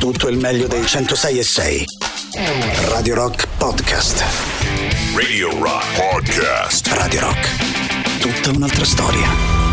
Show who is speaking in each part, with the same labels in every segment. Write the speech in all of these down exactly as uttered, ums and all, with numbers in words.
Speaker 1: tutto il meglio dei centosei e sei. Radio Rock Podcast.
Speaker 2: Radio Rock Podcast.
Speaker 1: Radio Rock. Tutta un'altra storia.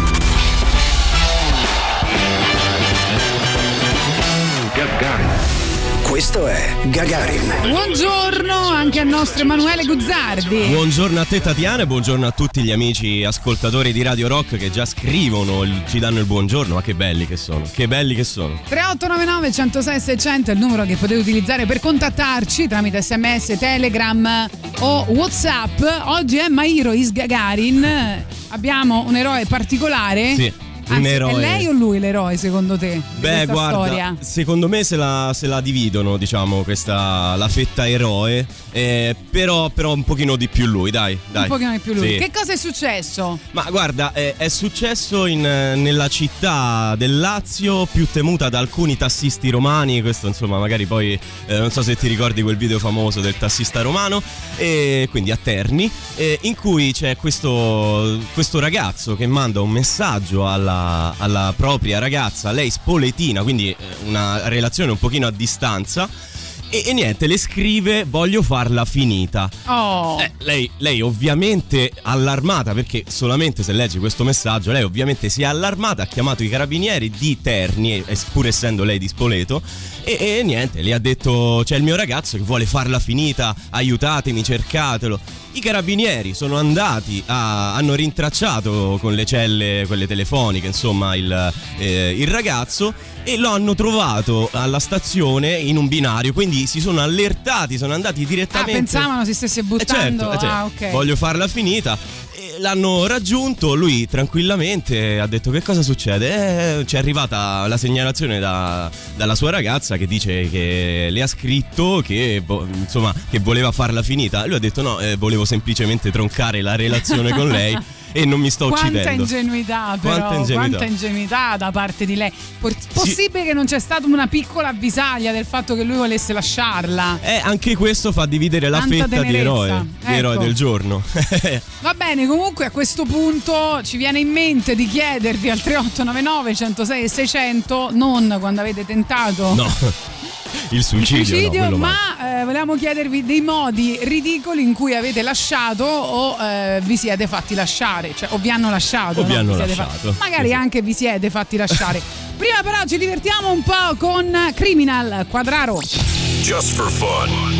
Speaker 3: Gagarin.
Speaker 1: Questo è Gagarin.
Speaker 4: Buongiorno anche al nostro Emanuele Guzzardi.
Speaker 5: Buongiorno a te Tatiana e buongiorno a tutti gli amici ascoltatori di Radio Rock che già scrivono, ci danno il buongiorno. Ma che belli che sono, che belli che sono.
Speaker 4: tre otto nove nove uno zero sei sei zero zero è il numero che potete utilizzare per contattarci tramite sms, telegram o whatsapp. Oggi è Mairo is Gagarin. Abbiamo un eroe particolare.
Speaker 5: Sì.
Speaker 4: Anzi,
Speaker 5: eroe.
Speaker 4: È lei o lui l'eroe secondo te?
Speaker 5: Beh, guarda,
Speaker 4: storia?
Speaker 5: secondo me se la, se la dividono, diciamo, questa la fetta eroe, eh, però, però un pochino di più lui, dai, dai.
Speaker 4: Un pochino di più lui.
Speaker 5: Sì.
Speaker 4: Che cosa è successo?
Speaker 5: Ma guarda, è, è successo in, nella città del Lazio, più temuta da alcuni tassisti romani. Questo insomma magari poi eh, non so se ti ricordi quel video famoso del tassista romano, e quindi a Terni, eh, in cui c'è questo, questo ragazzo che manda un messaggio alla alla propria ragazza, lei spoletina, quindi una relazione un pochino a distanza, e, e niente, le scrive: voglio farla finita.
Speaker 4: Oh.
Speaker 5: eh, lei, lei ovviamente allarmata, perché solamente se leggi questo messaggio lei ovviamente si è allarmata, ha chiamato i carabinieri di Terni, pur essendo lei di Spoleto, e, e niente, le ha detto: c'è il mio ragazzo che vuole farla finita, aiutatemi, cercatelo. I carabinieri sono andati, a, hanno rintracciato con le celle, quelle telefoniche, insomma, il, eh, il ragazzo, e lo hanno trovato alla stazione in un binario. Quindi si sono allertati, sono andati direttamente.
Speaker 4: Ah, pensavano si stesse buttando.
Speaker 5: Eh certo, eh certo.
Speaker 4: Ah, ok.
Speaker 5: Voglio farla finita. E l'hanno raggiunto, lui tranquillamente ha detto: che cosa succede? Eh, ci è arrivata la segnalazione da, dalla sua ragazza che dice che le ha scritto che, insomma, che voleva farla finita. Lui ha detto: no, eh, volevo semplicemente troncare la relazione con lei e non mi sto
Speaker 4: quanta
Speaker 5: uccidendo.
Speaker 4: Ingenuità, però,
Speaker 5: quanta ingenuità
Speaker 4: quanta ingenuità da parte di lei. Possibile sì. Che non c'è stata una piccola avvisaglia del fatto che lui volesse lasciarla?
Speaker 5: Eh, anche questo fa dividere la
Speaker 4: Tanta
Speaker 5: fetta
Speaker 4: tenerezza.
Speaker 5: di eroe,
Speaker 4: Ecco.
Speaker 5: di eroe del giorno.
Speaker 4: Va bene, comunque a questo punto ci viene in mente di chiedervi al tre otto nove nove uno zero sei sei zero zero, non quando avete tentato
Speaker 5: no il suicidio,
Speaker 4: il suicidio
Speaker 5: no,
Speaker 4: ma eh, volevamo chiedervi dei modi ridicoli in cui avete lasciato o eh, vi siete fatti lasciare, cioè o vi hanno lasciato
Speaker 5: o vi
Speaker 4: no?
Speaker 5: hanno
Speaker 4: vi
Speaker 5: lasciato
Speaker 4: fatti... magari
Speaker 5: sì.
Speaker 4: Anche vi siete fatti lasciare. Prima però ci divertiamo un po' con Criminal Quadraro.
Speaker 2: Just for fun.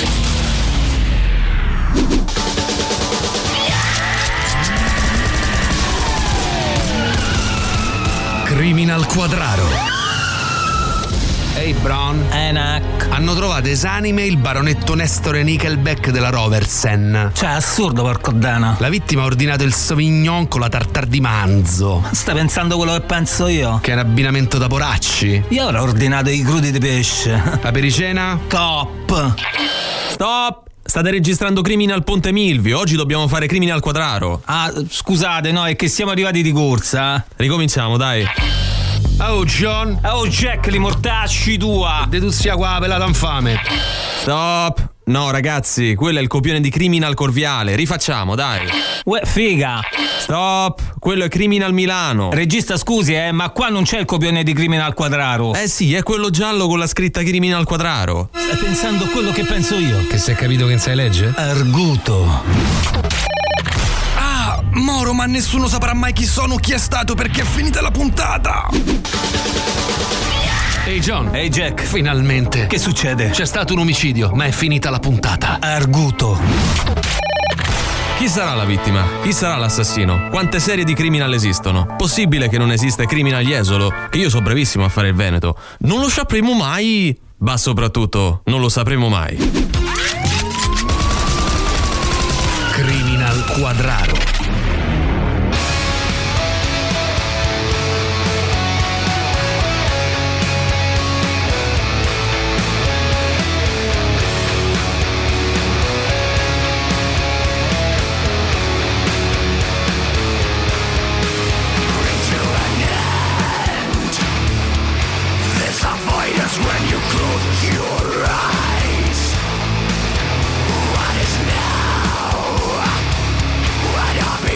Speaker 6: Criminal Quadraro. Ehi hey Bron,
Speaker 7: Enac.
Speaker 6: Hanno trovato esanime il baronetto Nestore Nickelback della Roversen.
Speaker 7: Cioè, assurdo, porco dana.
Speaker 6: La vittima ha ordinato il Sauvignon con la tartar di manzo.
Speaker 7: Stai pensando quello che penso io?
Speaker 6: Che è un abbinamento da poracci?
Speaker 7: Io avrei ordinato i crudi di pesce.
Speaker 6: La pericena?
Speaker 7: Top.
Speaker 8: Stop! State registrando Criminal Ponte Milvio. Oggi dobbiamo fare Criminal Quadraro.
Speaker 7: Ah, scusate, no, è che siamo arrivati di corsa.
Speaker 8: Ricominciamo, dai.
Speaker 6: Oh John.
Speaker 7: Oh Jack, li mortacci tua.
Speaker 6: Deduzia qua, pelata infame.
Speaker 8: Stop. No ragazzi, quello è il copione di Criminal Corviale. Rifacciamo, dai.
Speaker 7: Uè, figa.
Speaker 8: Stop. Quello è Criminal Milano.
Speaker 7: Regista, scusi, eh, ma qua non c'è il copione di Criminal Quadraro.
Speaker 8: Eh sì, è quello giallo con la scritta Criminal Quadraro.
Speaker 7: Stai pensando a quello che penso io?
Speaker 6: Che si è capito che non sai legge?
Speaker 7: Arguto.
Speaker 6: Moro, ma nessuno saprà mai chi sono o chi è stato perché è finita la puntata. Ehi hey John.
Speaker 7: Ehi hey Jack.
Speaker 6: Finalmente.
Speaker 7: Che succede?
Speaker 6: C'è stato un omicidio, ma è finita la puntata.
Speaker 7: Arguto.
Speaker 8: Chi sarà la vittima? Chi sarà l'assassino? Quante serie di Criminal esistono? Possibile che non esiste Criminal Jesolo? Che io so bravissimo a fare il Veneto. Non lo sapremo mai. Ma soprattutto non lo sapremo mai.
Speaker 6: Criminal Quadraro.
Speaker 2: When you close your eyes, what is now? What are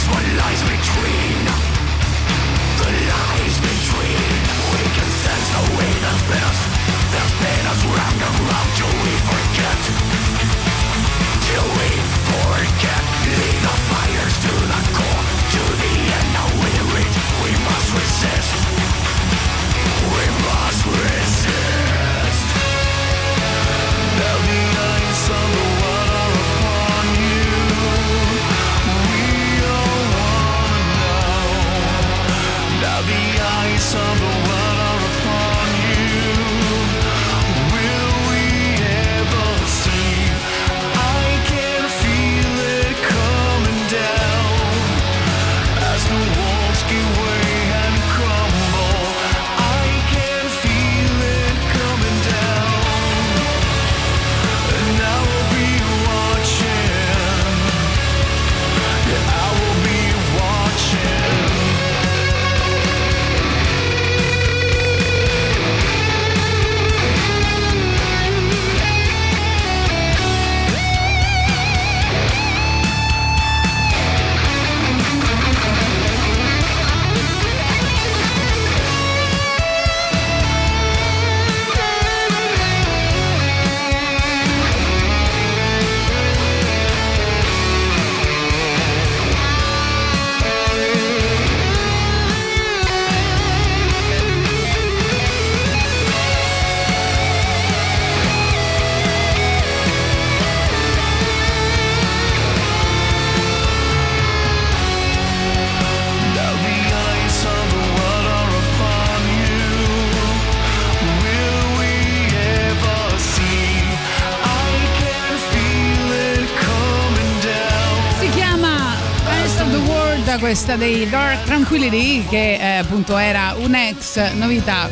Speaker 4: Questa dei Dark Tranquillity, che eh, appunto era un'ex novità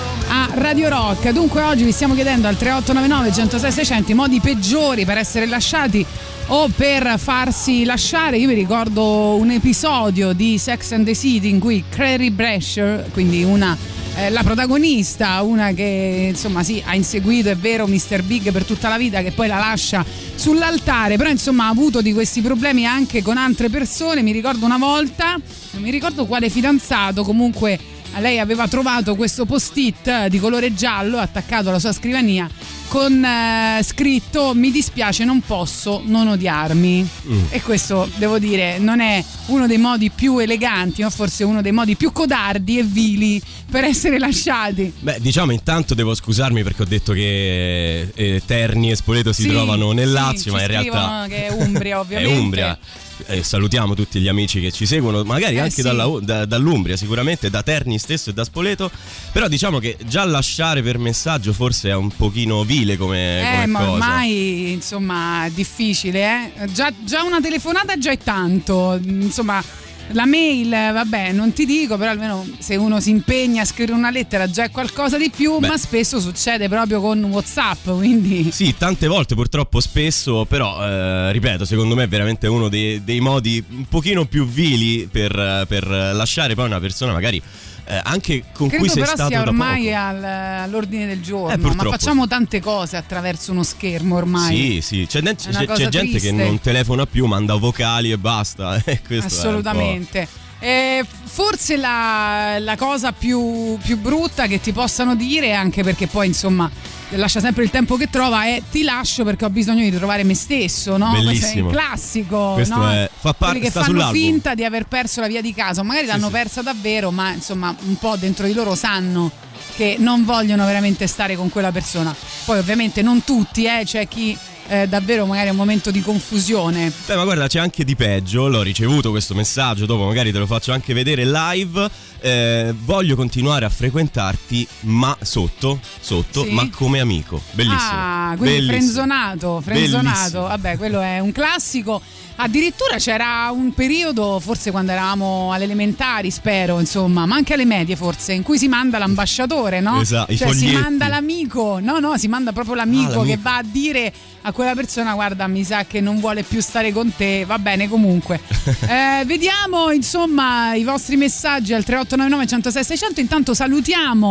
Speaker 4: a Radio Rock. Dunque oggi vi stiamo chiedendo al tre otto nove nove, uno zero sei, seicento i modi peggiori per essere lasciati o per farsi lasciare. Io vi ricordo un episodio di Sex and the City in cui Carrie Bradshaw, quindi una eh, la protagonista, una che insomma sì, ha inseguito, è vero, mister Big per tutta la vita, che poi la lascia sull'altare, però insomma ha avuto di questi problemi anche con altre persone. Mi ricordo una volta, non mi ricordo quale fidanzato, comunque lei aveva trovato questo post-it di colore giallo attaccato alla sua scrivania con eh, scritto: mi dispiace, non posso non odiarmi. Mm. E questo, devo dire, non è uno dei modi più eleganti, ma forse uno dei modi più codardi e vili per essere lasciati.
Speaker 5: Beh, diciamo, intanto devo scusarmi perché ho detto che eh, Terni e Spoleto si
Speaker 4: sì,
Speaker 5: trovano nel
Speaker 4: sì,
Speaker 5: Lazio, ma in realtà
Speaker 4: che è Umbria, ovviamente.
Speaker 5: È Umbria. Eh, salutiamo tutti gli amici che ci seguono, magari
Speaker 4: eh
Speaker 5: anche
Speaker 4: sì.
Speaker 5: dalla, da, dall'Umbria, sicuramente da Terni stesso e da Spoleto. Però diciamo che già lasciare per messaggio forse è un pochino vile come,
Speaker 4: eh,
Speaker 5: come
Speaker 4: ma
Speaker 5: cosa.
Speaker 4: ormai insomma è difficile, eh? già, già una telefonata già è tanto, insomma. La mail, vabbè, non ti dico, però almeno se uno si impegna a scrivere una lettera già è qualcosa di più. Beh, ma spesso succede proprio con WhatsApp, quindi
Speaker 5: sì, tante volte, purtroppo spesso, però eh, ripeto, secondo me è veramente uno dei, dei modi un pochino più vili per, per lasciare poi una persona magari eh, anche con
Speaker 4: credo
Speaker 5: cui sei
Speaker 4: però
Speaker 5: stato
Speaker 4: sia
Speaker 5: da
Speaker 4: ormai
Speaker 5: poco.
Speaker 4: al, all'ordine del giorno,
Speaker 5: eh,
Speaker 4: ma facciamo tante cose attraverso uno schermo ormai.
Speaker 5: Sì, sì, c'è, c'è, c'è gente
Speaker 4: triste.
Speaker 5: che non telefona più, manda vocali e basta. Questo
Speaker 4: assolutamente. Eh, forse la, la cosa più, più brutta che ti possano dire, anche perché poi insomma lascia sempre il tempo che trova, è: ti lascio perché ho bisogno di trovare me stesso, no?
Speaker 5: Bellissimo.
Speaker 4: Questo è il classico.
Speaker 5: Questo
Speaker 4: no?
Speaker 5: è, fa parte,
Speaker 4: quelli che
Speaker 5: sta
Speaker 4: fanno
Speaker 5: sull'album.
Speaker 4: finta di aver perso la via di casa, magari l'hanno
Speaker 5: sì,
Speaker 4: persa davvero, ma insomma un po' dentro di loro sanno che non vogliono veramente stare con quella persona. Poi ovviamente non tutti, eh, c'è chi Eh, davvero magari è un momento di confusione.
Speaker 5: Beh, ma guarda, c'è anche di peggio. L'ho ricevuto questo messaggio, dopo magari te lo faccio anche vedere live. Eh, voglio continuare a frequentarti, ma sotto, sotto,
Speaker 4: sì?
Speaker 5: ma come amico. Bellissimo.
Speaker 4: Ah, quindi
Speaker 5: Bellissimo.
Speaker 4: frenzonato, frenzonato.
Speaker 5: Bellissimo.
Speaker 4: Vabbè, quello è un classico. Addirittura c'era un periodo, forse quando eravamo alle elementari, spero, insomma, ma anche alle medie forse, in cui si manda l'ambasciatore, no?
Speaker 5: Esatto, i
Speaker 4: cioè si
Speaker 5: foglietti.
Speaker 4: manda l'amico, no, no, si manda proprio l'amico,
Speaker 5: Ah, l'amico
Speaker 4: che va a dire a quella persona: guarda, mi sa che non vuole più stare con te. Va bene, comunque. eh, vediamo insomma i vostri messaggi al tre otto nove nove, uno zero sei, seicento. Intanto salutiamo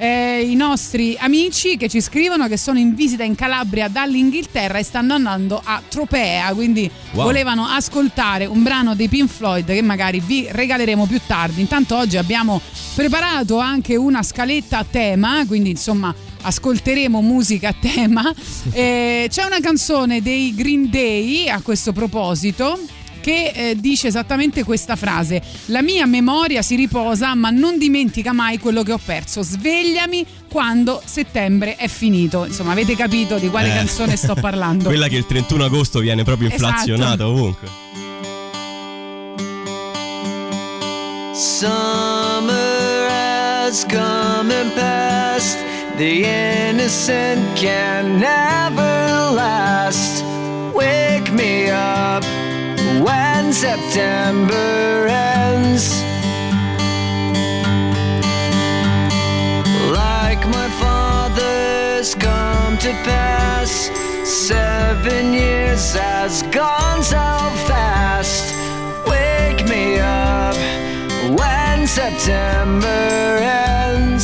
Speaker 4: eh, i nostri amici che ci scrivono che sono in visita in Calabria dall'Inghilterra e stanno andando a Tropea, quindi wow. volevano ascoltare un brano dei Pink Floyd che magari vi regaleremo più tardi. Intanto oggi abbiamo preparato anche una scaletta a tema, quindi insomma ascolteremo musica a tema. Eh, c'è una canzone dei Green Day a questo proposito che eh, dice esattamente questa frase: la mia memoria si riposa ma non dimentica mai quello che ho perso, svegliami quando settembre è finito. Insomma, avete capito di quale eh. canzone sto parlando.
Speaker 5: Quella che il trentuno agosto viene proprio inflazionata esatto. ovunque.
Speaker 9: Summer has come and passed, the innocent can never last. Wake me up when September ends. Like my father's come to pass, seven years has gone so fast. Wake me up when September ends.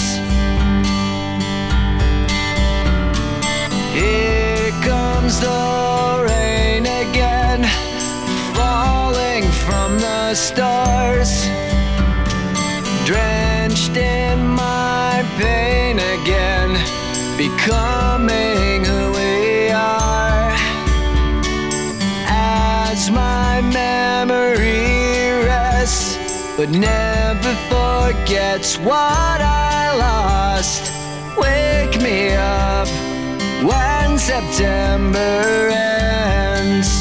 Speaker 9: Here comes the rain again, falling from the stars, drenched in my pain again, becoming who we are. As my memory rests, but never forgets what I lost. Wake me up when September ends.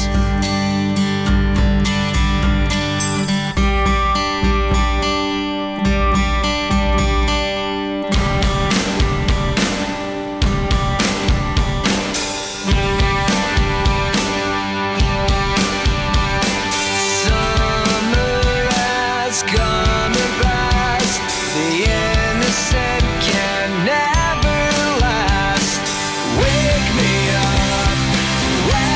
Speaker 9: When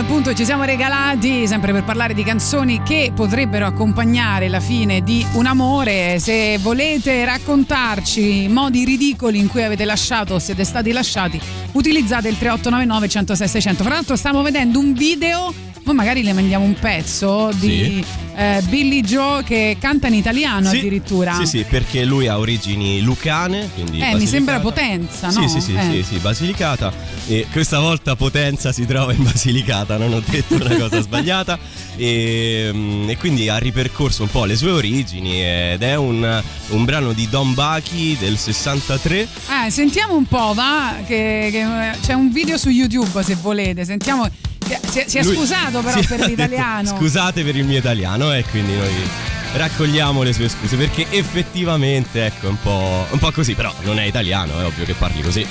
Speaker 4: appunto ci siamo regalati sempre per parlare di canzoni che potrebbero accompagnare la fine di un amore. Se volete raccontarci modi ridicoli in cui avete lasciato o siete stati lasciati, utilizzate il tre otto nove nove, uno zero sei, sei zero zero. Fra l'altro stiamo vedendo un video, poi magari le mandiamo un pezzo di sì. eh, Billy Joe che canta in italiano sì. addirittura.
Speaker 5: Sì, sì, perché lui ha origini lucane, quindi
Speaker 4: Eh, mi sembra Potenza, no?
Speaker 5: Sì, sì, sì,
Speaker 4: eh.
Speaker 5: sì, sì, Basilicata. E questa volta Potenza si trova in Basilicata, non ho detto una cosa sbagliata. E, e quindi ha ripercorso un po' le sue origini ed è un, un brano di Don Bucky del sessantatré.
Speaker 4: Eh, sentiamo un po', va, che, che c'è un video su YouTube se volete, sentiamo. Si è, si è
Speaker 5: Lui,
Speaker 4: scusato però
Speaker 5: sì,
Speaker 4: per l'italiano.
Speaker 5: Detto, scusate per il mio italiano e quindi noi raccogliamo le sue scuse perché effettivamente ecco è un po', un po' così, però non è italiano, è ovvio che parli così.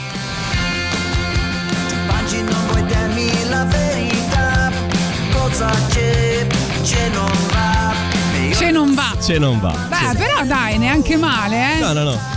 Speaker 9: Oggi non vuoi darmi la verità, cosa c'è, c'è non va.
Speaker 4: Ce non va.
Speaker 5: Ce non va.
Speaker 4: Beh,
Speaker 5: sì.
Speaker 4: però dai, neanche male, eh.
Speaker 5: No, no, no.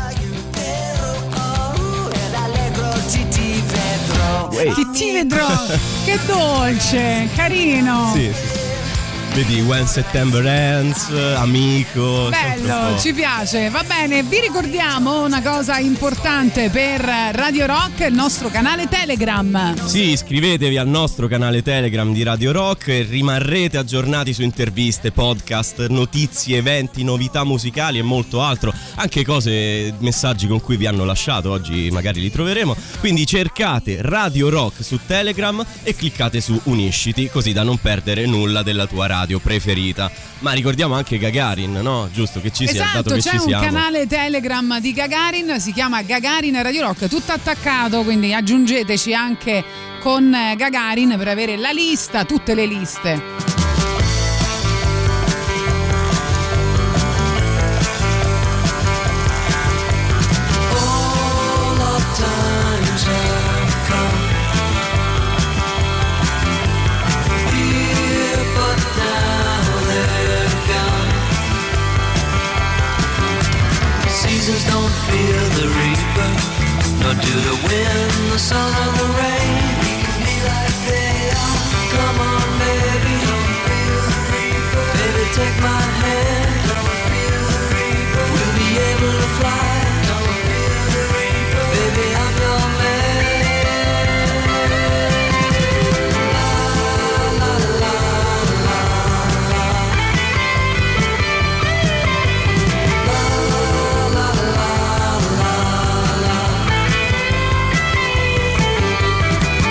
Speaker 4: Che ti vedrò, che dolce, carino.
Speaker 5: Sì, sì, sì. Vedi When September Ends, Amico.
Speaker 4: Bello, ci piace. Va bene, vi ricordiamo una cosa importante per Radio Rock, il nostro canale Telegram.
Speaker 5: Sì, iscrivetevi al nostro canale Telegram di Radio Rock e rimarrete aggiornati su interviste, podcast, notizie, eventi, novità musicali e molto altro. Anche cose, messaggi con cui vi hanno lasciato, oggi magari li troveremo. Quindi cercate Radio Rock su Telegram e cliccate su Unisciti, così da non perdere nulla della tua radio preferita. Ma ricordiamo anche Gagarin, no? Giusto che ci sia,
Speaker 4: esatto,
Speaker 5: dato che
Speaker 4: c'è
Speaker 5: ci
Speaker 4: un
Speaker 5: siamo.
Speaker 4: canale Telegram di Gagarin, si chiama Gagarin Radio Rock, tutto attaccato, quindi aggiungeteci anche con Gagarin per avere la lista, tutte le liste.
Speaker 9: Don't fear the reaper, nor do the wind, the sun or the rain. We can be like they are. Come on, baby, don't feel the reaper. Baby, take my hand, don't feel the reaper. We'll be able to fly, don't feel the reaper. Baby, I'm your man. La la la la la. La la la.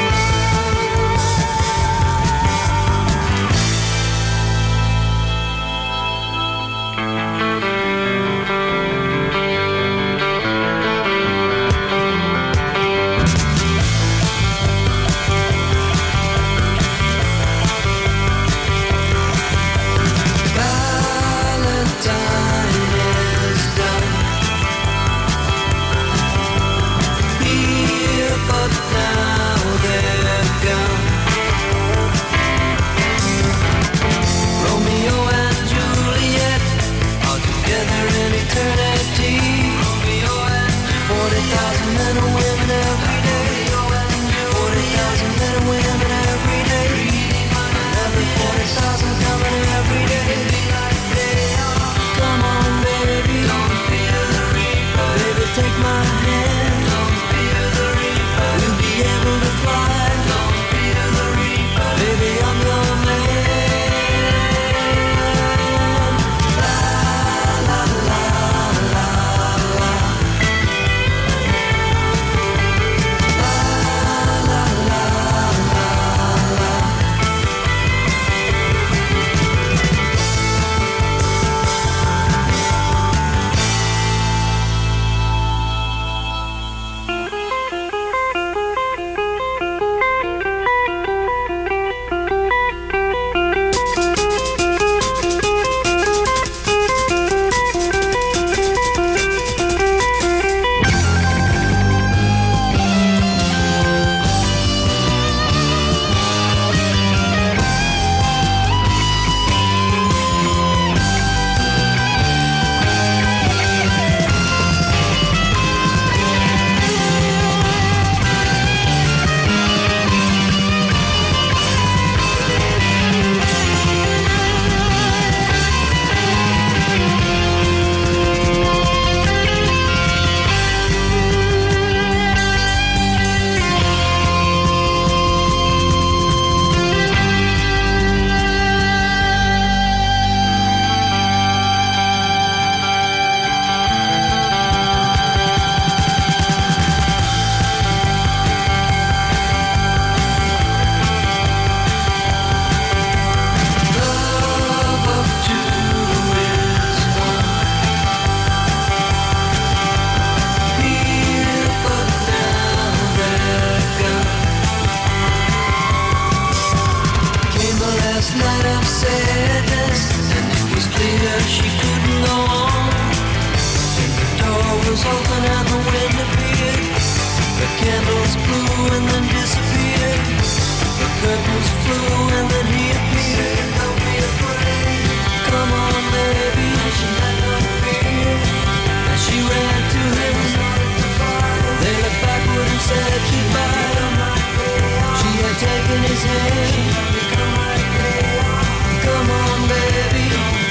Speaker 9: Later she couldn't go on. The door was open and the wind appeared. The candles blew and then disappeared. The curtains flew and then he appeared. Don't be afraid, come on baby. She had no fear. And she ran to him. They looked backward and said goodbye. She had taken his hand. Come on baby.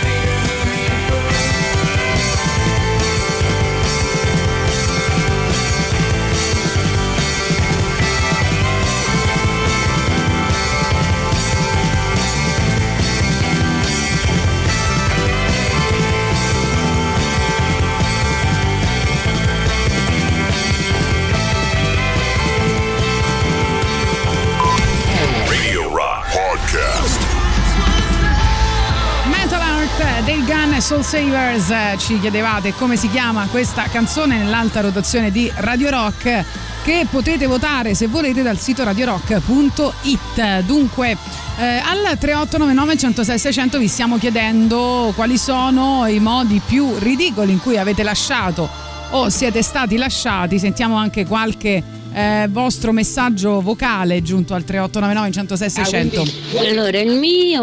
Speaker 4: Metal Heart, Dale Gunn e Soul Savers. Ci chiedevate come si chiama questa canzone nell'alta rotazione di Radio Rock, che potete votare se volete dal sito radio rock punto it. Dunque eh, al tre otto nove nove uno zero sei sei zero zero vi stiamo chiedendo quali sono i modi più ridicoli in cui avete lasciato o siete stati lasciati. Sentiamo anche qualche Eh, vostro messaggio vocale giunto al tre otto nove nove uno zero sei sei zero zero.
Speaker 10: Allora, il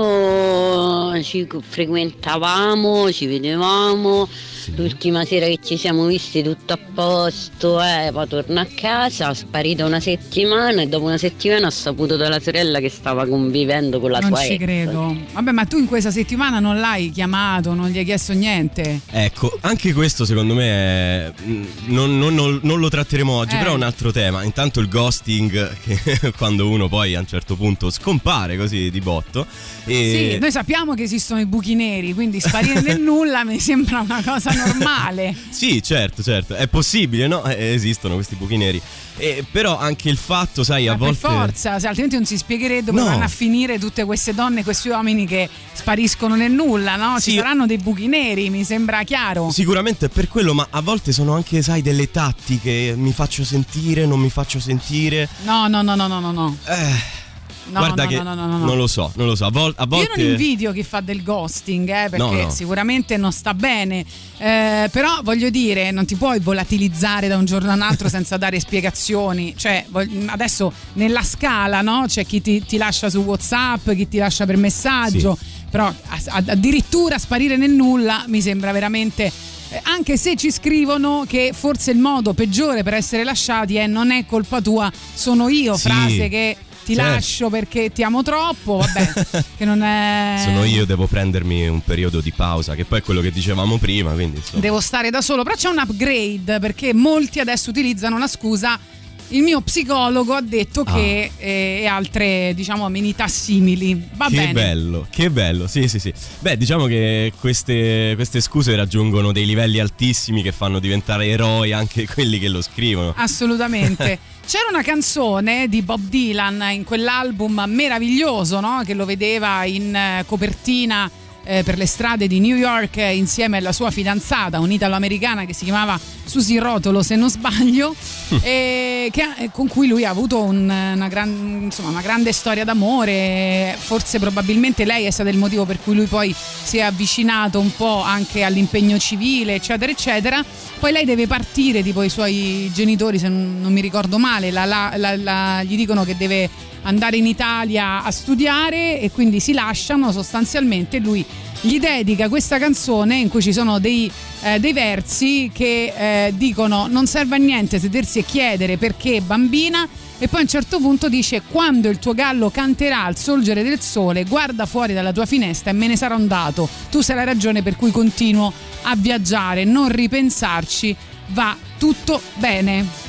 Speaker 10: mio ci frequentavamo, ci vedevamo. L'ultima sera che ci siamo visti tutto a posto, eh, poi torno a casa, sparita una settimana e dopo una settimana ho saputo dalla sorella che stava convivendo con la
Speaker 4: non
Speaker 10: sua
Speaker 4: ci
Speaker 10: ex.
Speaker 4: credo. Vabbè, ma tu in questa settimana non l'hai chiamato, non gli hai chiesto niente?
Speaker 5: Ecco, anche questo secondo me è... non, non- non- non lo tratteremo oggi,
Speaker 4: Eh.
Speaker 5: però è un altro tema. Intanto il ghosting, che quando uno poi a un certo punto scompare così di botto. E...
Speaker 4: Sì, noi sappiamo che esistono i buchi neri, quindi sparire nel nulla mi sembra una cosa normale.
Speaker 5: Sì, certo, certo, è possibile, no? Eh, Esistono questi buchi neri. Eh, però anche il fatto, sai, a
Speaker 4: Ma
Speaker 5: volte...
Speaker 4: per forza, se altrimenti non si spiegherebbe come
Speaker 5: No.
Speaker 4: vanno a finire tutte queste donne, questi uomini che spariscono nel nulla, no? Ci
Speaker 5: Sì.
Speaker 4: saranno dei buchi neri, mi sembra chiaro.
Speaker 5: Sicuramente è per quello, ma a volte sono anche, sai, delle tattiche. Mi faccio sentire, non mi faccio sentire.
Speaker 4: No, no, no, no, no, no, no.
Speaker 5: Eh,
Speaker 4: No,
Speaker 5: guarda
Speaker 4: no,
Speaker 5: che
Speaker 4: no, no, no, no.
Speaker 5: non lo so, non lo so. A, vol- a volte...
Speaker 4: Io non invidio chi fa del ghosting, eh, perché
Speaker 5: No, no.
Speaker 4: sicuramente non sta bene. Eh, però voglio dire, non ti puoi volatilizzare da un giorno all'altro senza dare spiegazioni. Cioè, vog- adesso nella scala, no? C'è chi ti, ti lascia su WhatsApp, chi ti lascia per messaggio. Però a- a- addirittura sparire nel nulla mi sembra veramente. eh, Anche se ci scrivono che forse il modo peggiore per essere lasciati è non è colpa tua, sono io,
Speaker 5: Sì,
Speaker 4: frase che ti
Speaker 5: certo.
Speaker 4: lascio perché ti amo troppo, vabbè, che non è...
Speaker 5: Sono io, devo prendermi un periodo di pausa, che poi è quello che dicevamo prima, quindi insomma.
Speaker 4: Devo stare da solo, però c'è un upgrade perché molti adesso utilizzano la scusa il mio psicologo ha detto
Speaker 5: Ah.
Speaker 4: che eh, e altre diciamo amenità simili. Va
Speaker 5: che
Speaker 4: bene.
Speaker 5: bello, che bello, sì sì sì. Beh, diciamo che queste, queste scuse raggiungono dei livelli altissimi che fanno diventare eroi anche quelli che lo scrivono.
Speaker 4: Assolutamente. C'era una canzone di Bob Dylan in quell'album meraviglioso, no? Che lo vedeva in eh, copertina eh, per le strade di New York eh, insieme alla sua fidanzata, un'italo-americana che si chiamava Susi Rotolo, se non sbaglio, e che, eh, con cui lui ha avuto un, una, gran, insomma, una grande storia d'amore. Forse probabilmente lei è stata il motivo per cui lui poi si è avvicinato un po' anche all'impegno civile, eccetera eccetera. Poi lei deve partire, tipo i suoi genitori, se non, non mi ricordo male, la, la, la, la, gli dicono che deve andare in Italia a studiare e quindi si lasciano sostanzialmente. Lui gli dedica questa canzone in cui ci sono dei, eh, dei versi che eh, dicono: non serve a niente sedersi e chiedere perché, bambina. E poi a un certo punto dice: quando il tuo gallo canterà al sorgere del sole, guarda fuori dalla tua finestra e me ne sarò andato. Tu sei la ragione per cui continuo a viaggiare, non ripensarci, va tutto bene.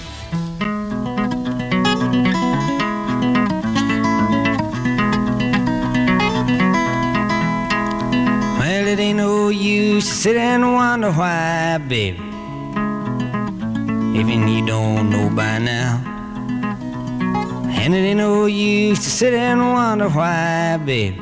Speaker 11: Well, it ain't no use to sit and wonder why, baby. Even you don't know by now. And it ain't no use to sit and wonder why, baby.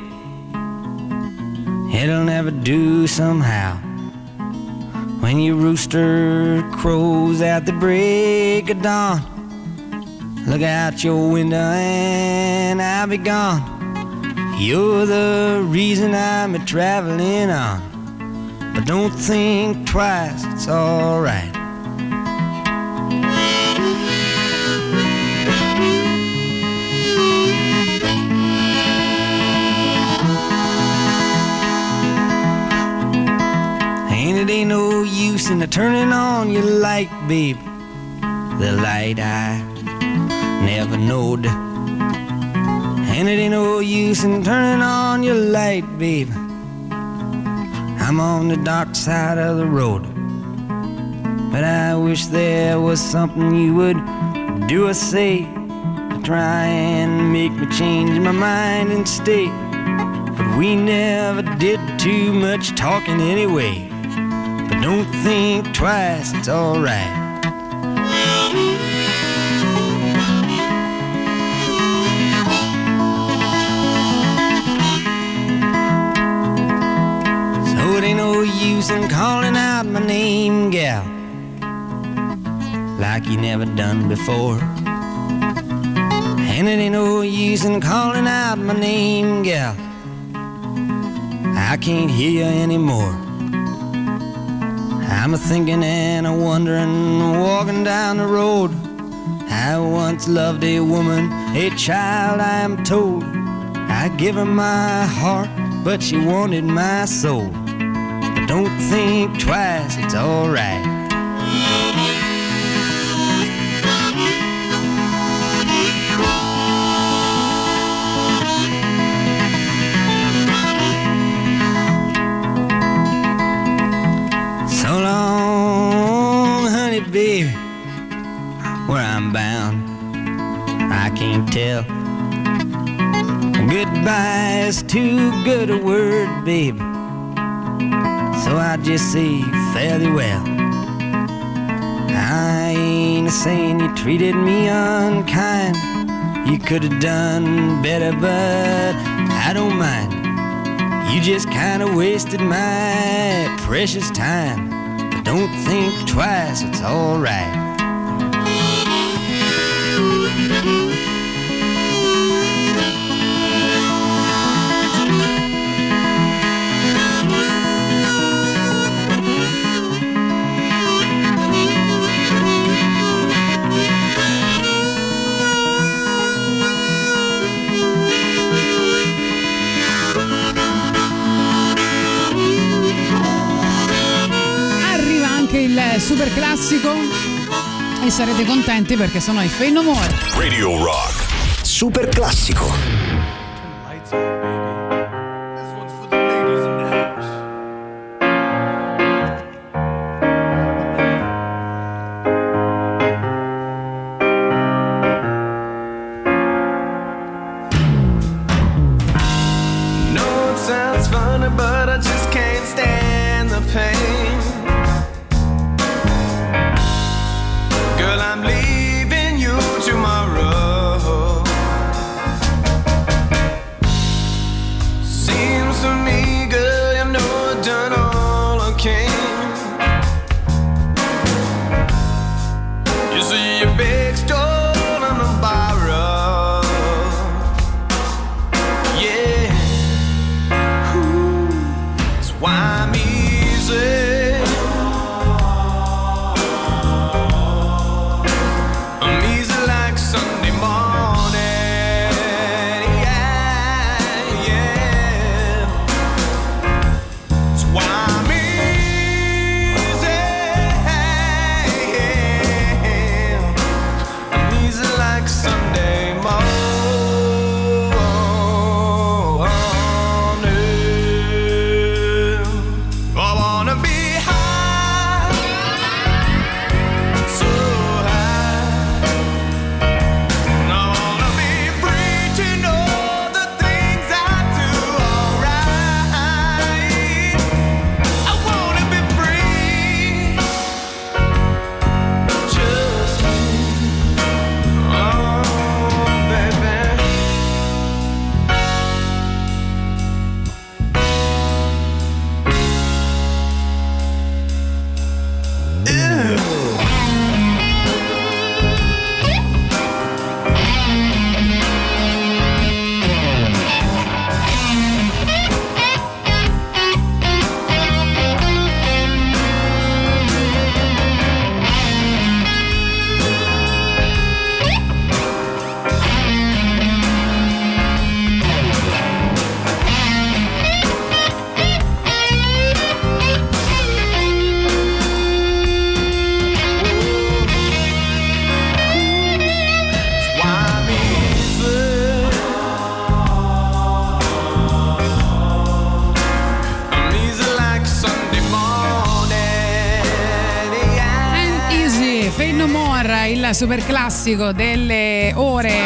Speaker 11: It'll never do somehow. When your rooster crows at the break of dawn, look out your window and I'll be gone. You're the reason I'm a traveling on. don't think twice, it's alright. And it ain't no use in the turning on your light, babe. The light I never knowed. And it ain't no use in turning on your light, babe. I'm on the dark side of the road. But I wish there was something you would do or say to try and make me change my mind and stay. But we never did too much talking anyway. But don't think twice, it's alright. So it ain't no use in calling out my name, gal, like you never done before. And it ain't no use in calling out my name, gal, I can't hear you anymore. I'm a-thinking and a-wondering, walking down the road. I once loved a woman, a child I'm told. I give her my heart, but she wanted my soul. But don't think twice, it's alright. So long, honey, baby, where I'm bound, I can't tell. Goodbye is too good a word, baby, so I just say fare thee well. I ain't a-saying you treated me unkind. You could have done better, but I don't mind. You just kind of wasted my precious time. But don't think twice, it's alright.
Speaker 4: Il super classico e sarete contenti perché sono i Fade No More.
Speaker 1: Radio Rock super classico.
Speaker 9: No, it sounds funny, but I just can't stand the pain. Girl, I'm leaving you tomorrow. Seems to me, girl, you know I've done all I can. You see your big stone on the borrow. Yeah. Ooh, that's why I'm easy.
Speaker 4: il super classico delle ore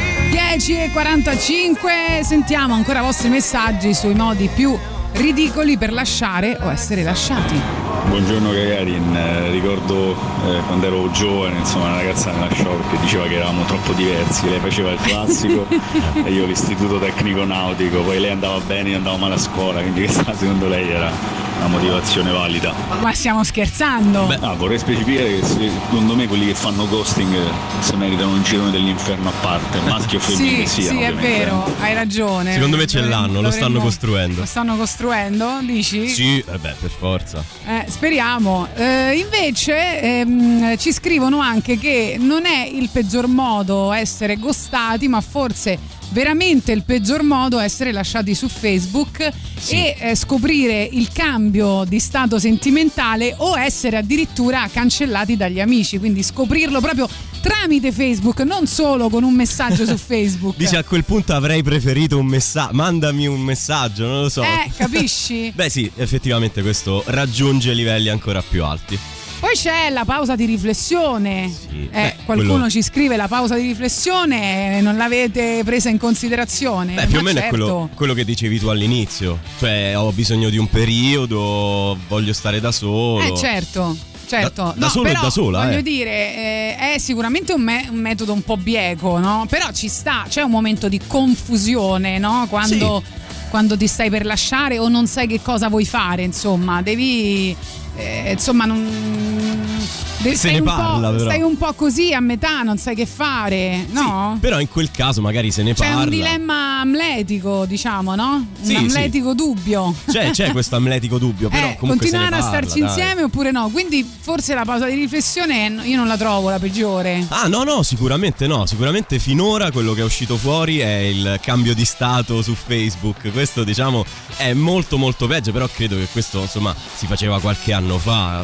Speaker 4: dieci e quarantacinque. Sentiamo ancora i vostri messaggi sui modi più ridicoli per lasciare o essere lasciati.
Speaker 12: Buongiorno Gagarin, eh, ricordo eh, quando ero giovane, insomma, una ragazza mi lasciò perché diceva che eravamo troppo diversi. Lei faceva il classico e io l'istituto tecnico nautico, poi lei andava bene, io andavo male a scuola, quindi questa secondo lei era una motivazione valida.
Speaker 4: Ma stiamo scherzando?
Speaker 12: Beh, ah, vorrei specificare che secondo me quelli che fanno ghosting si meritano un girone dell'inferno a parte, maschio o femmine
Speaker 4: sì,
Speaker 12: siano.
Speaker 4: sì, è
Speaker 12: ovviamente.
Speaker 4: vero, hai ragione.
Speaker 5: Secondo me ce l'hanno, lo stanno costruendo.
Speaker 4: Lo stanno costruendo, dici?
Speaker 5: Sì, eh beh, per forza.
Speaker 4: Eh, speriamo. Eh, invece ehm, ci scrivono anche che non è il peggior modo essere ghostati, ma forse veramente il peggior modo essere lasciati su Facebook, sì. e eh, scoprire il cambio di stato sentimentale o essere addirittura cancellati dagli amici, quindi scoprirlo proprio tramite Facebook, non solo con un messaggio su Facebook.
Speaker 5: Dice, a quel punto avrei preferito un messaggio, mandami un messaggio, non lo so.
Speaker 4: Eh, capisci?
Speaker 5: Beh sì, effettivamente questo raggiunge livelli ancora più alti.
Speaker 4: Poi c'è la pausa di riflessione.
Speaker 5: Sì.
Speaker 4: Eh,
Speaker 5: Beh,
Speaker 4: qualcuno
Speaker 5: quello...
Speaker 4: ci scrive la pausa di riflessione, non l'avete presa in considerazione?
Speaker 5: Beh, più
Speaker 4: Ma
Speaker 5: o meno
Speaker 4: certo.
Speaker 5: è quello, quello che dicevi tu all'inizio. Cioè, ho bisogno di un periodo, voglio stare da solo.
Speaker 4: Eh certo. Certo,
Speaker 5: da, da
Speaker 4: no,
Speaker 5: solo
Speaker 4: però,
Speaker 5: e da sola,
Speaker 4: voglio
Speaker 5: eh.
Speaker 4: dire, eh, è sicuramente un, me- un metodo un po' bieco, no? Però ci sta, c'è un momento di confusione, no? Quando,
Speaker 5: sì.
Speaker 4: quando ti stai per lasciare o non sai che cosa vuoi fare, insomma, devi, eh, insomma, non... Devi,
Speaker 5: Se
Speaker 4: stai,
Speaker 5: ne
Speaker 4: un
Speaker 5: parla,
Speaker 4: po',
Speaker 5: però.
Speaker 4: stai un po' così a metà, non sai che fare, no?
Speaker 5: Sì, però in quel caso magari se ne
Speaker 4: C'è
Speaker 5: parla.
Speaker 4: un dilemma amletico, diciamo, no?
Speaker 5: Sì,
Speaker 4: un amletico
Speaker 5: sì.
Speaker 4: dubbio.
Speaker 5: C'è, c'è questo amletico dubbio, però
Speaker 4: Eh,
Speaker 5: comunque se ne
Speaker 4: continuare a
Speaker 5: parla,
Speaker 4: starci
Speaker 5: dai.
Speaker 4: insieme oppure no? Quindi forse la pausa di riflessione io non la trovo la peggiore.
Speaker 5: Ah no no, sicuramente no, sicuramente finora quello che è uscito fuori è il cambio di stato su Facebook. Questo diciamo è molto molto peggio, però credo che questo insomma si faceva qualche anno fa.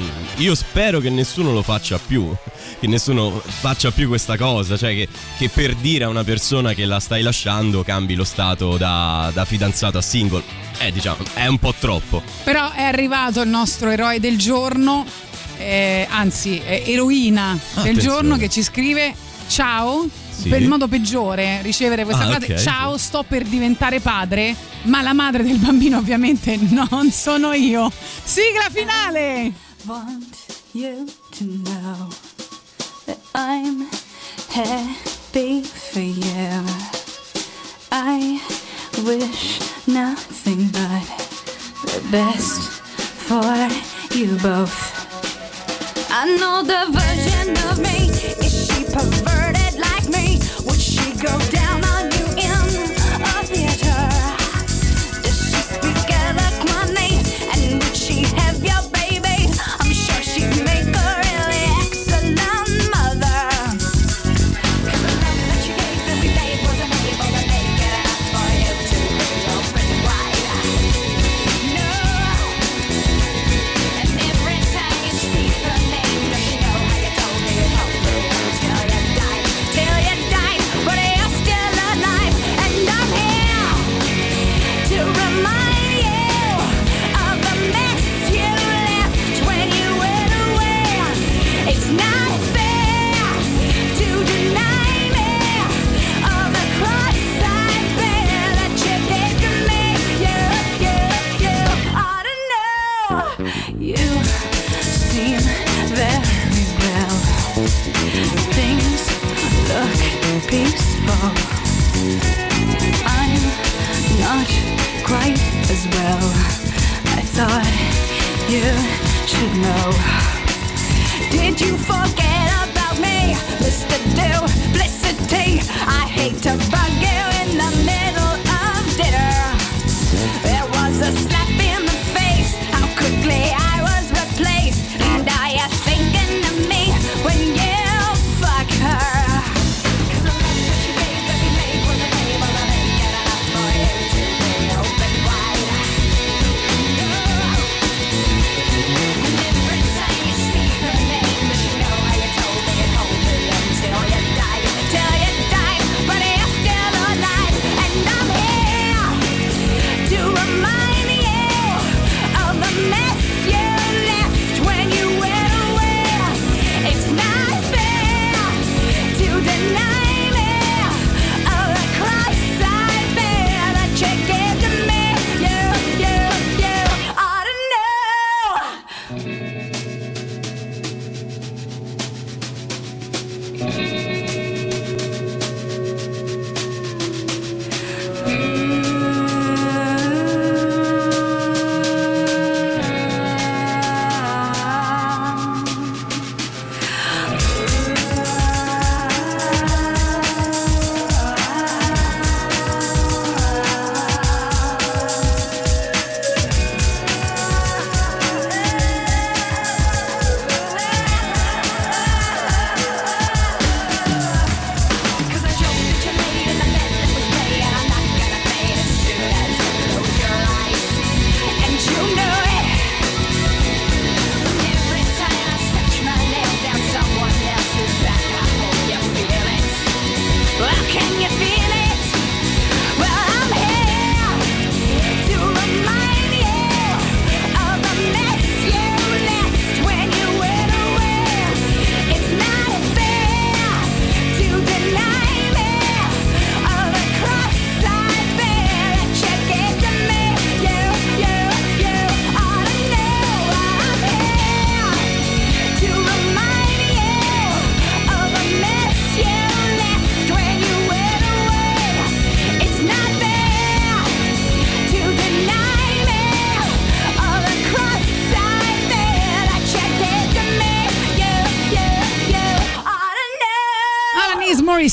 Speaker 5: Io spero che nessuno lo faccia più, che nessuno faccia più questa cosa, cioè che, che per dire a una persona che la stai lasciando cambi lo stato da, da fidanzato a single. Eh diciamo, è un po' troppo.
Speaker 4: Però è arrivato il nostro eroe del giorno, eh, anzi eh, eroina del
Speaker 5: Attenzione.
Speaker 4: giorno, che ci scrive: ciao,
Speaker 5: Sì.
Speaker 4: per il modo peggiore ricevere questa
Speaker 5: Ah,
Speaker 4: frase.
Speaker 5: ok.
Speaker 4: Ciao, sto per diventare padre, ma la madre del bambino ovviamente non sono io. Sigla finale.
Speaker 13: Want you to know that I'm happy for you. I wish nothing but the best for you both. I know the version of me. Is she perverted like me? Would she go down on you in a theater? Does she speak eloquently? And would she have your baby? I'm sure she'd make a really excellent mother. 'Cause the love that you gave every day wasn't able to make it enough for you to be open wide. No. And every time you speak her name, does she know how you told me you told me till you died, till you died, but you're still alive, and I'm here to remind you of the mess you left when you went away. It's not fair to deny me of the cross I bear that you gave to me. You, you, you ought to know. You seem very well. Things look peaceful. I'm not quite as well. I thought you should know. Did you forget about me, Mister Duplicity? I hate to bug you in the middle of dinner. There was a slap in the face, how quickly I was replaced. And are you thinking of me when you fuck her? 'Cause the love that you gave every day wasn't able to make it enough for you to be open wide. No. And every time you speak her name, does she know how you told me and hold me until you died, till you died, but you're still alive, and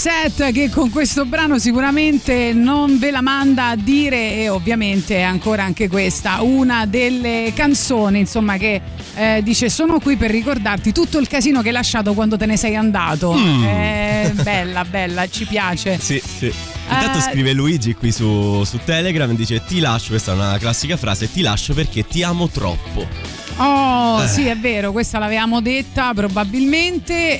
Speaker 4: Morissette, che con questo brano sicuramente non ve la manda a dire, e ovviamente è ancora anche questa una delle canzoni, insomma, che eh, dice: sono qui per ricordarti tutto il casino che hai lasciato quando te ne sei andato.
Speaker 5: Mm.
Speaker 4: Eh, bella, bella, ci piace.
Speaker 5: Sì, sì. Intanto
Speaker 4: Eh,
Speaker 5: scrive Luigi qui su, su Telegram e dice: ti lascio, questa è una classica frase, ti lascio perché ti amo troppo.
Speaker 4: Oh,
Speaker 5: Eh.
Speaker 4: sì, è vero, questa l'avevamo detta probabilmente.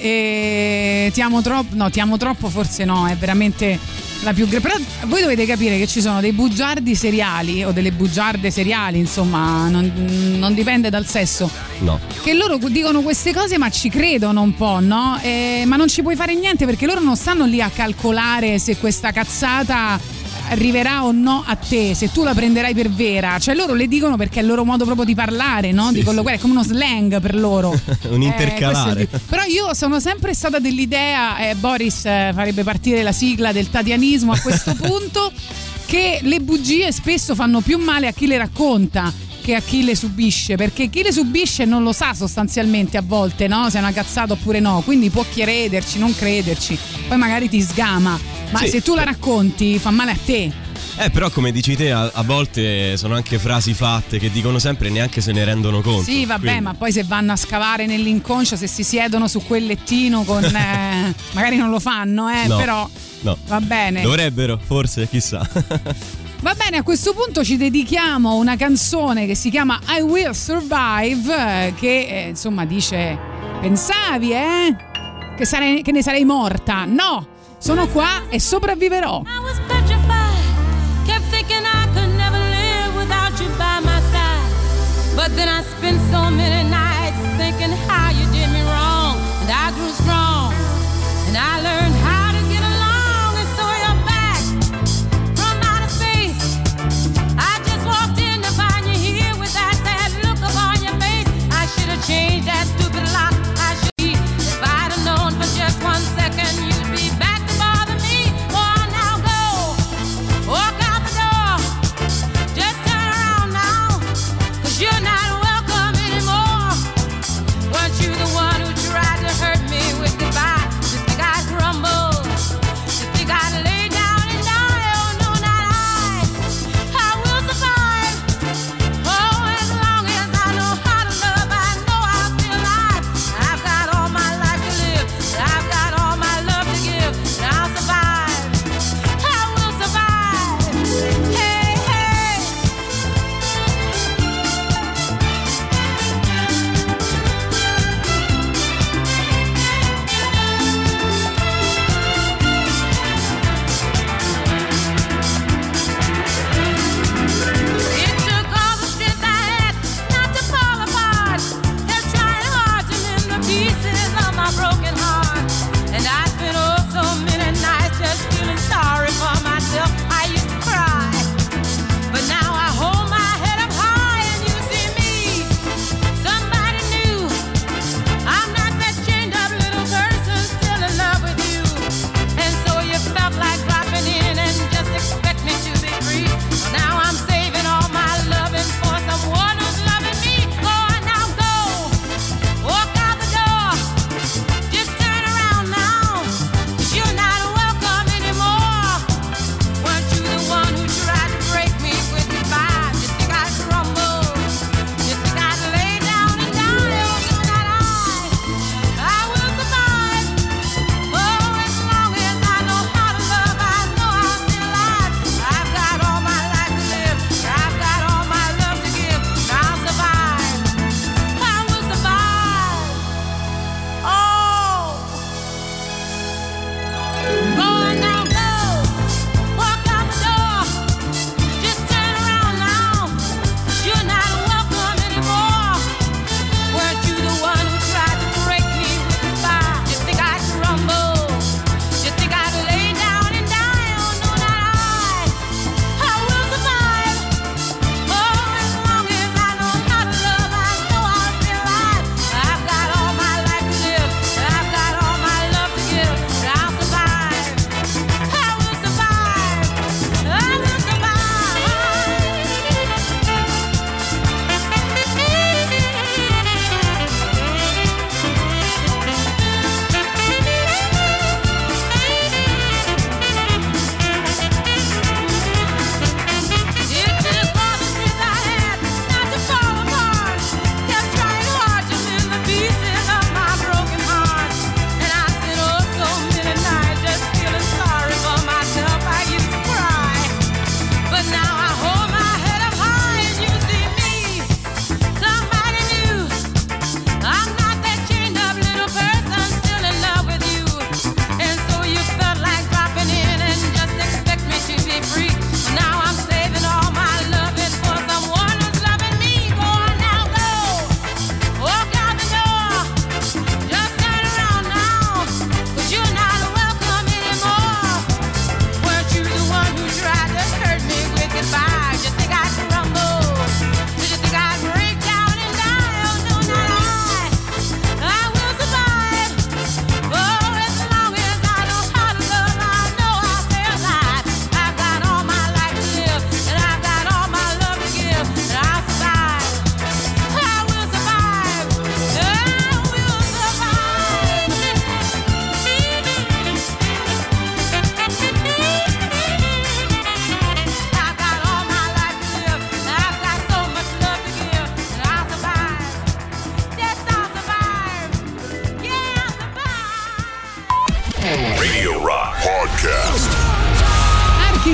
Speaker 4: E ti amo troppo, no, ti amo troppo forse no, è veramente la più grande. Però voi dovete capire che ci sono dei bugiardi seriali o delle bugiarde seriali, insomma, non, non dipende dal sesso,
Speaker 5: No.
Speaker 4: che loro dicono queste cose ma ci credono un po', no? Eh, ma non ci puoi fare niente, perché loro non stanno lì a calcolare se questa cazzata arriverà o no a te, se tu la prenderai per vera. Cioè loro le dicono perché è il loro modo proprio di parlare, no?
Speaker 5: Sì,
Speaker 4: Di colloquiare, è come uno slang per loro.
Speaker 5: Un
Speaker 4: Eh,
Speaker 5: intercalare.
Speaker 4: questo è il- Però io sono sempre stata dell'idea, eh, Boris eh, farebbe partire la sigla del tatianismo a questo punto, che le bugie spesso fanno più male a chi le racconta che a chi le subisce, perché chi le subisce non lo sa sostanzialmente a volte, no? Se è una cazzata oppure no, quindi può crederci, non crederci, poi magari ti sgama, ma
Speaker 5: Sì.
Speaker 4: se tu la racconti fa male a te.
Speaker 5: Eh, però come dici te, a, a volte sono anche frasi fatte che dicono sempre e neanche se ne rendono conto.
Speaker 4: Sì, vabbè,
Speaker 5: Quindi-
Speaker 4: ma poi se vanno a scavare nell'inconscio, se si siedono su quel lettino con eh, magari non lo fanno, eh,
Speaker 5: No,
Speaker 4: però
Speaker 5: no.
Speaker 4: va bene.
Speaker 5: Dovrebbero, forse, chissà.
Speaker 4: Va bene, a questo punto ci dedichiamo una canzone che si chiama I Will Survive, eh, che eh, insomma dice: pensavi, eh? Che, sarei- che ne sarei morta? No, sono qua e sopravviverò.
Speaker 14: I was petrified, kept thinking I could never live without you by my side. But then I spent so many nights thinking how you did me wrong, and I grew strong, and I learned how to get along, and so you're back from outer space. I just walked in to find you here with that sad look upon your face. I should have changed that stupid lock. I should be, if I'd have known for just one second you'd be back to bother me. Oh, now go.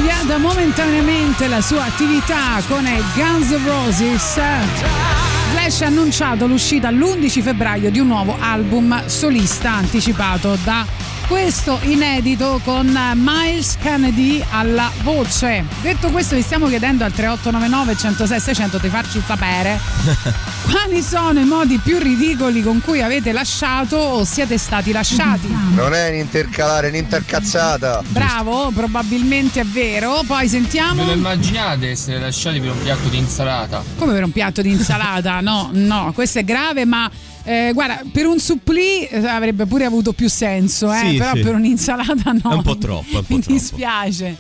Speaker 4: cambiata momentaneamente la sua attività con i Guns N' Roses. Slash ha annunciato l'uscita l'undici febbraio di un nuovo album solista anticipato da questo inedito con Miles Kennedy alla voce. Detto questo, vi stiamo chiedendo al tre otto nove nove uno zero sei sei zero zero di farci sapere quali sono i modi più ridicoli con cui avete lasciato o siete stati lasciati.
Speaker 15: Non è un'intercalare, un'intercazzata.
Speaker 4: Bravo, probabilmente è vero. Poi sentiamo.
Speaker 16: Ve lo immaginate essere lasciati per un piatto di insalata?
Speaker 4: Come per un piatto di insalata? No, no, questo è grave, ma Eh, guarda, per un supplì avrebbe pure avuto più senso, eh?
Speaker 5: Sì,
Speaker 4: però
Speaker 5: sì.
Speaker 4: per un'insalata no.
Speaker 5: È un po' troppo, è un po'
Speaker 4: Mi
Speaker 5: troppo.
Speaker 4: dispiace.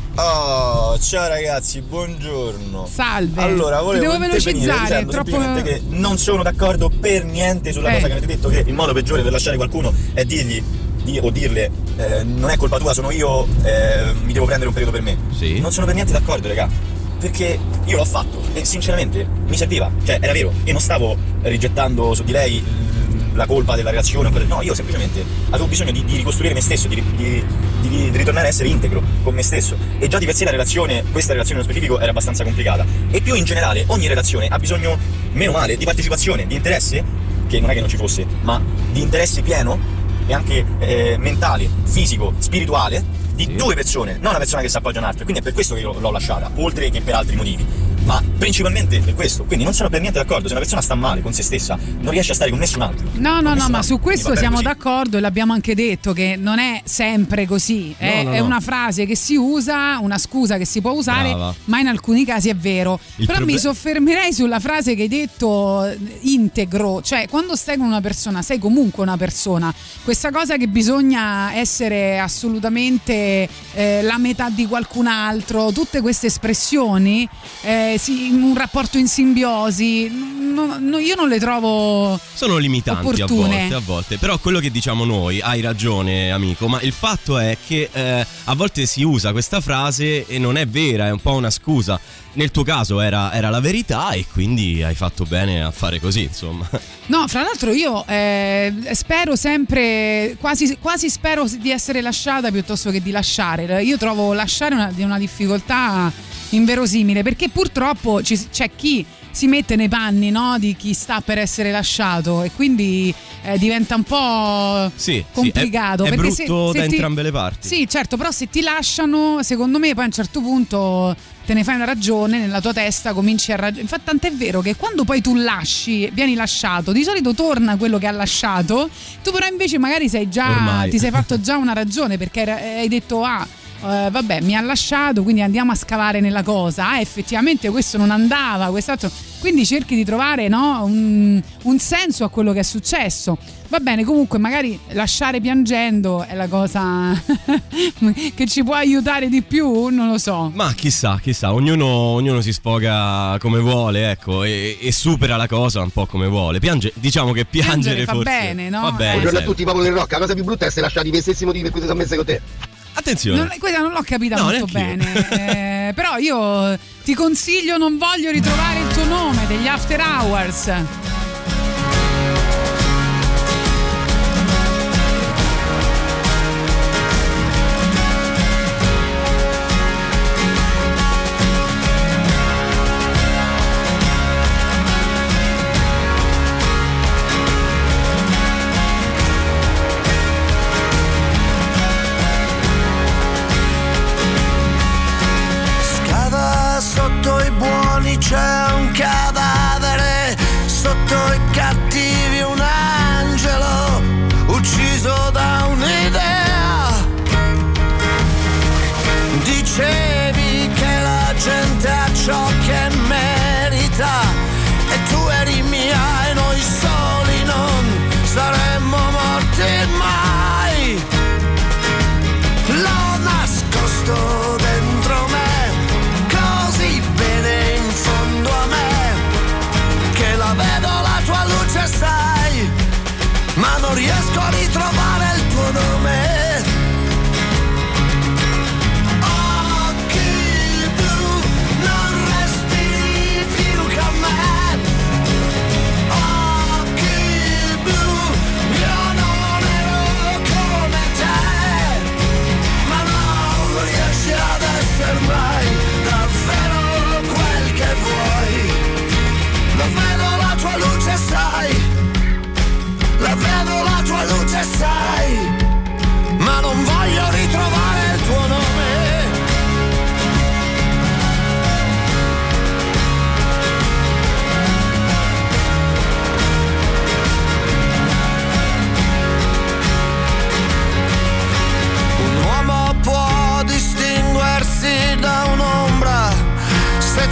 Speaker 17: Oh, ciao ragazzi, buongiorno.
Speaker 4: Salve.
Speaker 17: Allora,
Speaker 4: Ti
Speaker 17: volevo
Speaker 4: devo velocizzare,
Speaker 17: intervenire
Speaker 4: è troppo.
Speaker 17: semplicemente che non sono d'accordo per niente sulla
Speaker 4: Eh.
Speaker 17: cosa che avete detto, che il modo peggiore per lasciare qualcuno è dirgli di, o dirle eh, non è colpa tua, sono io, eh, mi devo prendere un periodo per me.
Speaker 5: Sì.
Speaker 17: Non sono per niente d'accordo, raga. Perché io l'ho fatto e sinceramente mi serviva, cioè era vero, io non stavo rigettando su di lei la colpa della reazione, no, io semplicemente avevo bisogno di, di ricostruire me stesso, di, di, di, di ritornare a essere integro con me stesso, e già di per sé la relazione, questa relazione nello specifico, era abbastanza complicata, e più in generale ogni relazione ha bisogno, meno male, di partecipazione, di interesse, che non è che non ci fosse, ma di interesse pieno e anche eh, mentale, fisico, spirituale, di
Speaker 5: Sì.
Speaker 17: due persone, non una persona che si appoggia a un'altra, quindi è per questo che io l'ho lasciata, oltre che per altri motivi, ma principalmente per questo. Quindi non sono per niente d'accordo, se una persona sta male con se stessa non riesce a stare con nessun altro.
Speaker 4: No, no, no, ma su questo
Speaker 17: Quindi va
Speaker 4: siamo
Speaker 17: bene così.
Speaker 4: d'accordo e l'abbiamo anche detto che non è sempre così. È,
Speaker 5: No, no,
Speaker 4: è
Speaker 5: no.
Speaker 4: una frase che si usa, una scusa che si può usare,
Speaker 5: Brava.
Speaker 4: ma in alcuni casi è vero.
Speaker 5: Il
Speaker 4: Però
Speaker 5: proble-
Speaker 4: mi soffermerei sulla frase che hai detto, eh, integro, cioè quando stai con una persona sei comunque una persona. Questa cosa che bisogna essere assolutamente eh, la metà di qualcun altro, tutte queste espressioni, eh, sì, un rapporto in simbiosi, no, no, io non le trovo
Speaker 5: Sono limitanti
Speaker 4: opportune.
Speaker 5: a volte, a volte. Però quello che diciamo noi, hai ragione amico, ma il fatto è che eh, a volte si usa questa frase e non è vera, è un po' una scusa. Nel tuo caso era, era la verità e quindi hai fatto bene a fare così, insomma.
Speaker 4: No, fra l'altro io eh, spero sempre, quasi, quasi spero di essere lasciata piuttosto che di lasciare. Io trovo lasciare una, di una difficoltà inverosimile, perché purtroppo ci- c'è chi si mette nei panni, no, di chi sta per essere lasciato, e quindi eh, diventa un po'
Speaker 5: Sì,
Speaker 4: complicato.
Speaker 5: sì, è, è
Speaker 4: perché
Speaker 5: brutto
Speaker 4: se,
Speaker 5: da
Speaker 4: se ti-
Speaker 5: entrambe le parti.
Speaker 4: Sì, certo, però se ti lasciano, secondo me poi a un certo punto te ne fai una ragione, nella tua testa cominci a ragionare. Infatti tant'è vero che quando poi tu lasci, vieni lasciato, di solito torna quello che ha lasciato, tu però invece magari sei già,
Speaker 5: Ormai.
Speaker 4: ti sei fatto già una ragione, perché era- hai detto ah eh, vabbè, mi ha lasciato, quindi andiamo a scavare nella cosa. Ah, effettivamente questo non andava, quest'altro. Quindi cerchi di trovare, no, un, un senso a quello che è successo. Va bene, comunque magari lasciare piangendo è la cosa che ci può aiutare di più, non lo so.
Speaker 5: Ma chissà, chissà, ognuno, ognuno si sfoga come vuole, ecco, e, e supera la cosa un po' come vuole. Piange, diciamo che piangere,
Speaker 4: Piangere fa
Speaker 5: forse
Speaker 4: bene, no?
Speaker 5: va bene,
Speaker 15: Buongiorno a
Speaker 5: sai.
Speaker 15: tutti, popolo del rock. La cosa più brutta è essere lasciati per gli stessi motivi per cui si sono messe con te.
Speaker 5: Attenzione.
Speaker 4: Non, questa non l'ho capita
Speaker 5: No,
Speaker 4: molto
Speaker 5: neanch'io.
Speaker 4: bene, eh, però io ti consiglio Non voglio ritrovare il tuo nome degli After Hours.
Speaker 9: Scava sotto i buoni c'è un cadavere, sotto i cattivi un angelo ucciso da un'idea. Dicevi che la gente ha ciò che merita e tu eri mia e noi soli non saremmo morti mai. L'ho nascosto dentro me così bene in fondo a me.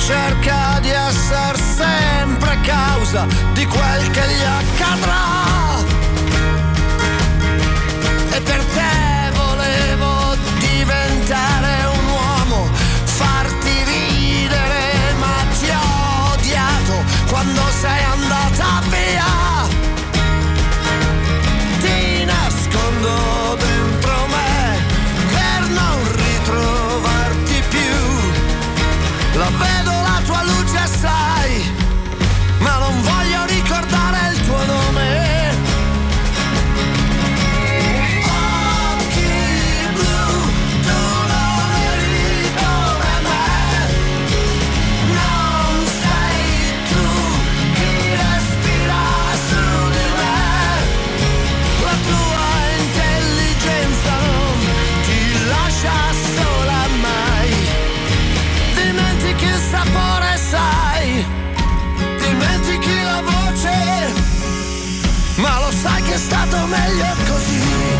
Speaker 9: cerca di essere sempre causa di quel che gli accadrà. E per te volevo diventare un uomo, farti ridere, ma ti ho odiato quando sei andata via. Ti nascondo dentro me per non ritrovarti più. La vedo la tua luce, sai, ma non voglio ricordare il tuo nome. Sapore sai, dimentichi la voce, ma lo sai che è stato meglio così.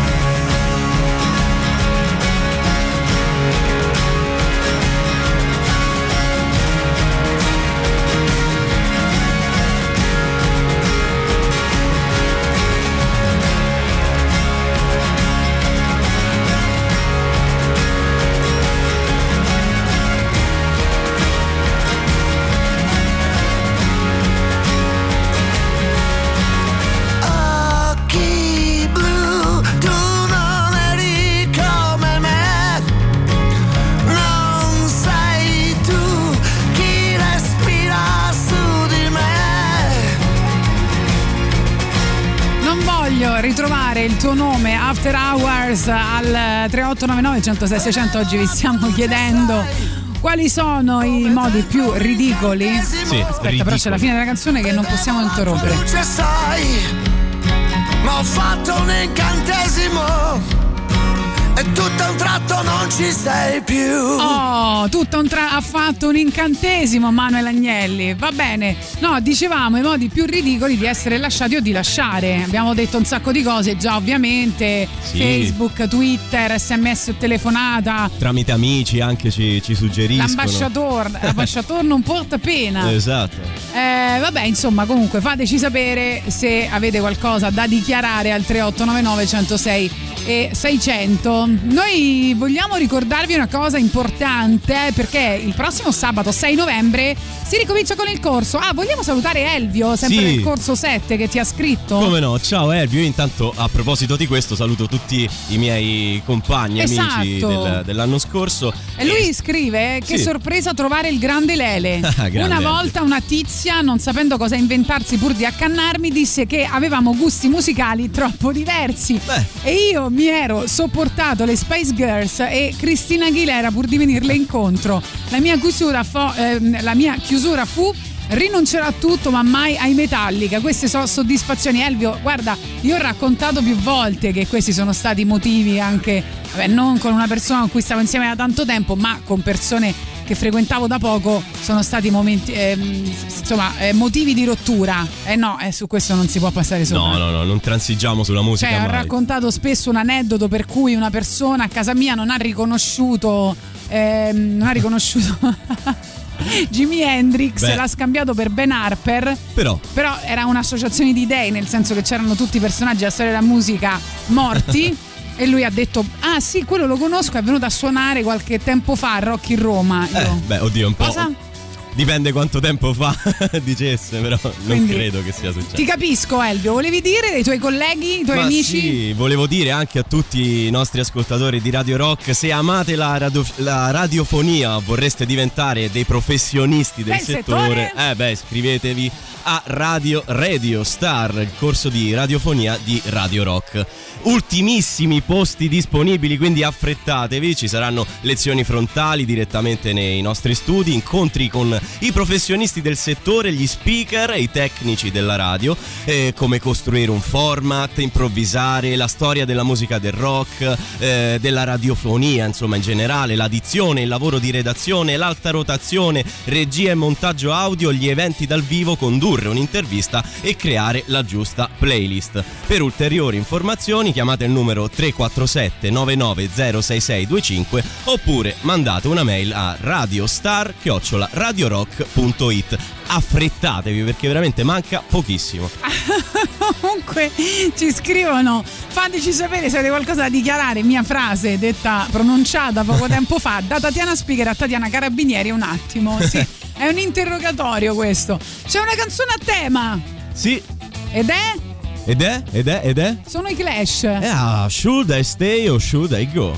Speaker 4: Ritrovare il tuo nome After Hours al tre otto nove nove uno zero sei sei zero zero. Oggi vi stiamo chiedendo quali sono i modi più ridicoli.
Speaker 5: Sì,
Speaker 4: aspetta,
Speaker 5: ridicoli.
Speaker 4: però c'è la fine della canzone che non possiamo interrompere.
Speaker 9: Ma ho fatto un incantesimo e tutto a un tratto non ci sei più.
Speaker 4: Oh, tutto un tra- ha fatto un incantesimo Manuel Agnelli. Va bene. No, dicevamo i modi più ridicoli di essere lasciati o di lasciare. Abbiamo detto un sacco di cose già, ovviamente.
Speaker 5: Sì.
Speaker 4: Facebook, Twitter, sms o telefonata.
Speaker 5: Tramite amici anche ci, ci suggeriscono.
Speaker 4: L'ambasciatore, l'ambasciatore non porta pena.
Speaker 5: Esatto.
Speaker 4: Eh, vabbè, insomma, comunque fateci sapere se avete qualcosa da dichiarare al tre otto nove nove uno zero sei e seicento. Noi vogliamo ricordarvi una cosa importante, perché il prossimo sabato sei novembre si ricomincia con il corso. Ah, vogliamo salutare Elvio, sempre
Speaker 5: Sì.
Speaker 4: del corso sette, che ti ha scritto.
Speaker 5: Come no, ciao Elvio. Io intanto a proposito di questo saluto tutti i miei compagni,
Speaker 4: Esatto.
Speaker 5: amici del- dell'anno scorso.
Speaker 4: E lui scrive che
Speaker 5: Sì.
Speaker 4: sorpresa trovare il grande Lele.
Speaker 5: Grande
Speaker 4: Una
Speaker 5: Elvio.
Speaker 4: volta una tizia, non sapendo cosa inventarsi pur di accannarmi, disse che avevamo gusti musicali troppo diversi. E io mi ero sopportato le Spice Girls e Christina Aguilera pur di venirle incontro. La mia chiusura, fo- ehm, la mia chiusura fu: rinuncerò a tutto ma mai ai Metallica. Queste sono soddisfazioni. Elvio, guarda, io ho raccontato più volte che questi sono stati motivi anche, vabbè, non con una persona con cui stavo insieme da tanto tempo, ma con persone che frequentavo da poco. Sono stati momenti, ehm, insomma, eh, motivi di rottura. Eh no, eh, su questo non si può passare sopra.
Speaker 5: No, no, no, non transigiamo sulla musica.
Speaker 4: Cioè, ho
Speaker 5: mai.
Speaker 4: raccontato spesso un aneddoto per cui una persona a casa mia non ha riconosciuto ehm, non ha riconosciuto Jimi Hendrix.
Speaker 5: Beh.
Speaker 4: L'ha scambiato per Ben Harper.
Speaker 5: Però
Speaker 4: Però era un'associazione di dei, nel senso che c'erano tutti i personaggi della storia della musica morti. E lui ha detto: ah sì, quello lo conosco, è venuto a suonare qualche tempo fa a Rock in Roma. Io,
Speaker 5: Eh, beh, oddio, un po'.
Speaker 4: cosa?
Speaker 5: Dipende quanto tempo fa dicesse, però non
Speaker 4: Quindi,
Speaker 5: credo che sia successo.
Speaker 4: Ti capisco, Elvio. Volevi dire dei tuoi colleghi, i tuoi
Speaker 5: Ma
Speaker 4: amici?
Speaker 5: sì, volevo dire anche a tutti i nostri ascoltatori di Radio Rock: se amate la, radio- la radiofonia, vorreste diventare dei professionisti del
Speaker 4: Del
Speaker 5: settore,
Speaker 4: settore?
Speaker 5: eh beh, iscrivetevi a Radio Radio Star, il corso di radiofonia di Radio Rock. Ultimissimi posti disponibili, quindi affrettatevi. Ci saranno lezioni frontali direttamente nei nostri studi, incontri con i professionisti del settore, gli speaker e i tecnici della radio, eh, come costruire un format, improvvisare, la storia della musica del rock, eh, della radiofonia, insomma in generale, l'addizione, il lavoro di redazione, l'alta rotazione, regia e montaggio audio, gli eventi dal vivo, condurre un'intervista e creare la giusta playlist. Per ulteriori informazioni chiamate il numero tre quattro sette nove nove zero sei sei due cinque oppure mandate una mail a radiostar chiocciola radiorock radiorock punto it. Affrettatevi perché veramente manca pochissimo.
Speaker 4: Comunque ci scrivono: fateci sapere se avete qualcosa da dichiarare. Mia frase detta, pronunciata poco tempo fa da Tatiana Speaker a Tatiana Carabinieri. Un attimo, sì, è un interrogatorio questo. C'è una canzone a tema.
Speaker 5: Sì.
Speaker 4: Ed è?
Speaker 5: Ed è? Ed è? Ed è?
Speaker 4: Sono i Clash.
Speaker 5: Eh, ah, should I stay or should I go?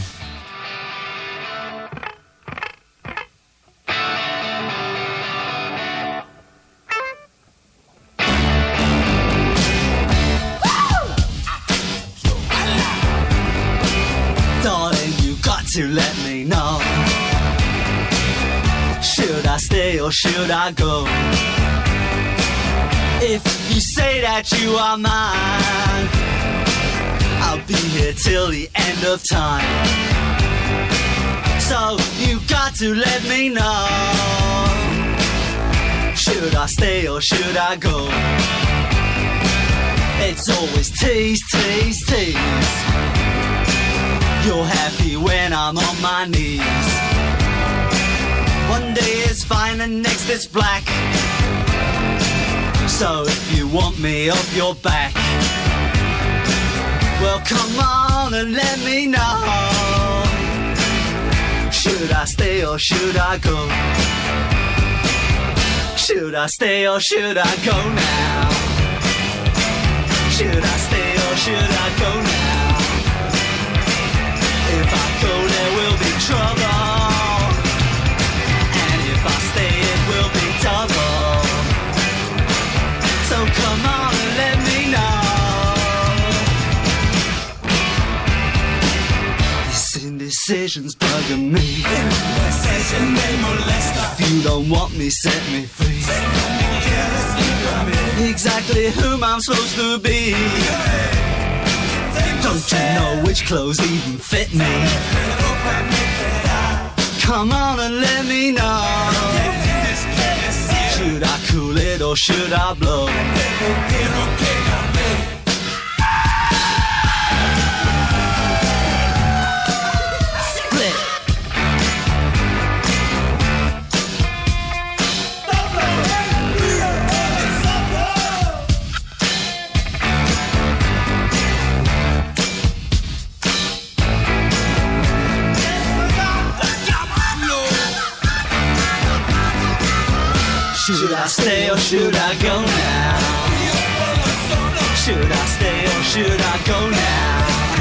Speaker 9: To let me know, should I stay or should I go? If you say that you are mine, I'll be here till the end of time. So you got to let me know, should I stay or should I go? It's always tease, tease, tease. You're happy when I'm on my knees. One day it's fine and next it's black. So if you want me off your back, well come on and let me know, should I stay or should I go? Should I stay or should I go now? Should I stay or should I go now? If I go there will be trouble, and if I stay it will be double. So come on and let me know. This indecision's bugging me. If you don't want me, set me free. Exactly whom I'm supposed to be. Don't you know which clothes even fit me? Come on and let me know, should I cool it or should I blow? Split. Should I stay or should I go now? Should I stay or should I go now?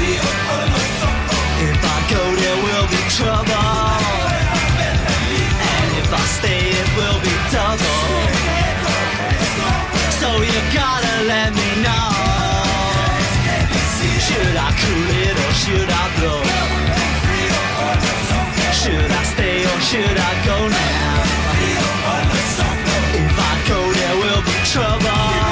Speaker 9: If I go there will be trouble, and if I stay it will be double. So you gotta let me know, should I cool it or should I blow? Should I stay or should I go now? If I go there will be trouble,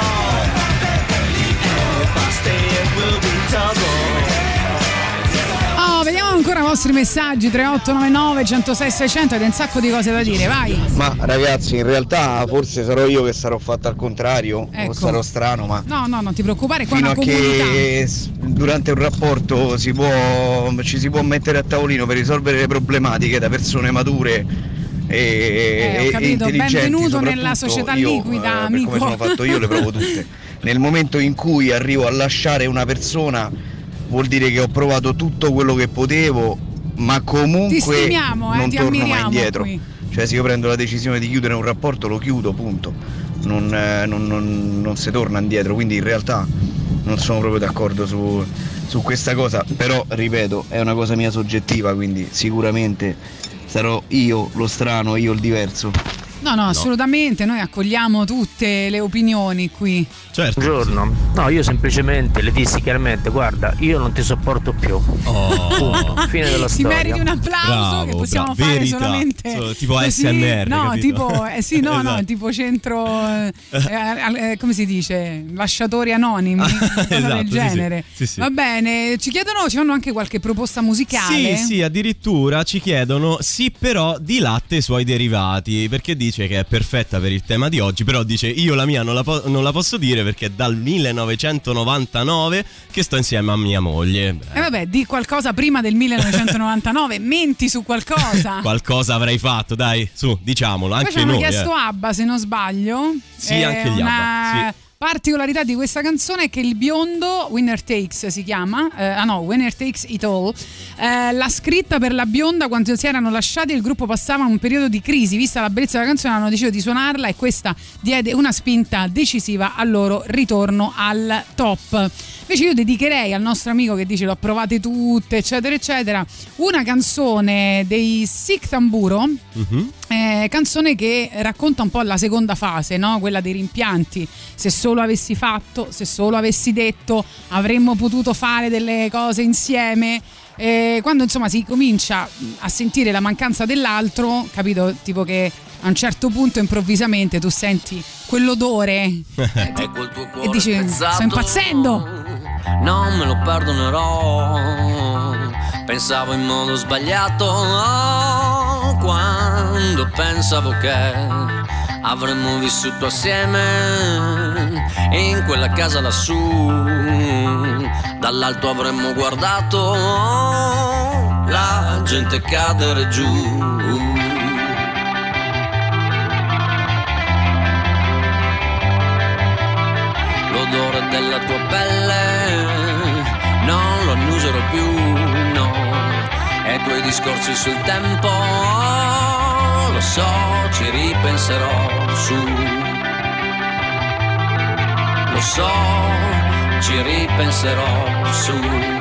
Speaker 9: and if I stay it will be double.
Speaker 4: Oh, vediamo ancora i vostri messaggi. Tre otto nove nove uno zero sei sei zero zero. Avete un sacco di cose da dire, vai.
Speaker 15: Ma ragazzi, in realtà forse sarò io che sarò fatto al contrario,
Speaker 4: Ecco.
Speaker 15: o sarò strano, ma
Speaker 4: No, no, non ti preoccupare, qua è
Speaker 15: fino
Speaker 4: una
Speaker 15: a
Speaker 4: comunità.
Speaker 15: che s- durante un rapporto si può, ci si può mettere a tavolino per risolvere le problematiche da persone mature e,
Speaker 4: Eh, ho
Speaker 15: e- e
Speaker 4: capito,
Speaker 15: intelligenti.
Speaker 4: benvenuto nella
Speaker 15: soprattutto
Speaker 4: società
Speaker 15: io,
Speaker 4: liquida,
Speaker 15: eh, per
Speaker 4: amico.
Speaker 15: come sono fatto io le provo tutte. Nel momento in cui arrivo a lasciare una persona vuol dire che ho provato tutto quello che potevo, ma
Speaker 4: Ti
Speaker 15: comunque
Speaker 4: stimiamo, eh,
Speaker 15: non
Speaker 4: ti
Speaker 15: torno mai
Speaker 4: ammiriamo
Speaker 15: indietro.
Speaker 4: qui.
Speaker 15: Cioè se io prendo la decisione di chiudere un rapporto lo chiudo, punto. Non, eh, non, non- non si torna indietro, quindi in realtà non sono proprio d'accordo su, su questa cosa, però ripeto è una cosa mia soggettiva, quindi sicuramente sarò io lo strano, io il diverso.
Speaker 4: No, no, assolutamente, noi accogliamo tutte le opinioni qui.
Speaker 5: Certo.
Speaker 18: Buongiorno. No, io semplicemente le dissi chiaramente: guarda, io non ti sopporto più. Punto. Fine della
Speaker 4: Ti
Speaker 18: storia.
Speaker 4: meriti un applauso.
Speaker 5: Bravo,
Speaker 4: che possiamo
Speaker 5: bravo.
Speaker 4: fare
Speaker 5: Verità.
Speaker 4: solamente
Speaker 5: So- tipo
Speaker 4: così.
Speaker 5: A S M R,
Speaker 4: no,
Speaker 5: capito?
Speaker 4: tipo eh, sì, no, no,
Speaker 5: Esatto.
Speaker 4: tipo centro eh, eh, come si dice? Lasciatori anonimi, una cosa
Speaker 5: esatto,
Speaker 4: del
Speaker 5: sì, sì.
Speaker 4: genere.
Speaker 5: Sì, sì.
Speaker 4: Va bene, ci chiedono, ci fanno anche qualche proposta musicale.
Speaker 5: Sì, sì, addirittura ci chiedono sì però di latte e suoi derivati, perché dice dice che è perfetta per il tema di oggi, però dice io la mia non la, po- non la posso dire perché è dal millenovecentonovantanove che sto insieme a mia moglie.
Speaker 4: E eh vabbè, di qualcosa prima del millenovecentonovantanove, menti su qualcosa.
Speaker 5: Qualcosa avrei fatto, dai, su, diciamolo, anche
Speaker 4: poi ci hanno
Speaker 5: noi.
Speaker 4: chiesto
Speaker 5: eh.
Speaker 4: ABBA, se non sbaglio.
Speaker 5: Sì, anche gli
Speaker 4: una...
Speaker 5: ABBA, sì.
Speaker 4: Particolarità di questa canzone è che il biondo, Winner Takes si chiama, eh, ah no, Winner Takes It All, eh, l'ha scritta per la bionda quando si erano lasciati e il gruppo passava un periodo di crisi. Vista la bellezza della canzone hanno deciso di suonarla e questa diede una spinta decisiva al loro ritorno al top. Invece io dedicherei al nostro amico che dice l'ho provate tutte eccetera eccetera una canzone dei Sic Tamburo, mm-hmm. eh, canzone che racconta un po' la seconda fase, no? Quella dei rimpianti. Se solo avessi fatto, se solo avessi detto, avremmo potuto fare delle cose insieme. Eh, quando insomma si comincia a sentire la mancanza dell'altro, capito? Tipo che a un certo punto improvvisamente tu senti quell'odore eh, e dici sto impazzendo,
Speaker 9: non me lo perdonerò. Pensavo in modo sbagliato oh, quando pensavo che avremmo vissuto assieme in quella casa lassù. Dall'alto avremmo guardato oh, la gente cadere giù. L'odore della tua pelle non lo annuserò più, no. E i tuoi discorsi sul tempo lo so, ci ripenserò su. Lo so, ci ripenserò su.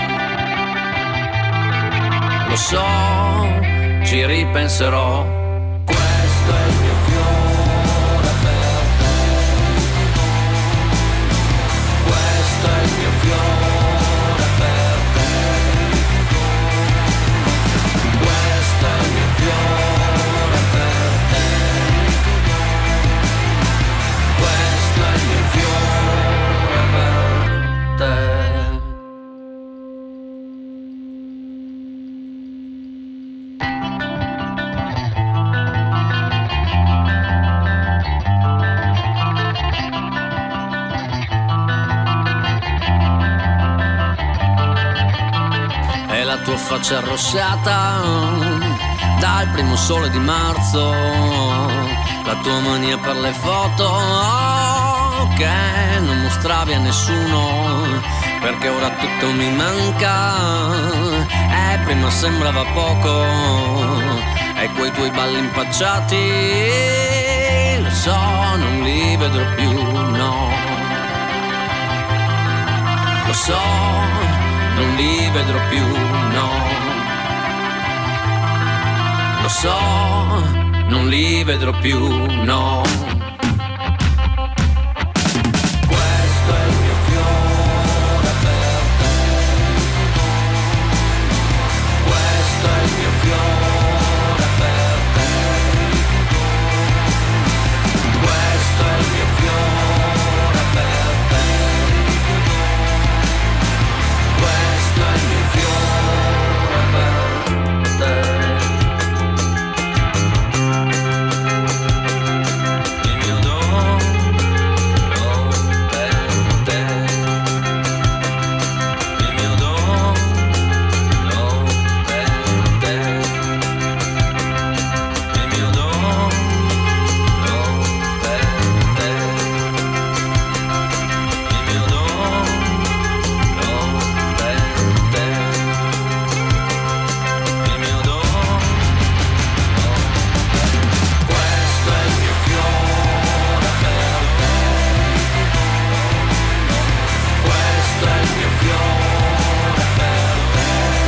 Speaker 9: Lo so, ci ripenserò. Questo è il mio fiore per te. Questo è il mio fiore per te. Questo è il mio fiore per te. Questo è il mio fiore per te. E la tua faccia arrosciata dal primo sole di marzo, la tua mania per le foto oh, che non mostravi a nessuno, perché ora tutto mi manca e prima sembrava poco. E quei tuoi balli impacciati lo so, non li vedrò più, no. Lo so, non li vedrò più, no. Lo so, non li vedrò più, no. Questo è il mio fiore per te. Questo è il mio fiore per te. Questo è il mio fiore per te. Questo è il mio fiore per te. Il mio dono per te. Il mio dono per te. Il mio dono per te. Il mio dono per te. Il mio dono. Questo è il mio fiore per te. Questo è il mio fiore per te.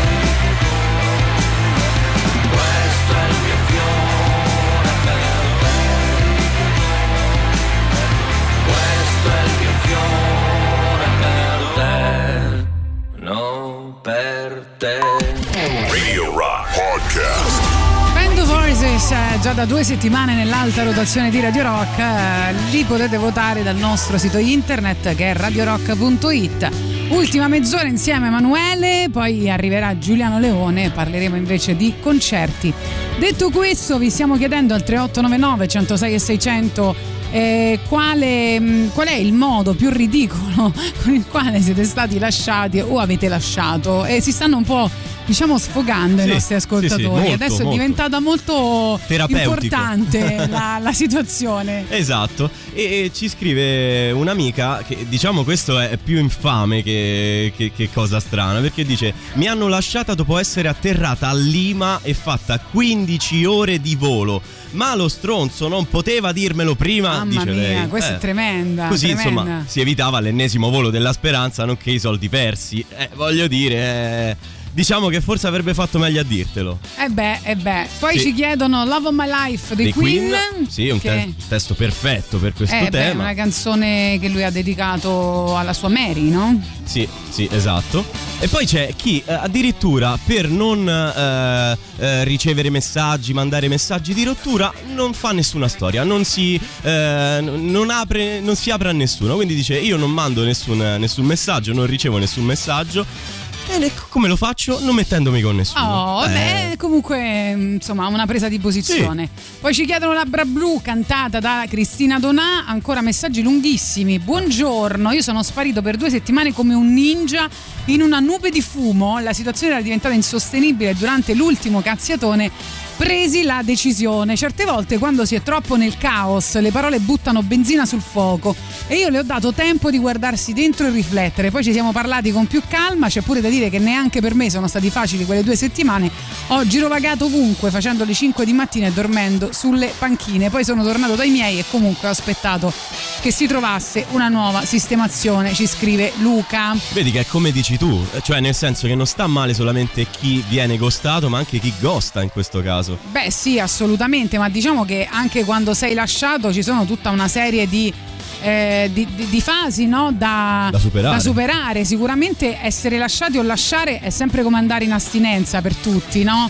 Speaker 9: Questo è il mio fiore per te. Questo è il mio fiore per te. No, per te.
Speaker 2: Radio Rock Podcast.
Speaker 4: Band of Horses, eh, già da due settimane nell'alta rotazione di Radio Rock, eh, li potete votare dal nostro sito internet che è radio rock punto it. Ultima mezz'ora insieme a Emanuele, poi arriverà Giuliano Leone, parleremo invece di concerti. Detto questo, vi stiamo chiedendo al tre otto nove nove, centosei e seicento eh, quale, mh, qual è il modo più ridicolo con il quale siete stati lasciati o avete lasciato, e si stanno un po', diciamo, sfogando sì, i nostri ascoltatori. Sì, sì, molto, adesso molto. È diventata molto importante la, la situazione.
Speaker 5: Esatto. E, e ci scrive un'amica che, diciamo, questo è più infame che, che, che cosa strana, perché dice: mi hanno lasciata dopo essere atterrata a Lima e fatta quindici ore di volo. Ma lo stronzo non poteva dirmelo prima.
Speaker 4: Mamma
Speaker 5: dice
Speaker 4: mia,
Speaker 5: lei.
Speaker 4: questa
Speaker 5: eh.
Speaker 4: è tremenda.
Speaker 5: Così
Speaker 4: tremenda.
Speaker 5: Insomma si evitava l'ennesimo volo della speranza, nonché i soldi persi. Eh, voglio dire, eh, diciamo che forse avrebbe fatto meglio a dirtelo.
Speaker 4: Eh beh, eh beh. Poi
Speaker 5: sì.
Speaker 4: ci chiedono Love of My Life dei Queen,
Speaker 5: Queen. Sì, un
Speaker 4: che...
Speaker 5: te- testo perfetto per questo
Speaker 4: eh,
Speaker 5: tema.
Speaker 4: Beh, una canzone che lui ha dedicato alla sua Mary, no?
Speaker 5: Sì, sì, esatto. E poi c'è chi eh, addirittura per non eh, eh, ricevere messaggi, mandare messaggi di rottura, non fa nessuna storia, non si, eh, non apre, non si apre a nessuno. Quindi dice: io non mando nessun, nessun messaggio, non ricevo nessun messaggio. E come lo faccio? Non mettendomi con nessuno.
Speaker 4: Oh,
Speaker 5: eh.
Speaker 4: beh, comunque, insomma, una presa di posizione. Sì. Poi ci chiedono Labbra Blu, cantata da Cristina Donà. Ancora messaggi lunghissimi. Buongiorno, io sono sparito per due settimane come un ninja in una nube di fumo. La situazione era diventata insostenibile durante l'ultimo cazziatone. Presi la decisione. Certe volte, quando si è troppo nel caos, le parole buttano benzina sul fuoco, e io le ho dato tempo di guardarsi dentro e riflettere. Poi ci siamo parlati con più calma. C'è pure da dire che neanche per me sono stati facili quelle due settimane. Ho girovagato ovunque, facendo le cinque di mattina e dormendo sulle panchine. Poi sono tornato dai miei e comunque ho aspettato che si trovasse una nuova sistemazione, ci scrive Luca.
Speaker 5: Vedi che è come dici tu, cioè nel senso che non sta male solamente chi viene ghostato, ma anche chi ghosta in questo caso.
Speaker 4: Beh sì, assolutamente, ma diciamo che anche quando sei lasciato ci sono tutta una serie di Eh, di, di, di fasi, no? da,
Speaker 5: da, superare.
Speaker 4: da superare. Sicuramente essere lasciati o lasciare è sempre come andare in astinenza per tutti, no?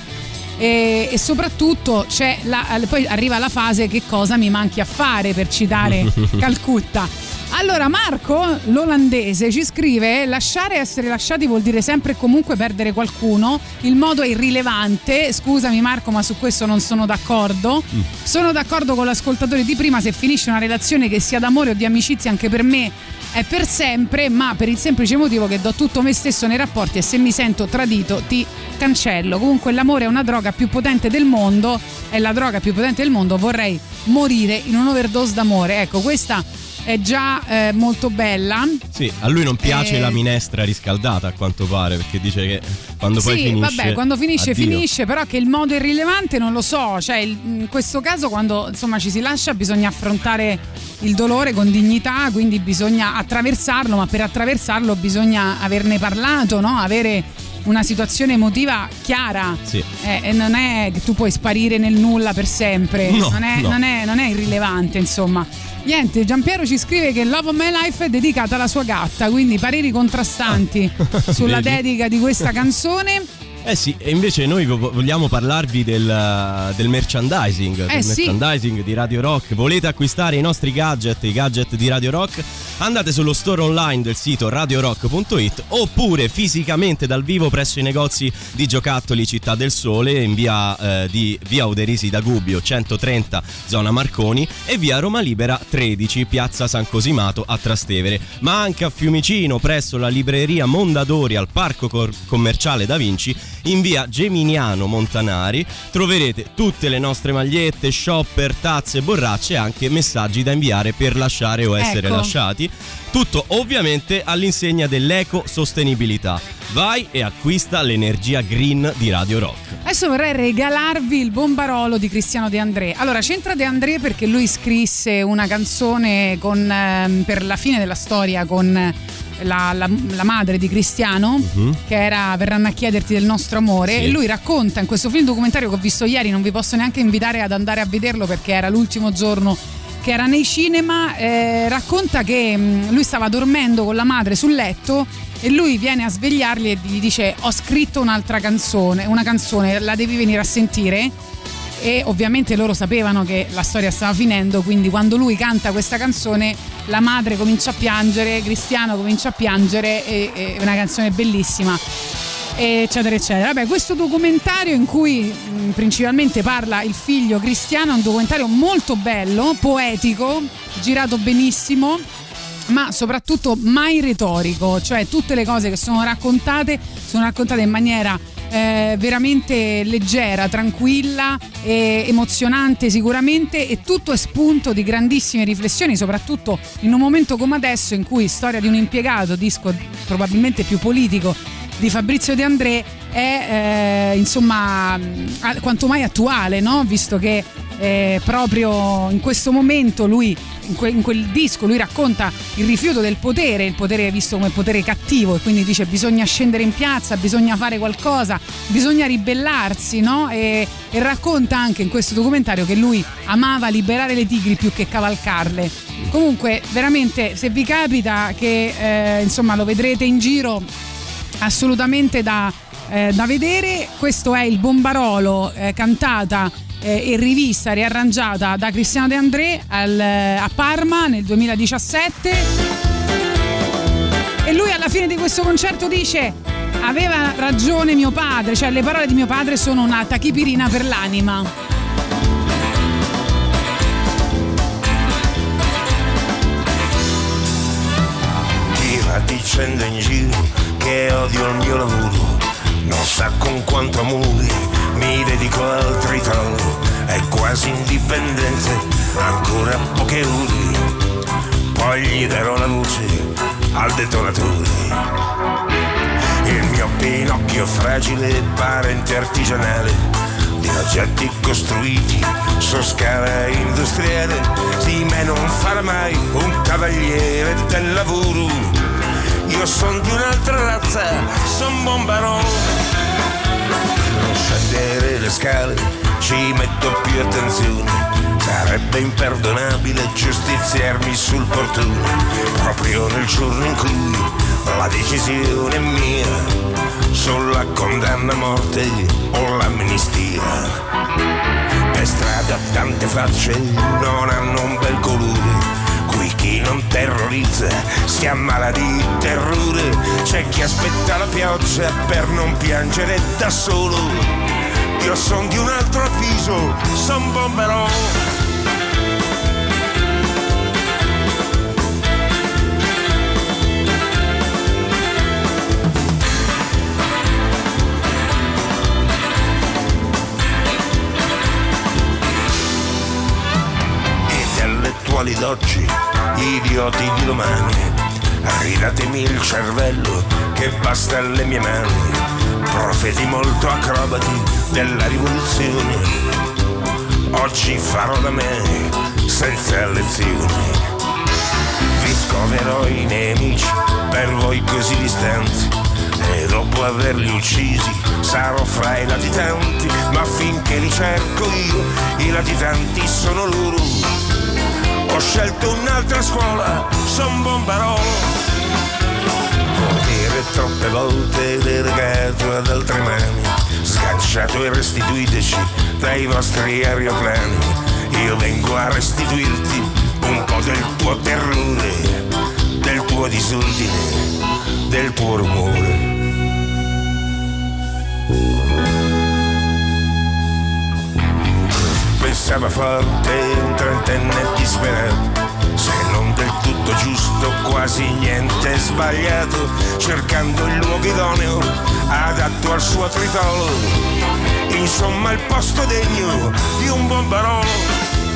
Speaker 4: E, e soprattutto c'è la, poi arriva la fase: che cosa mi manchi a fare, per citare Calcutta. Allora Marco, l'olandese, ci scrive: lasciare e essere lasciati vuol dire sempre e comunque perdere qualcuno. Il modo è irrilevante. Scusami Marco, ma su questo non sono d'accordo. Mm. Sono d'accordo con l'ascoltatore di prima: se finisce una relazione, che sia d'amore o di amicizia, anche per me è per sempre, ma per il semplice motivo che do tutto me stesso nei rapporti, e se mi sento tradito ti cancello. Comunque l'amore è una droga più potente del mondo, è la droga più potente del mondo. Vorrei morire in un'overdose d'amore. Ecco, questa è già eh, molto bella.
Speaker 5: Sì, a lui non piace
Speaker 4: eh...
Speaker 5: la minestra riscaldata, a quanto pare, perché dice che quando poi
Speaker 4: sì,
Speaker 5: finisce,
Speaker 4: vabbè, quando finisce
Speaker 5: addio.
Speaker 4: finisce, però che il modo è irrilevante non lo so. Cioè, il, in questo caso, quando insomma ci si lascia, bisogna affrontare il dolore con dignità, quindi bisogna attraversarlo, ma per attraversarlo bisogna averne parlato, no? Avere una situazione emotiva chiara.
Speaker 5: Sì.
Speaker 4: Eh, e non è che tu puoi sparire nel nulla per sempre.
Speaker 5: No,
Speaker 4: non, è,
Speaker 5: no.
Speaker 4: non, è, non è irrilevante, insomma. Niente, Giampiero ci scrive che Love of My Life è dedicata alla sua gatta, quindi pareri contrastanti sulla
Speaker 5: Vedi?
Speaker 4: dedica di questa canzone.
Speaker 5: Eh sì, e invece noi vogliamo parlarvi del, del merchandising,
Speaker 4: eh
Speaker 5: del
Speaker 4: sì.
Speaker 5: merchandising di Radio Rock. Volete acquistare i nostri gadget, i gadget di Radio Rock? Andate sullo store online del sito radio rock punto it, oppure fisicamente dal vivo presso i negozi di giocattoli Città del Sole, in via eh, di via Uderisi da Gubbio centotrenta zona Marconi, e via Roma Libera tredici piazza San Cosimato a Trastevere, ma anche a Fiumicino presso la libreria Mondadori al Parco Cor- Commerciale Da Vinci. In via Geminiano Montanari troverete tutte le nostre magliette, shopper, tazze, borracce e anche messaggi da inviare per lasciare o essere
Speaker 4: ecco.
Speaker 5: lasciati. Tutto ovviamente all'insegna dell'ecosostenibilità. Vai e acquista l'energia green di Radio Rock.
Speaker 4: Adesso vorrei regalarvi il Bombarolo di Cristiano De André. Allora, c'entra De André perché lui scrisse una canzone con, eh, per la fine della storia con La, la, la madre di Cristiano, uh-huh. che era Verranno a chiederti del nostro amore, sì. E lui racconta in questo film documentario che ho visto ieri, non vi posso neanche invitare ad andare a vederlo perché era l'ultimo giorno che era nei cinema, eh, racconta che mh, lui stava dormendo con la madre sul letto e lui viene a svegliarli e gli dice: ho scritto un'altra canzone, una canzone, la devi venire a sentire. e ovviamente loro sapevano che la storia stava finendo, quindi quando lui canta questa canzone la madre comincia a piangere, Cristiano comincia a piangere, è una canzone bellissima, eccetera eccetera. Vabbè, questo documentario in cui mh, principalmente parla il figlio Cristiano è un documentario molto bello, poetico, girato benissimo, ma soprattutto mai retorico, cioè tutte le cose che sono raccontate sono raccontate in maniera eh, veramente leggera, tranquilla e emozionante sicuramente, e tutto è spunto di grandissime riflessioni, soprattutto in un momento come adesso in cui Storia di un impiegato, disco probabilmente più politico di Fabrizio De André, è eh, insomma quanto mai attuale, no? Visto che eh, proprio in questo momento lui in, que- in quel disco lui racconta il rifiuto del potere, il potere visto come potere cattivo, e quindi dice bisogna scendere in piazza, bisogna fare qualcosa, bisogna ribellarsi, no? E, e racconta anche in questo documentario che lui amava liberare le tigri più che cavalcarle. Comunque veramente, se vi capita che eh, insomma lo vedrete in giro, assolutamente da, eh, da vedere. Questo è il Bombarolo, eh, cantata eh, e rivista, riarrangiata da Cristiano De André al, a Parma nel duemiladiciassette, e lui alla fine di questo concerto dice: aveva ragione mio padre, cioè le parole di mio padre sono una tachipirina per l'anima.
Speaker 19: Chi va dicendo in giro che odio il mio lavoro, non sa con quanto amore mi dedico al tritolo, è quasi indipendente, ancora poche ore, poi gli darò la voce al detonatore. Il mio Pinocchio fragile, parente artigianale di oggetti costruiti su scala industriale, di me non farà mai un cavaliere del lavoro. Io son di un'altra razza, son Bombarolo. Non scendere le scale, ci metto più attenzione. Sarebbe imperdonabile giustiziarmi sul portone, proprio nel giorno in cui la decisione è mia sulla condanna a morte o l'amnistia. Per strada tante facce non hanno un bel colore, qui chi non terrorizza si ammala di terrore, c'è chi aspetta la pioggia per non piangere da solo. Io son di un altro avviso, son Bombarolo. Intellettuali d'oggi, idioti di domani, ridatemi il cervello che basta alle mie mani, profeti molto acrobati della rivoluzione, oggi farò da me senza lezioni, vi scoverò i nemici per voi così distanti, e dopo averli uccisi sarò fra i latitanti, ma finché li cerco io i latitanti sono loro. Ho scelto un'altra scuola, son Bombarolo. Potere troppe volte delegato ad altre mani, sganciato e restituiteci dai vostri aeroplani. Io vengo a restituirti un po' del tuo terrore, del tuo disordine, del tuo rumore. Pensava forte un trentenne disperato, se non del tutto giusto, quasi niente sbagliato, cercando il luogo idoneo adatto al suo tritolo, insomma il posto degno di un Bombarolo.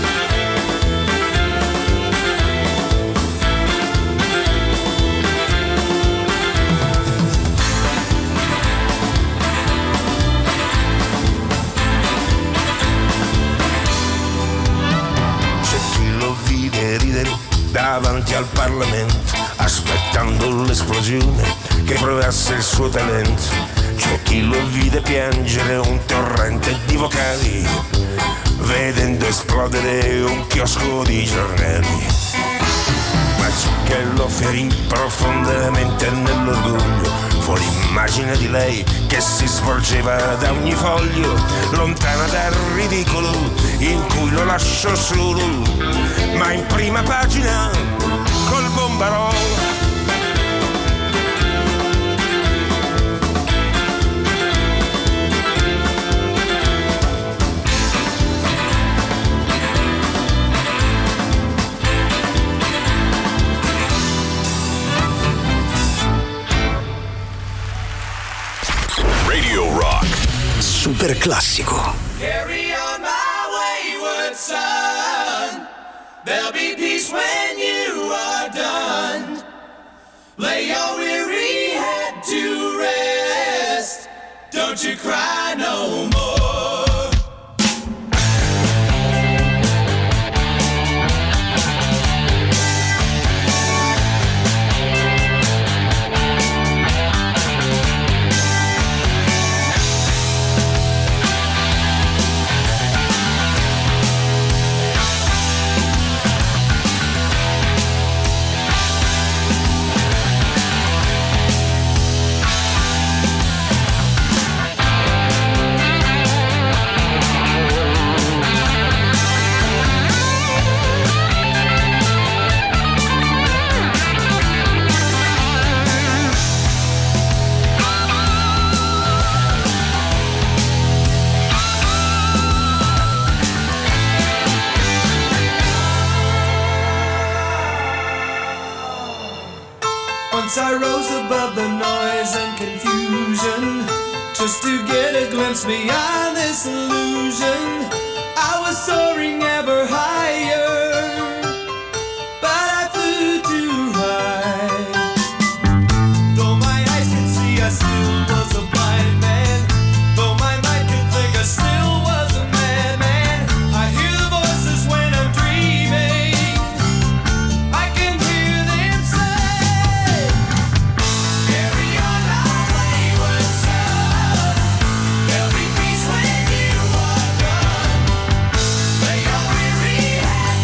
Speaker 19: Ridere davanti al Parlamento, aspettando l'esplosione che provasse il suo talento. C'è chi lo vide piangere un torrente di vocali, vedendo esplodere un chiosco di giornali. Ma ciò che lo ferì profondamente nell'orgoglio fu l'immagine di lei che si svolgeva da ogni foglio, lontana dal ridicolo in cui lo lascio solo, ma in prima pagina col bombarolo.
Speaker 1: Radio Rock. Super classico.
Speaker 9: Carry on my wayward son. There'll be peace when you are done. Lay your weary head to rest. Don't you cry no more. Once I rose above the noise and confusion, just to get a glimpse beyond this illusion. I was soaring ever higher, but I flew too high. Though my eyes could see, I still was a blind man. Though my mind could think, I still was a madman. I hear the voices when I'm dreaming. I can hear them say, there'll be peace when you are done. Lay your weary head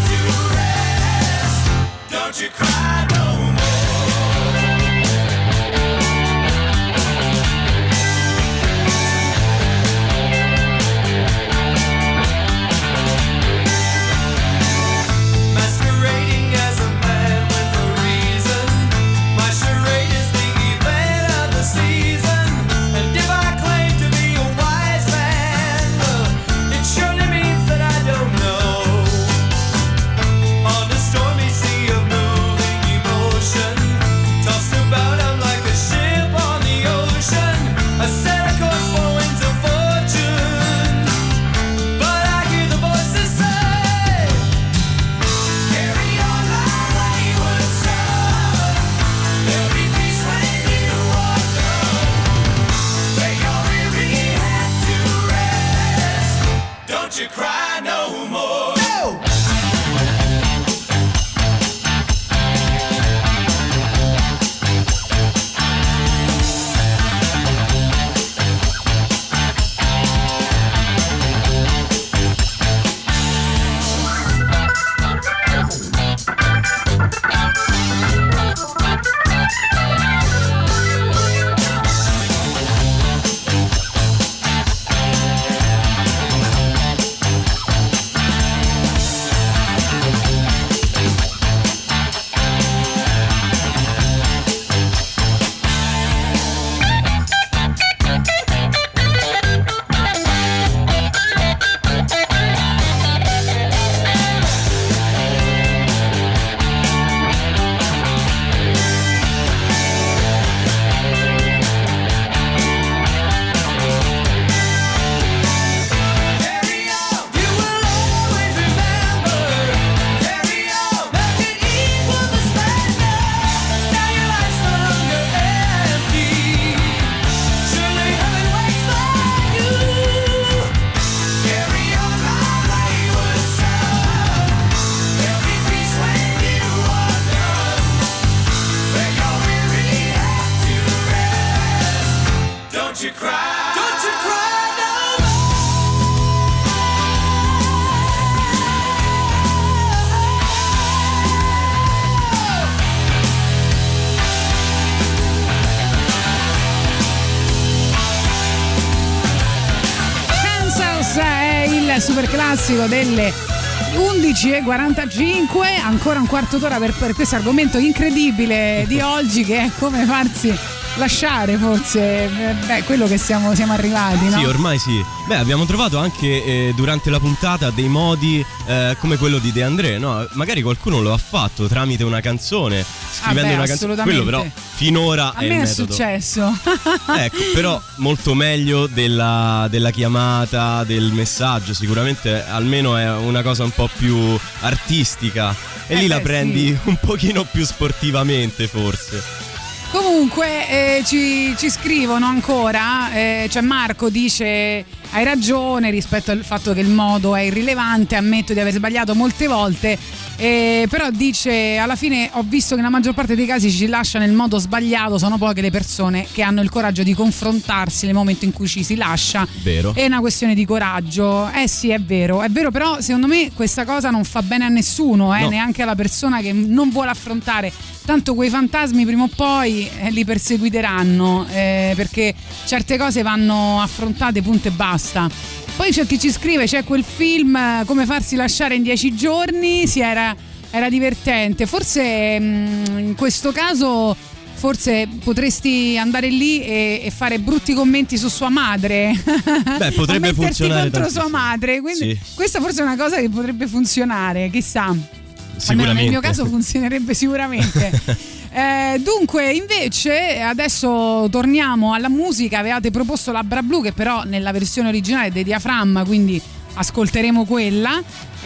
Speaker 4: super classico delle undici e quarantacinque, ancora un quarto d'ora per, per questo argomento incredibile di oggi, che è come farsi lasciare, forse, beh, quello che siamo, siamo arrivati, no?
Speaker 5: Sì, ormai sì. Beh, abbiamo trovato anche eh, durante la puntata dei modi eh, come quello di De André, no? Magari qualcuno lo ha fatto tramite una canzone, scrivendo
Speaker 4: ah beh,
Speaker 5: una canzone. Quello però finora
Speaker 4: a
Speaker 5: è
Speaker 4: me
Speaker 5: il
Speaker 4: è
Speaker 5: metodo.
Speaker 4: successo.
Speaker 5: Ecco, però molto meglio della, della chiamata, del messaggio. Sicuramente almeno è una cosa un po' più artistica. E
Speaker 4: eh
Speaker 5: lì
Speaker 4: beh,
Speaker 5: la prendi
Speaker 4: sì.
Speaker 5: un pochino più sportivamente, forse.
Speaker 4: Comunque eh, ci, ci scrivono ancora, eh, cioè Marco dice: hai ragione rispetto al fatto che il modo è irrilevante, ammetto di aver sbagliato molte volte, eh, però dice alla fine ho visto che nella maggior parte dei casi ci si lascia nel modo sbagliato, sono poche le persone che hanno il coraggio di confrontarsi nel momento in cui ci si lascia.
Speaker 5: Vero.
Speaker 4: È una questione di coraggio. Eh sì, è vero, è vero, però secondo me questa cosa non fa bene a nessuno, eh,
Speaker 5: no.
Speaker 4: neanche alla persona che non vuole affrontare. Tanto quei fantasmi prima o poi eh, li perseguiteranno, eh, perché certe cose vanno affrontate, punto e basta. Poi c'è chi ci scrive: c'è quel film Come farsi lasciare in dieci giorni, sì, era, era divertente. Forse mh, in questo caso forse potresti andare lì e, e fare brutti commenti su sua madre.
Speaker 5: Beh, potrebbe funzionare
Speaker 4: contro
Speaker 5: tantissimo.
Speaker 4: sua madre, quindi
Speaker 5: Sì.
Speaker 4: questa forse è una cosa che potrebbe funzionare, chissà. Almeno nel mio caso funzionerebbe sicuramente. eh, dunque, invece, adesso torniamo alla musica. Avevate proposto Labbra Blu, che però nella versione originale è dei Diaframma, quindi ascolteremo quella.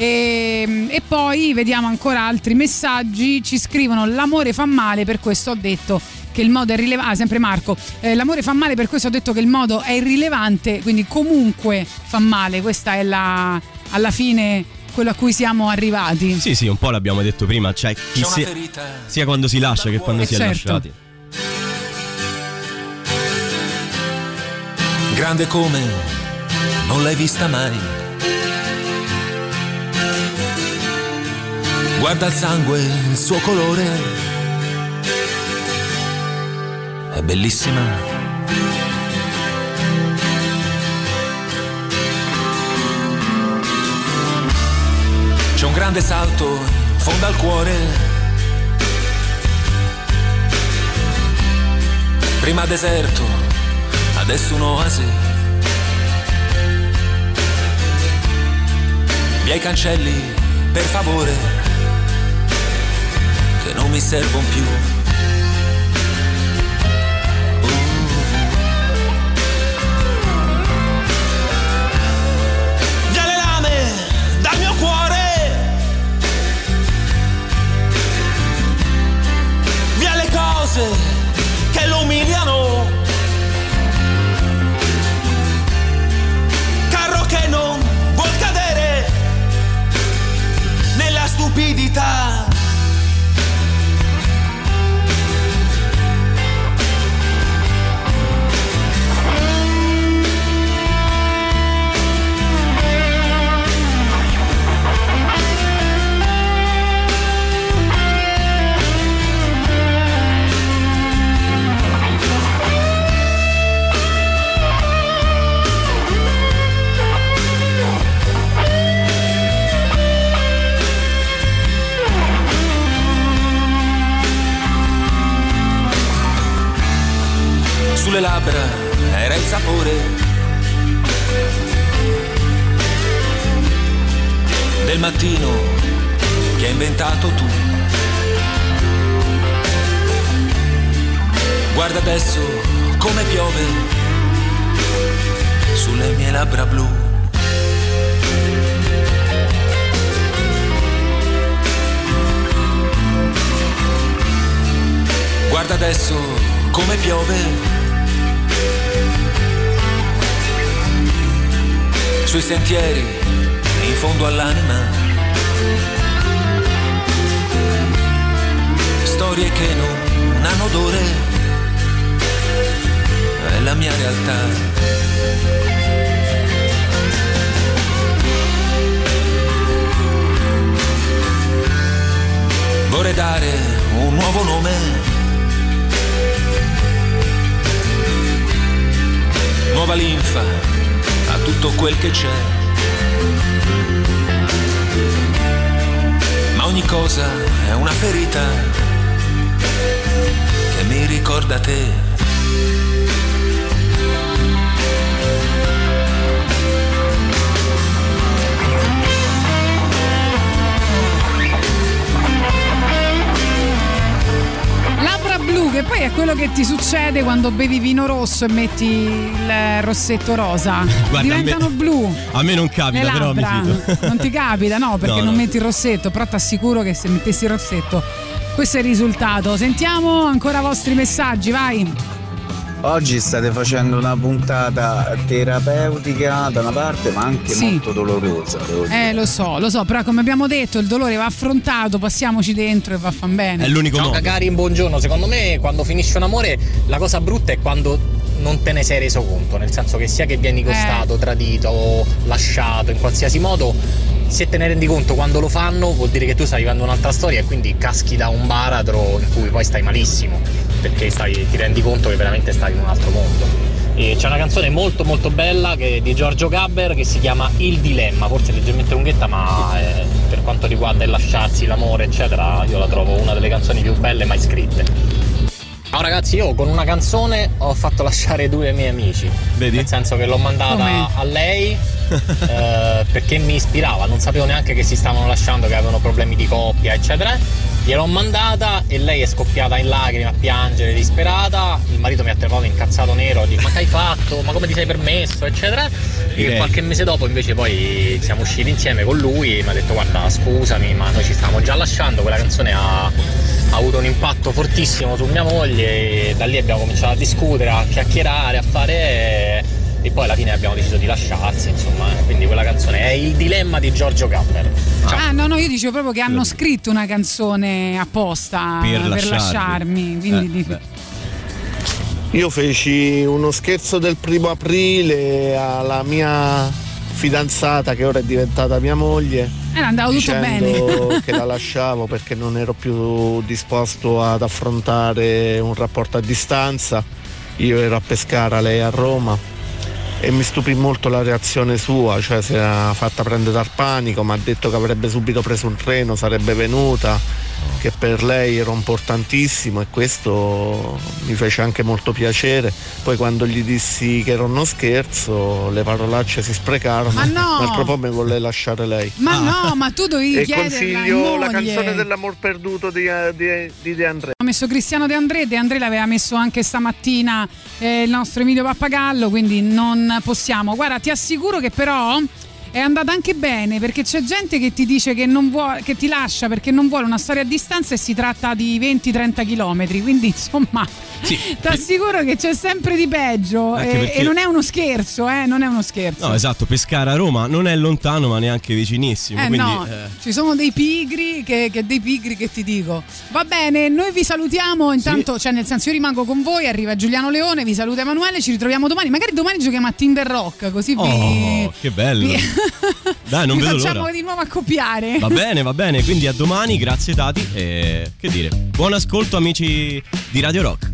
Speaker 4: E, e poi vediamo ancora altri messaggi. Ci scrivono: l'amore fa male, per questo ho detto che il modo è irrilevante. Ah, sempre Marco. Eh, l'amore fa male, per questo ho detto che il modo è irrilevante, quindi comunque fa male. Questa è la, alla fine, quello a cui siamo arrivati.
Speaker 5: Sì, sì, un po' l'abbiamo detto prima, cioè chi si, sia quando si lascia che quando
Speaker 4: Eh,
Speaker 5: si è
Speaker 4: certo.
Speaker 5: lasciati.
Speaker 20: Grande come non l'hai vista mai. Guarda il sangue, il suo colore, è bellissima. C'è un grande salto in fondo al cuore. Prima deserto, adesso un'oasi. Via i cancelli, per favore, che non mi servono più. Via le lame dal mio cuore. Via le cose che lo umiliano. Carro che non vuol cadere nella stupidità. Sulle labbra era il sapore del mattino che hai inventato tu. Guarda adesso come piove sulle mie labbra blu. Guarda adesso come piove sui sentieri in fondo all'anima. Storie che non hanno odore, è la mia realtà. Vorrei dare un nuovo nome, nuova linfa a tutto quel che c'è. Ma ogni cosa è una ferita che mi ricorda te.
Speaker 4: Blu, che poi è quello che ti succede quando bevi vino rosso e metti il rossetto rosa. Guarda, diventano
Speaker 5: a me,
Speaker 4: blu.
Speaker 5: A me non capita,
Speaker 4: le
Speaker 5: però mi fido.
Speaker 4: Non ti capita, no, perché no, non no. metti il rossetto, però ti assicuro che se mettessi il rossetto questo è il risultato. Sentiamo ancora i vostri messaggi, vai.
Speaker 21: Oggi state facendo una puntata terapeutica da una parte, ma anche sì. molto dolorosa.
Speaker 4: Eh, lo so, lo so, però come abbiamo detto il dolore va affrontato, passiamoci dentro e va a fan bene.
Speaker 5: È l'unico
Speaker 22: Ciao
Speaker 5: modo.
Speaker 22: Cari, buongiorno. Secondo me quando finisce un amore la cosa brutta è quando non te ne sei reso conto, nel senso che sia che vieni costato, eh. tradito, lasciato in qualsiasi modo, se te ne rendi conto quando lo fanno vuol dire che tu stai vivendo un'altra storia e quindi caschi da un baratro in cui poi stai malissimo, perché stai, ti rendi conto che veramente stai in un altro mondo. E c'è una canzone molto molto bella che, di Giorgio Gaber, che si chiama Il Dilemma, forse leggermente lunghetta, ma eh, per quanto riguarda il lasciarsi, l'amore eccetera, io la trovo una delle canzoni più belle mai scritte. Ciao ragazzi, io con una canzone ho fatto lasciare due miei amici. Vedi? Nel senso che l'ho mandata Come? a lei eh, perché mi ispirava, non sapevo neanche che si stavano lasciando, che avevano problemi di coppia eccetera. Gliel'ho mandata e lei è scoppiata in lacrime a piangere disperata. Il marito mi ha telefonato incazzato nero, dice ma che hai fatto? Ma come ti sei permesso? Eccetera. E qualche mese dopo invece poi siamo usciti insieme con lui e mi ha detto guarda scusami ma noi ci stavamo già lasciando. Quella canzone ha, ha avuto un impatto fortissimo su mia moglie e da lì abbiamo cominciato a discutere, a chiacchierare, a fare e poi alla fine abbiamo deciso di lasciarsi, insomma, quindi quella canzone è Il Dilemma di Giorgio Gaber.
Speaker 4: Ah no no, io dicevo proprio che hanno scritto una canzone apposta per, per lasciarmi, quindi eh,
Speaker 23: io feci uno scherzo del primo aprile alla mia fidanzata che ora è diventata mia moglie.
Speaker 4: Era andato tutto bene.
Speaker 23: Che la lasciavo perché non ero più disposto ad affrontare un rapporto a distanza. Io ero a Pescara, lei a Roma. E mi stupì molto la reazione sua, cioè si era fatta prendere dal panico, mi ha detto che avrebbe subito preso un treno, sarebbe venuta, che per lei era importantissimo e questo mi fece anche molto piacere. Poi quando gli dissi che era uno scherzo le parolacce si sprecarono,
Speaker 4: ma no,
Speaker 23: ma proprio mi volle lasciare lei.
Speaker 4: Ma ah. no, ma tu dovevi chiedere.
Speaker 23: E consiglio la canzone dell'amor perduto di, di, di De André.
Speaker 4: Ha messo Cristiano De André, De André l'aveva messo anche stamattina eh, il nostro Emilio Pappagallo, quindi non possiamo. Guarda, ti assicuro che però è andata anche bene, perché c'è gente che ti dice che non vuole, che ti lascia perché non vuole una storia a distanza e si tratta di venti trenta chilometri, quindi insomma sì, ti assicuro che c'è sempre di peggio e, perché... e non è uno scherzo, eh, non è uno scherzo.
Speaker 5: No, esatto, Pescara a Roma non è lontano ma neanche vicinissimo,
Speaker 4: eh,
Speaker 5: quindi,
Speaker 4: no, eh. ci sono dei pigri che, che dei pigri che ti dico. Va bene, noi vi salutiamo intanto, sì. Cioè nel senso io rimango con voi, arriva Giuliano Leone, vi saluta Emanuele, ci ritroviamo domani, magari domani giochiamo a Tinder Rock, così
Speaker 5: oh,
Speaker 4: vi
Speaker 5: che bello
Speaker 4: vi...
Speaker 5: Dai, non
Speaker 4: vi
Speaker 5: vedo
Speaker 4: facciamo
Speaker 5: l'ora.
Speaker 4: Di nuovo accoppiare.
Speaker 5: Va bene, va bene, quindi a domani, grazie Tati e che dire, buon ascolto amici di Radio Rock.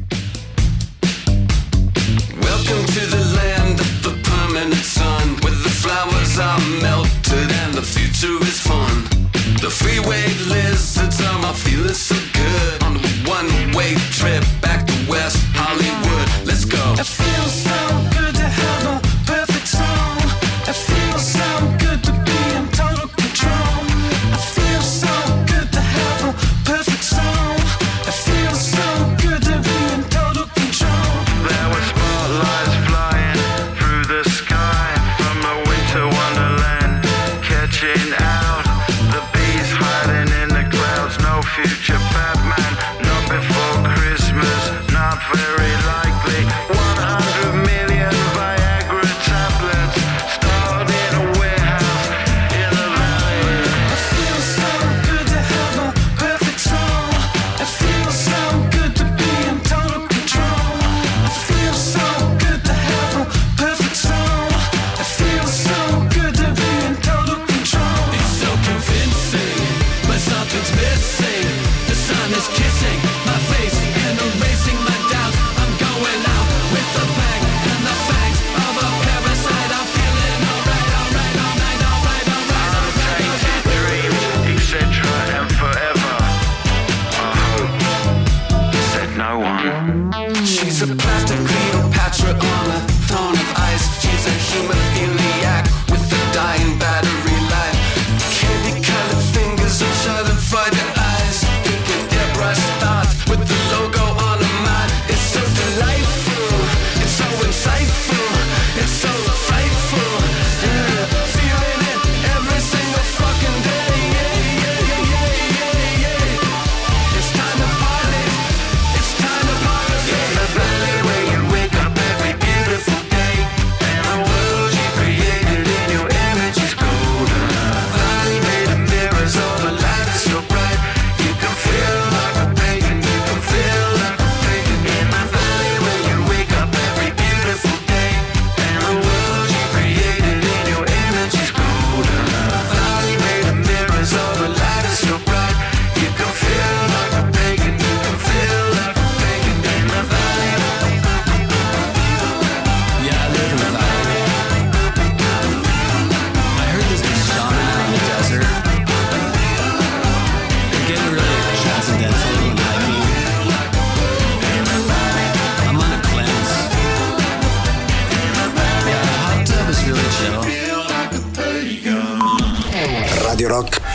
Speaker 2: Welcome to the land of the permanent sun, where the flowers are melted and the future is fun. The freeway lizards are my feeling so good on a one-way trip back to West Hollywood. Let's go. It feels so good to have a perfect song. It feels so good to be in total control. It feels so good to have a perfect song. It feels so good to be in total control. There were spotlights flying through the sky from a winter wonderland, catching out the bees hiding in the clouds.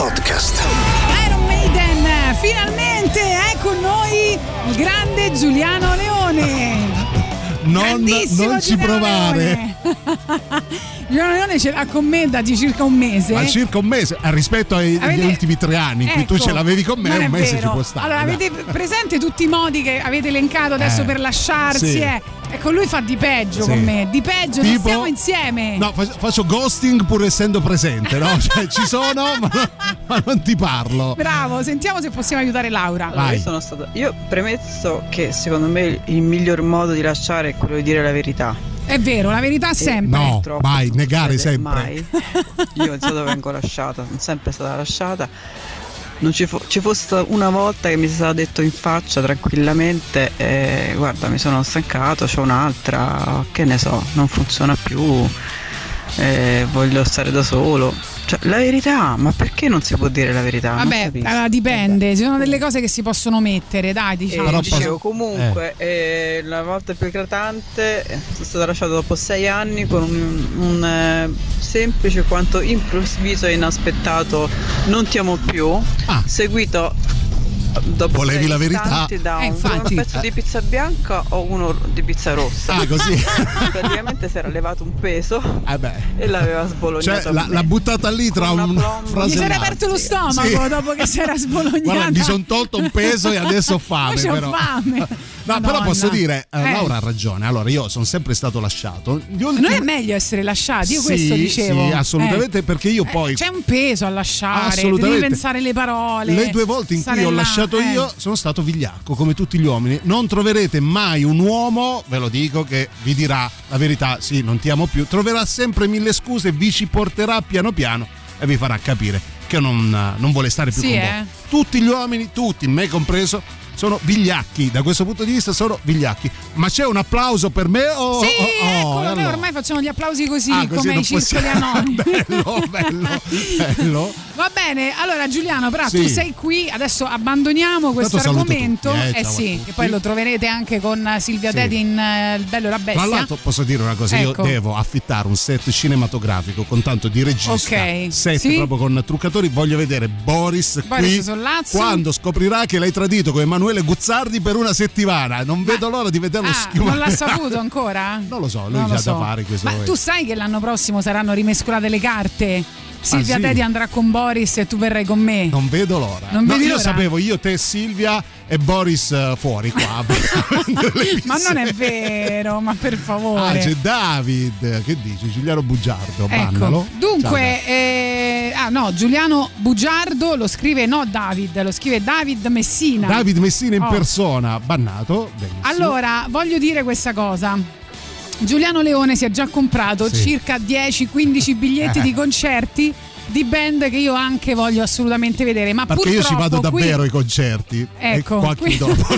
Speaker 1: Podcast.
Speaker 4: Iron Maiden, finalmente è con noi il grande Giuliano Leone.
Speaker 3: Non, non ci provare.
Speaker 4: Giuliano Leone ce l'ha con me da circa un mese.
Speaker 3: Ma circa un mese rispetto ai,
Speaker 4: avete...
Speaker 3: agli ultimi tre anni in
Speaker 4: ecco,
Speaker 3: cui tu ce l'avevi con me, un mese
Speaker 4: vero.
Speaker 3: ci può stare.
Speaker 4: Allora,
Speaker 3: dai.
Speaker 4: avete presente tutti i modi che avete elencato adesso
Speaker 3: Eh,
Speaker 4: per lasciarsi?
Speaker 3: sì.
Speaker 4: Eh? Ecco, lui fa di peggio
Speaker 3: Sì.
Speaker 4: con me. Di peggio, non
Speaker 3: Tipo?
Speaker 4: stiamo insieme.
Speaker 3: No, faccio, faccio ghosting pur essendo presente, no? Cioè, ci sono, ma non, ma non ti parlo.
Speaker 4: Bravo, sentiamo se possiamo aiutare Laura.
Speaker 7: Allora, io sono stata. Io premesso che secondo me il miglior modo di lasciare è quello di dire la verità.
Speaker 4: È vero, la verità sempre.
Speaker 3: No,
Speaker 7: Purtroppo
Speaker 3: mai,
Speaker 7: non
Speaker 3: negare
Speaker 7: succede
Speaker 3: sempre.
Speaker 7: mai. Io di solito vengo lasciata, sono sempre stata lasciata. Non ci, fo- ci fosse una volta che mi si stava detto in faccia tranquillamente, eh, guarda, mi sono stancato, c'ho un'altra, che ne so, non funziona più, eh, voglio stare da solo. Cioè, la verità, ma perché non si può dire la verità? Non
Speaker 4: Vabbè,
Speaker 7: capisco.
Speaker 4: allora, dipende, ci sono delle cose che si possono mettere, dai, diciamo.
Speaker 7: E dicevo, comunque, eh, la volta più eclatante, eh, sono stata lasciata dopo sei anni con un, un eh, semplice quanto improvviso e inaspettato non ti amo più, seguito dopo
Speaker 3: Volevi
Speaker 7: sei
Speaker 3: la verità?
Speaker 7: istanti da
Speaker 3: Eh,
Speaker 7: un,
Speaker 3: infatti.
Speaker 7: un pezzo di pizza bianca o uno di pizza rossa.
Speaker 3: Ah, così.
Speaker 7: Praticamente si era levato un peso
Speaker 3: Eh beh.
Speaker 7: e l'aveva sbolognato.
Speaker 3: Cioè, l'ha, l'ha buttata lì tra un frase
Speaker 4: Gli si
Speaker 3: e
Speaker 4: era
Speaker 3: l'altra.
Speaker 4: aperto lo stomaco
Speaker 3: Sì.
Speaker 4: dopo che si era sbolognata.
Speaker 3: Guarda, mi sono tolto un peso e adesso ho fame.
Speaker 4: Poi c'ho
Speaker 3: però.
Speaker 4: fame.
Speaker 3: No,
Speaker 4: Madonna.
Speaker 3: però posso dire, eh,
Speaker 4: Eh.
Speaker 3: Laura ha ragione. Allora, io sono sempre stato lasciato. Gli ultimi-
Speaker 4: Non è meglio essere lasciati, io
Speaker 3: Sì,
Speaker 4: questo dicevo.
Speaker 3: sì, assolutamente,
Speaker 4: Eh.
Speaker 3: perché io poi-
Speaker 4: Eh, c'è un peso a lasciare,
Speaker 3: Assolutamente.
Speaker 4: devi pensare le parole.
Speaker 3: Le due volte in cui
Speaker 4: stare
Speaker 3: ho
Speaker 4: là,
Speaker 3: lasciato
Speaker 4: eh.
Speaker 3: io sono stato vigliacco come tutti gli uomini. Non troverete mai un uomo, ve lo dico, che vi dirà la verità, sì, non ti amo più. Troverà sempre mille scuse, vi ci porterà piano piano e vi farà capire che non, non vuole stare più
Speaker 4: Sì,
Speaker 3: con
Speaker 4: eh.
Speaker 3: voi. Tutti gli uomini, tutti, me compreso, sono vigliacchi. Da questo punto di vista sono vigliacchi. Ma c'è un applauso per me? O,
Speaker 4: Sì,
Speaker 3: o- o-
Speaker 4: eccolo, noi
Speaker 3: allora.
Speaker 4: ormai facciamo gli applausi così,
Speaker 3: Ah, così
Speaker 4: come
Speaker 3: non
Speaker 4: ai circoli
Speaker 3: possiamo-
Speaker 4: anonimi.
Speaker 3: bello, bello, bello.
Speaker 4: Va bene, allora Giuliano, però
Speaker 3: Sì.
Speaker 4: tu sei qui, adesso abbandoniamo questo
Speaker 3: Tanto saluto
Speaker 4: argomento.
Speaker 3: tutti, eh,
Speaker 4: eh
Speaker 3: ciao a
Speaker 4: sì,
Speaker 3: tutti.
Speaker 4: che poi lo troverete anche con Silvia
Speaker 3: Sì.
Speaker 4: Teti in eh, Il Bello e la
Speaker 3: Tra
Speaker 4: Bestia.
Speaker 3: l'altro posso dire una cosa,
Speaker 4: Ecco.
Speaker 3: io devo affittare un set cinematografico con tanto di regista,
Speaker 4: Ok,
Speaker 3: set
Speaker 4: sì.
Speaker 3: proprio con truccatori, voglio vedere Boris,
Speaker 4: Boris
Speaker 3: qui
Speaker 4: Sollazzo.
Speaker 3: quando scoprirà che l'hai tradito con Emanuele Guzzardi per una settimana, non vedo l'ora di vederlo
Speaker 4: Ah,
Speaker 3: schiumare.
Speaker 4: non l'ha saputo ancora?
Speaker 3: Non lo so, lui
Speaker 4: Non lo
Speaker 3: ha
Speaker 4: so.
Speaker 3: da fare in questo
Speaker 4: Ma
Speaker 3: momento.
Speaker 4: tu sai che l'anno prossimo saranno rimescolate le carte? Silvia
Speaker 3: Ah, sì?
Speaker 4: Teti andrà con Boris e tu verrai con me.
Speaker 3: Non vedo l'ora.
Speaker 4: Non
Speaker 3: No,
Speaker 4: vedi
Speaker 3: io
Speaker 4: l'ora?
Speaker 3: sapevo io, te, Silvia e Boris eh, fuori qua.
Speaker 4: Ma non è vero, ma per favore.
Speaker 3: Ah, c'è David, che dici? Giuliano Bugiardo, bannalo.
Speaker 4: Ecco. Dunque, eh, ah no, Giuliano Bugiardo lo scrive no David, lo scrive David Messina.
Speaker 3: David Messina in
Speaker 4: Oh.
Speaker 3: persona, bannato. Benissimo.
Speaker 4: Allora, voglio dire questa cosa. Giuliano Leone si è già comprato
Speaker 3: Sì.
Speaker 4: circa dieci quindici biglietti
Speaker 3: Eh.
Speaker 4: di concerti di band che io anche voglio assolutamente vedere, ma
Speaker 3: Perché io ci vado
Speaker 4: purtroppo qui-
Speaker 3: davvero ai concerti.
Speaker 4: Ecco,
Speaker 3: e qua
Speaker 4: qui-
Speaker 3: chiudo la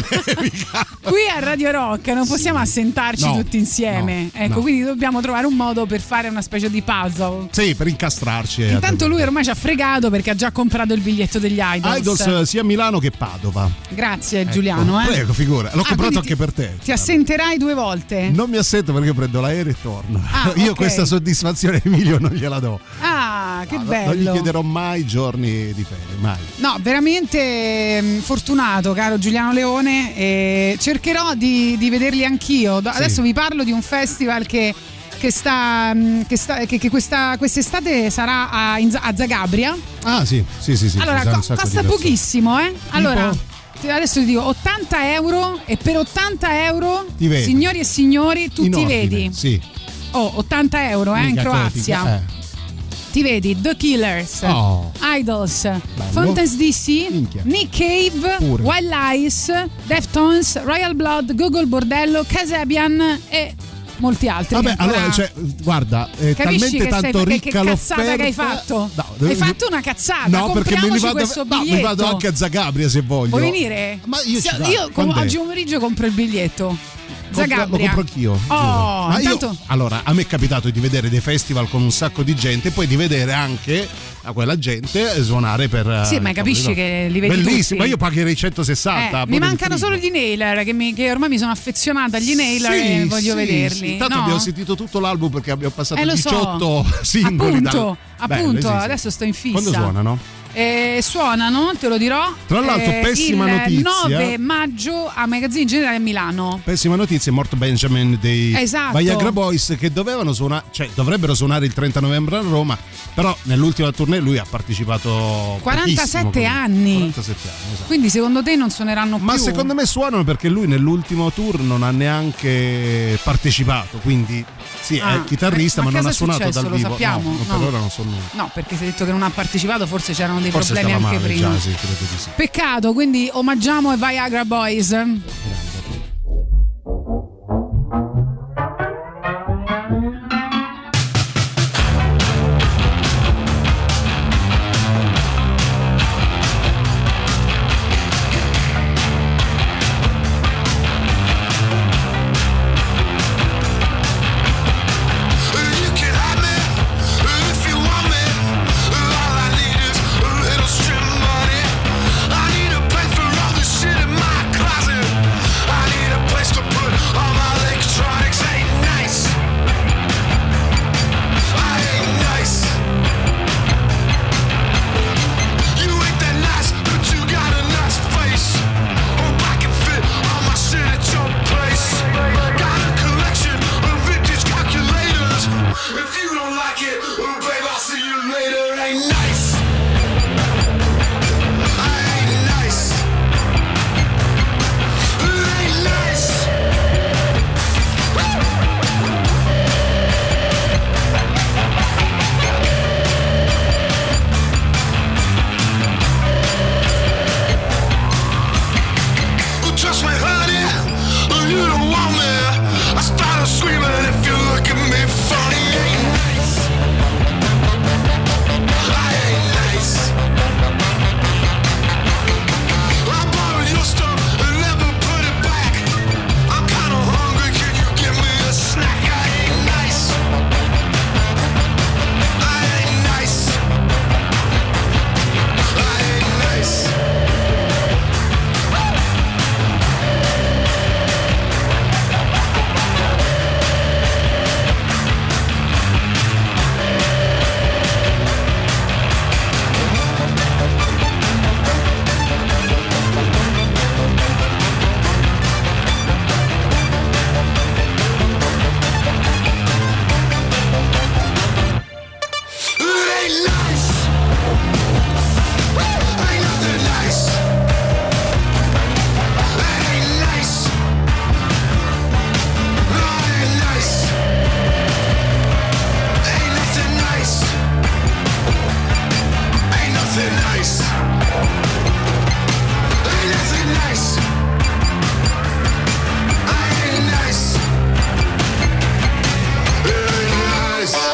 Speaker 4: Qui a Radio Rock non possiamo assentarci
Speaker 3: No,
Speaker 4: tutti insieme,
Speaker 3: no,
Speaker 4: ecco,
Speaker 3: no.
Speaker 4: quindi dobbiamo trovare un modo per fare una specie di puzzle.
Speaker 3: Sì, per incastrarci. e
Speaker 4: Intanto lui ormai ci ha fregato perché ha già comprato il biglietto degli Idols.
Speaker 3: Idols eh, sia a Milano che Padova.
Speaker 4: Grazie Giuliano.
Speaker 3: Ecco,
Speaker 4: Eh.
Speaker 3: Prego, figura. L'ho
Speaker 4: Ah,
Speaker 3: comprato
Speaker 4: quindi
Speaker 3: anche per te.
Speaker 4: Ti assenterai due volte?
Speaker 3: Non mi assento perché prendo l'aereo e torno.
Speaker 4: Ah,
Speaker 3: Io
Speaker 4: ok.
Speaker 3: questa soddisfazione Emilio non gliela do.
Speaker 4: Ah, che
Speaker 3: No,
Speaker 4: bello.
Speaker 3: Non gli chiederò mai giorni di ferie, mai.
Speaker 4: No, veramente mh, fortunato, caro Giuliano Leone. E cercherò di, di vederli anch'io. Do- Adesso vi parlo di un festival che, che sta, mh, che, sta che, che questa, quest'estate sarà a, in Z- a Zagabria.
Speaker 3: Ah, sì, sì, sì. sì
Speaker 4: allora,
Speaker 3: ci sarà un
Speaker 4: co-
Speaker 3: sacco di
Speaker 4: costa
Speaker 3: persone.
Speaker 4: pochissimo, eh? Allora, ti- adesso ti dico ottanta euro e per ottanta euro,
Speaker 3: Ti vedi.
Speaker 4: signori e signori, tu
Speaker 3: In
Speaker 4: ti
Speaker 3: ordine,
Speaker 4: vedi.
Speaker 3: Sì.
Speaker 4: Oh, ottanta euro, eh, in
Speaker 3: Mica
Speaker 4: Croazia.
Speaker 3: cotica, eh.
Speaker 4: Ti vedi The Killers,
Speaker 3: Oh.
Speaker 4: Idols, Fountains D C, Nick Cave,
Speaker 3: Pure.
Speaker 4: Wild Eyes, Deftones, Royal Blood, Google Bordello, Kasabian e molti altri.
Speaker 3: Vabbè,
Speaker 4: ancora-
Speaker 3: allora, cioè, guarda, è
Speaker 4: Capisci
Speaker 3: talmente
Speaker 4: che
Speaker 3: tanto
Speaker 4: sei, che,
Speaker 3: ricca
Speaker 4: che cazzata
Speaker 3: l'offerta.
Speaker 4: che hai fatto?
Speaker 3: No,
Speaker 4: hai
Speaker 3: eh,
Speaker 4: fatto una cazzata.
Speaker 3: No, perché me ne
Speaker 4: Compriamoci
Speaker 3: vado,
Speaker 4: questo
Speaker 3: no,
Speaker 4: biglietto.
Speaker 3: mi vado anche a Zagabria se voglio.
Speaker 4: Vuoi venire?
Speaker 3: Ma io
Speaker 4: Se-
Speaker 3: ci vado.
Speaker 4: io
Speaker 3: Quando è?
Speaker 4: oggi pomeriggio compro il biglietto.
Speaker 3: Compro- lo
Speaker 4: Zagabria.
Speaker 3: compro anch'io. giuro.
Speaker 4: Oh,
Speaker 3: Ma io-
Speaker 4: intanto
Speaker 3: allora, a me è capitato di vedere dei festival con un sacco di gente e poi di vedere anche a quella gente suonare per.
Speaker 4: Sì, ma
Speaker 3: eh,
Speaker 4: capisci
Speaker 3: no.
Speaker 4: che li vedi
Speaker 3: Bellissimo,
Speaker 4: tutti.
Speaker 3: io pagherei centosessanta.
Speaker 4: Eh, mi mancano solo gli Nailer che, mi- che ormai mi sono affezionata agli Nailer e voglio vederli.
Speaker 3: Intanto
Speaker 4: no?
Speaker 3: abbiamo sentito tutto l'album perché abbiamo passato
Speaker 4: Eh, lo so.
Speaker 3: diciotto singoli.
Speaker 4: Appunto,
Speaker 3: dal-
Speaker 4: appunto,
Speaker 3: Bello, sì, sì.
Speaker 4: adesso sto in fissa.
Speaker 3: Quando suonano?
Speaker 4: E suonano, te lo dirò.
Speaker 3: Tra l'altro,
Speaker 4: eh,
Speaker 3: pessima
Speaker 4: il
Speaker 3: notizia.
Speaker 4: nove maggio a Magazzini Generale a Milano.
Speaker 3: Pessima notizia, è morto Benjamin dei
Speaker 4: Esatto.
Speaker 3: Viagra Boys, che dovevano suonare, cioè dovrebbero suonare il trenta novembre a Roma, però nell'ultima tournée lui ha partecipato
Speaker 4: quarantasette anni.
Speaker 3: quarantasette anni, esatto.
Speaker 4: Quindi secondo te non suoneranno più?
Speaker 3: Ma secondo me suonano perché lui nell'ultimo tour non ha neanche partecipato, quindi sì,
Speaker 4: Ah,
Speaker 3: è chitarrista
Speaker 4: eh,
Speaker 3: ma,
Speaker 4: ma
Speaker 3: non
Speaker 4: cosa
Speaker 3: ha
Speaker 4: è
Speaker 3: suonato
Speaker 4: successo?
Speaker 3: dal
Speaker 4: Lo
Speaker 3: vivo.
Speaker 4: sappiamo?
Speaker 3: No,
Speaker 4: No.
Speaker 3: per ora non so nulla.
Speaker 4: No, perché si è detto che non ha partecipato, forse c'erano dei
Speaker 3: Forse
Speaker 4: problemi
Speaker 3: stava
Speaker 4: anche
Speaker 3: male
Speaker 4: prima.
Speaker 3: già, sì, credo di sì.
Speaker 4: Peccato, quindi omaggiamo i Viagra Boys.
Speaker 2: You can have me if you want me. All I need is a little string money. I need a place for all the shit in my closet. I need a place to put all my electronics. Ain't nice. I ain't nice. You ain't that nice, but you got a nice face. Hope I can fit all my shit at your place. Got a collection of vintage calculators. If you don't like it, oh babe, I'll see you later. Ain't nice. I ain't nice. It ain't nice. Oh, trust me, honey, you don't want me. I started screaming if you look at me funny. Ain't nice. I ain't nice. I borrowed your stuff and never put it back. I'm kinda hungry, can you give me a snack? I ain't nice. I ain't nice. I ain't nice. It ain't nice. Ain't nothing nice. It ain't nice. No, it ain't nice. Ain't nothing nice. Ain't nothing nice. Ain't nothing nice. I ain't nice. It ain't nice.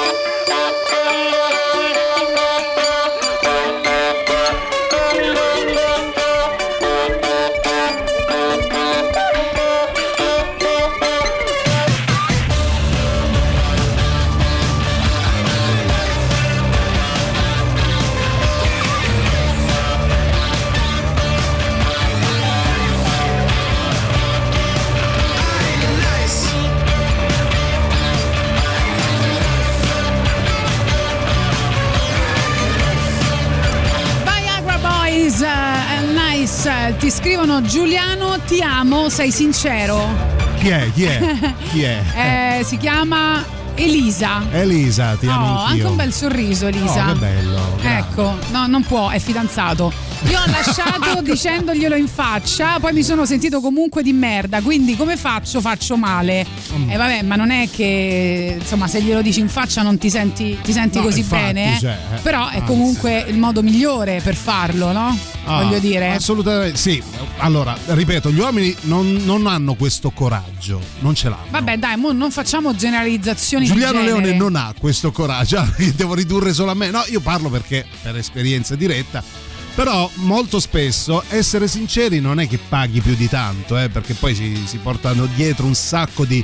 Speaker 4: Viagra Boys, eh, nice. Ti scrivono: Giuliano, ti amo, sei sincero.
Speaker 3: Chi è? Chi è? Chi è?
Speaker 4: Eh, si chiama Elisa.
Speaker 3: Elisa, ti amo
Speaker 4: Oh,
Speaker 3: anch'io.
Speaker 4: anche un bel sorriso, Elisa.
Speaker 3: Oh, che bello.
Speaker 4: Ecco, no, non può, è fidanzato. Io ho lasciato dicendoglielo in faccia, poi mi sono sentito comunque di merda, quindi come faccio? Faccio male.
Speaker 3: Mm.
Speaker 4: E vabbè, ma non è che insomma, se glielo dici in faccia non ti senti, ti senti
Speaker 3: No,
Speaker 4: così
Speaker 3: infatti,
Speaker 4: bene, eh?
Speaker 3: cioè, eh,
Speaker 4: Però è
Speaker 3: anzi.
Speaker 4: comunque il modo migliore per farlo, no?
Speaker 3: Ah,
Speaker 4: Voglio dire.
Speaker 3: assolutamente sì. Allora, ripeto, gli uomini non, non hanno questo coraggio, non ce l'hanno.
Speaker 4: Vabbè, dai, mo non facciamo generalizzazioni. di
Speaker 3: Giuliano
Speaker 4: genere.
Speaker 3: Leone non ha questo coraggio, che devo ridurre solo a me. No, io parlo perché per esperienza diretta. Però molto spesso essere sinceri non è che paghi più di tanto, eh, perché poi si, si portano dietro un sacco di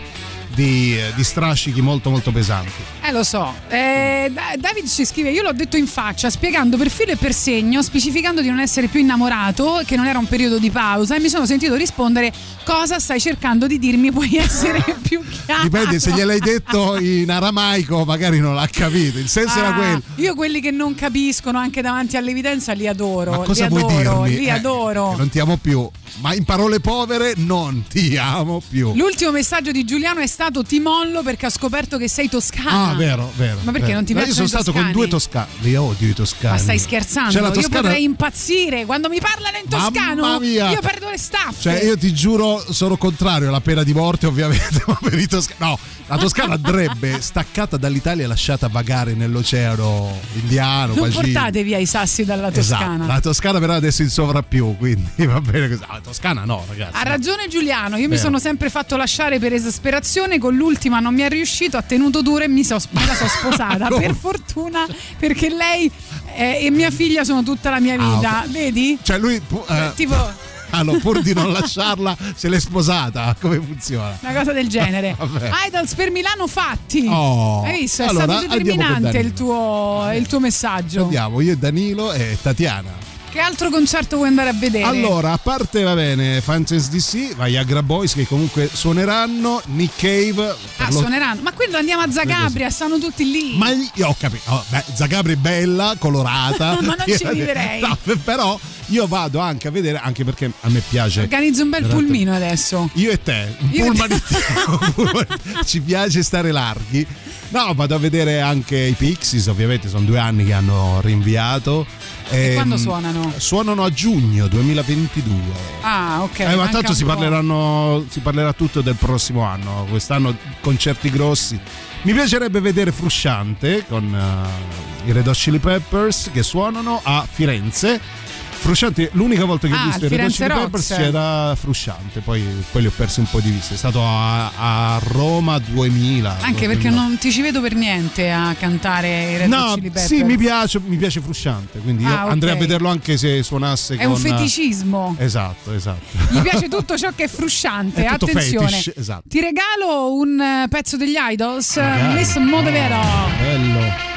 Speaker 3: di, di strascichi molto molto pesanti.
Speaker 4: Eh lo so, eh, David ci scrive: io l'ho detto in faccia, spiegando per filo e per segno, specificando di non essere più innamorato, che non era un periodo di pausa, e mi sono sentito rispondere: cosa stai cercando di dirmi? Puoi essere più chiaro?
Speaker 3: Dipende, se gliel'hai detto in aramaico magari non l'ha capito, il senso
Speaker 4: ah,
Speaker 3: era quello.
Speaker 4: Io quelli che non capiscono anche davanti all'evidenza li adoro.
Speaker 3: Ma cosa
Speaker 4: li
Speaker 3: vuoi
Speaker 4: adoro,
Speaker 3: dirmi?
Speaker 4: Li
Speaker 3: Eh,
Speaker 4: adoro.
Speaker 3: che non ti amo più, ma in parole povere non ti amo più.
Speaker 4: L'ultimo messaggio di Giuliano è stato: ti mollo perché ho scoperto che sei toscana.
Speaker 3: Ah, vero, vero.
Speaker 4: Ma perché
Speaker 3: vero.
Speaker 4: non ti
Speaker 3: Ma
Speaker 4: piacciono
Speaker 3: io sono
Speaker 4: i
Speaker 3: stato
Speaker 4: toscani?
Speaker 3: con due toscani. Li odio i toscani.
Speaker 4: Ma stai scherzando?
Speaker 3: Cioè, la
Speaker 4: Io
Speaker 3: Toscana-
Speaker 4: potrei impazzire quando mi parlano in toscano.
Speaker 3: Mamma mia.
Speaker 4: Io perdo le staffe.
Speaker 3: Cioè, io ti giuro, sono contrario alla pena di morte, ovviamente, ma per i toscani. No, la Toscana andrebbe staccata dall'Italia e lasciata vagare nell'oceano Indiano.
Speaker 4: non
Speaker 3: Pacinico.
Speaker 4: portate via i sassi dalla Toscana.
Speaker 3: Esatto. La Toscana però adesso in sovrappiù, quindi va bene così. La Toscana no, ragazzi.
Speaker 4: Ha ragione Giuliano, io mi
Speaker 3: Vero.
Speaker 4: sono sempre fatto lasciare per esasperazione, con l'ultima non mi è riuscito, ha tenuto duro e mi, so, me la sono sposata,
Speaker 3: Come?
Speaker 4: per fortuna, perché lei eh, e mia figlia sono tutta la mia vita,
Speaker 3: Ah, ok.
Speaker 4: vedi?
Speaker 3: Cioè lui pu- eh,
Speaker 4: Tipo
Speaker 3: ah, no, pur di non lasciarla se l'è sposata. Come funziona?
Speaker 4: una cosa del genere.
Speaker 3: Vabbè.
Speaker 4: Idols per Milano fatti.
Speaker 3: Oh.
Speaker 4: Hai visto? È
Speaker 3: Allora,
Speaker 4: stato
Speaker 3: andiamo con
Speaker 4: determinante
Speaker 3: Danilo.
Speaker 4: il tuo, il tuo messaggio.
Speaker 3: Andiamo, io e Danilo e Tatiana.
Speaker 4: Che altro concerto vuoi andare a vedere?
Speaker 3: Allora, a parte va bene Fantasy D C, Viagra Boys che comunque suoneranno, Nick Cave. per
Speaker 4: Ah,
Speaker 3: lo-
Speaker 4: suoneranno. Ma quindi andiamo a Zagabria, stanno tutti lì.
Speaker 3: Ma io ho capito, oh, beh, Zagabria è bella, colorata.
Speaker 4: Ma non ci viverei.
Speaker 3: No, però io vado anche a vedere, anche perché a me piace.
Speaker 4: Organizzo un bel
Speaker 3: Veramente.
Speaker 4: pulmino adesso.
Speaker 3: Io e te, un
Speaker 4: Io e
Speaker 3: pullman
Speaker 4: te.
Speaker 3: intero, un pullman- ci piace stare larghi. No, vado a vedere anche i Pixies, ovviamente sono due anni che hanno rinviato.
Speaker 4: E
Speaker 3: Ehm,
Speaker 4: quando suonano?
Speaker 3: Suonano a giugno duemilaventidue.
Speaker 4: Ah, ok.
Speaker 3: Eh, ma
Speaker 4: manca
Speaker 3: tanto
Speaker 4: un
Speaker 3: si
Speaker 4: po'.
Speaker 3: parleranno, si parlerà tutto del prossimo anno. Quest'anno concerti grossi. Mi piacerebbe vedere Frusciante con eh, i Red Hot Chili Peppers che suonano a Firenze. Frusciante, l'unica volta che ho
Speaker 4: Ah,
Speaker 3: visto
Speaker 4: al
Speaker 3: i Red Hot
Speaker 4: Firenze
Speaker 3: Chili
Speaker 4: Rocks.
Speaker 3: Peppers c'era Frusciante, poi, poi li ho persi un po' di vista. È stato a, a Roma duemila.
Speaker 4: Anche perché non ti ci vedo per niente a cantare i Red Hot
Speaker 3: No,
Speaker 4: Chili Peppers.
Speaker 3: sì, mi piace, mi piace Frusciante, quindi io
Speaker 4: Ah, ok.
Speaker 3: andrei a vederlo anche se suonasse
Speaker 4: È
Speaker 3: con
Speaker 4: un feticismo.
Speaker 3: Esatto, esatto.
Speaker 4: Gli piace tutto ciò che è frusciante.
Speaker 3: È tutto
Speaker 4: Attenzione.
Speaker 3: fetish, esatto.
Speaker 4: Ti regalo un eh, pezzo degli Idols,
Speaker 3: Magari.
Speaker 4: Miss Modevero.
Speaker 3: Bello.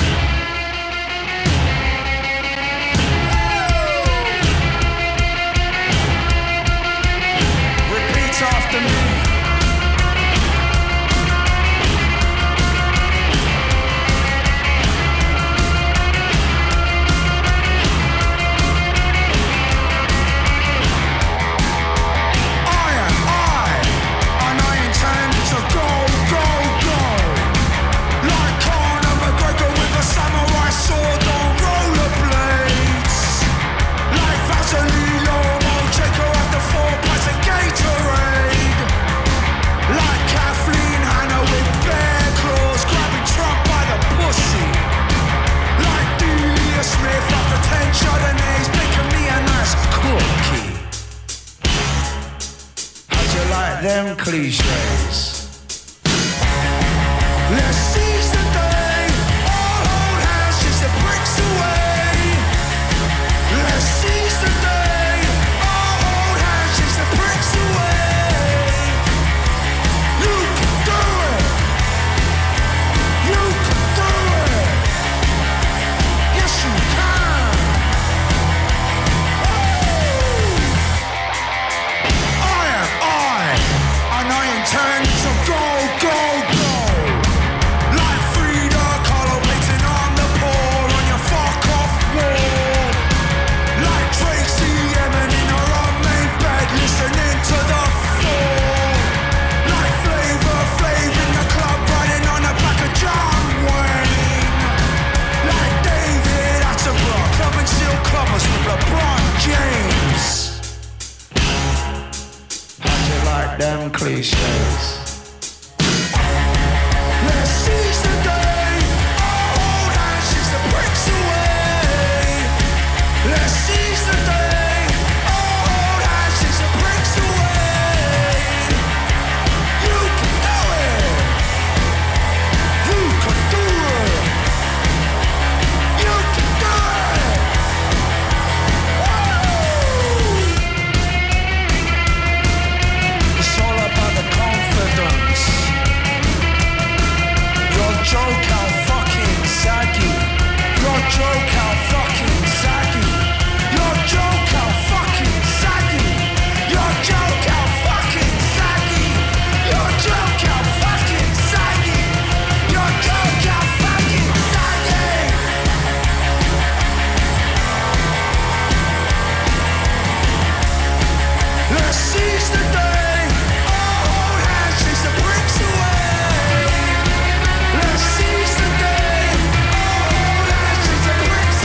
Speaker 9: Repeat after me. I am I, and I intend to go, go, go. Like Conor McGregor with a samurai sword on rollerblades. Like Vaseline Lomo, Checo after four pints of Gatorade. Like Kathleen Hanna with bear claws, grabbing Trump by the pussy. Like Delia Smith after ten Chardonnays, making me a nice cookie. How'd you like them cliches? Let's seize the day, all hold hands, chase the bricks away. Let's seize the day, all hold hands, chase the bricks away. You can do it, you can do it, yes you can. I am I, and I intend to go, go, go. Like Frida Kahlo waiting on the poor on your fuck off wall. Like Tracy Emin in her unmade bed listening to the fall. Like Flavor Flav in the club riding on the back of John Wayne. Like David Attenborough clubbing seal clubbers with LeBron James. How'd you like them cliches? Let's seize the day, all hold hands, chase the bricks away. Let's seize the day, all hold hands, chase the bricks away. You can do it, you can do it, you can do it. Woo! It's all about the confidence. seize the day. Old hands chase the bricks away. Let's seize the day. Old hands chase the bricks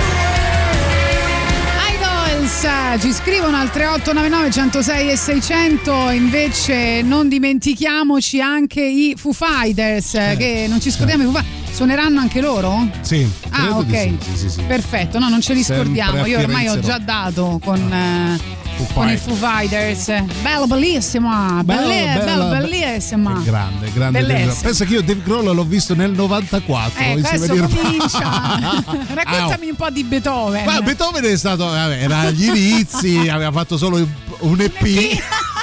Speaker 9: away.
Speaker 4: Idols ci scrivono al tre otto nove nove uno zero sei e seicento. Invece non dimentichiamoci anche i Foo Fighters, eh, che non ci scordiamo. I Foo Fighters suoneranno anche loro?
Speaker 3: Sì.
Speaker 4: Ah, ok.
Speaker 3: Sì, sì, sì, sì.
Speaker 4: Perfetto, no, non ce li
Speaker 3: Sempre
Speaker 4: scordiamo.
Speaker 3: a
Speaker 4: Io ormai ho
Speaker 3: Firenze,
Speaker 4: già dato con, eh, con i Foo Fighters. Bello, bellissima.
Speaker 3: Bello,
Speaker 4: Bello,
Speaker 3: bella,
Speaker 4: bello, bellissima.
Speaker 3: È grande, grande.
Speaker 4: Bellissima.
Speaker 3: Dave- Pensa che io Dave Grohl l'ho visto nel novantaquattro.
Speaker 4: Eh,
Speaker 3: insieme
Speaker 4: questo
Speaker 3: a Nirvana.
Speaker 4: comincia. Raccontami un po' di Beethoven.
Speaker 3: Ma Beethoven è stato, vabbè, era agli inizi, aveva fatto solo un E P.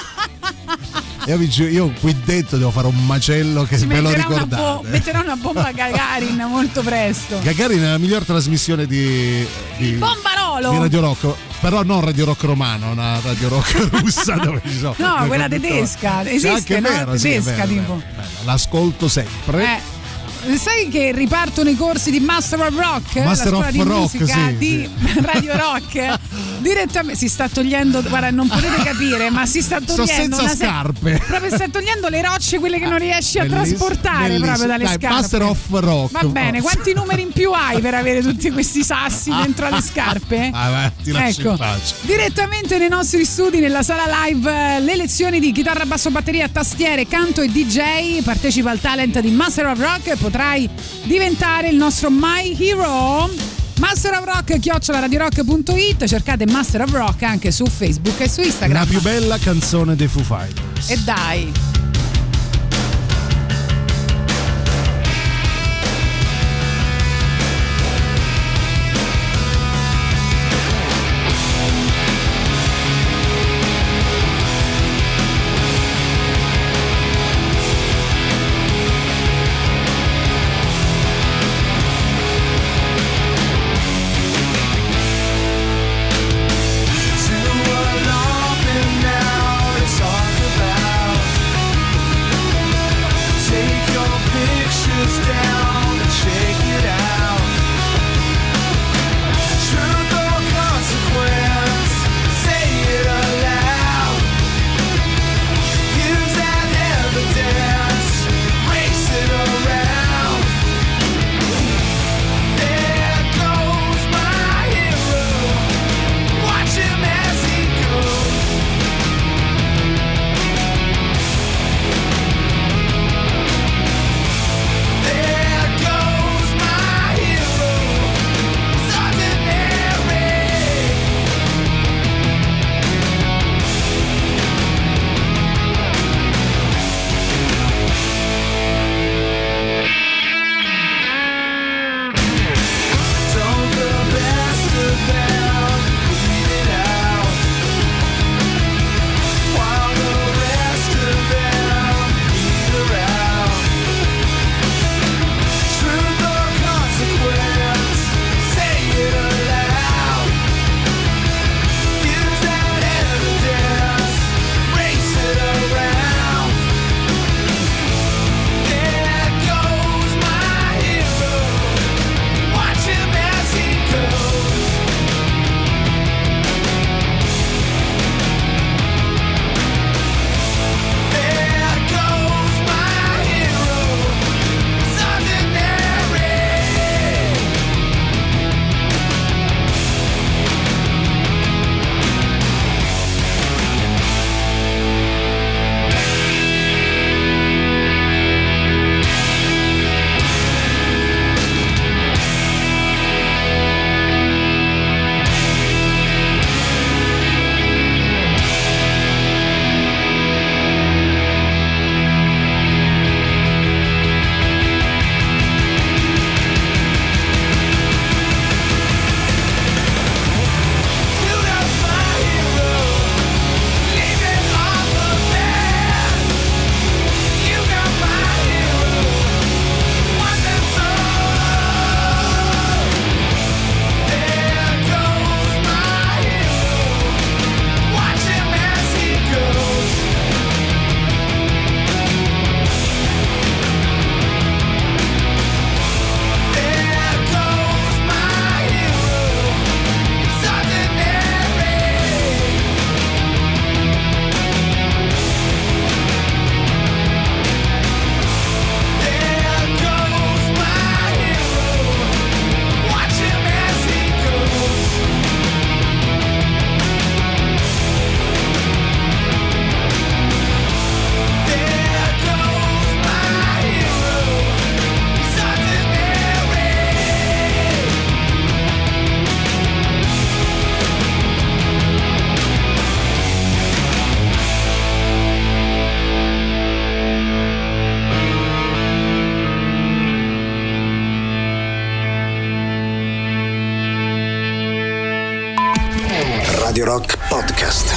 Speaker 3: Io, vi giuro, io qui dentro devo fare un macello che
Speaker 4: Ci
Speaker 3: ve lo
Speaker 4: metterà una
Speaker 3: ricordate.
Speaker 4: bo- metterà una bomba a Gagarin molto presto.
Speaker 3: Gagarin è la miglior trasmissione di, di,
Speaker 4: Bombarolo!
Speaker 3: di Radio Rock, però non Radio Rock romano, una Radio Rock russa dove ci sono.
Speaker 4: No,
Speaker 3: le
Speaker 4: quella
Speaker 3: conduttori.
Speaker 4: tedesca.
Speaker 3: Sì,
Speaker 4: Esiste,
Speaker 3: anche
Speaker 4: no?
Speaker 3: vero, sì, è
Speaker 4: Tedesca,
Speaker 3: vero,
Speaker 4: tipo.
Speaker 3: vero, vero. L'ascolto sempre.
Speaker 4: Eh. Sai che ripartono i corsi di Master of Rock?
Speaker 3: Master
Speaker 4: la scuola
Speaker 3: of
Speaker 4: di
Speaker 3: Rock,
Speaker 4: musica
Speaker 3: sì,
Speaker 4: di Radio Rock? Direttamente si sta togliendo, guarda, non potete capire, ma si sta
Speaker 3: Sono
Speaker 4: togliendo
Speaker 3: senza
Speaker 4: una se-
Speaker 3: scarpe.
Speaker 4: proprio sta togliendo le rocce, quelle che non riesci a
Speaker 3: Bellissimo,
Speaker 4: trasportare
Speaker 3: bellissimo.
Speaker 4: proprio dalle
Speaker 3: Dai,
Speaker 4: scarpe.
Speaker 3: Master of Rock.
Speaker 4: Va bene, quanti numeri in più hai per avere tutti questi sassi dentro alle scarpe?
Speaker 3: Ah, vai, ti lascio
Speaker 4: Ecco,
Speaker 3: in pace.
Speaker 4: direttamente nei nostri studi, nella sala live, eh, le lezioni di chitarra, basso, batteria, tastiere, canto e D J. Partecipa al talent di Master of Rock e potrai diventare il nostro My Hero. Master of Rock chiocciola radiorock punto it. Cercate Master of Rock anche su Facebook e su Instagram.
Speaker 3: La più bella canzone dei Foo Fighters.
Speaker 4: E dai.
Speaker 9: Too long been now to talk about
Speaker 1: Podcast.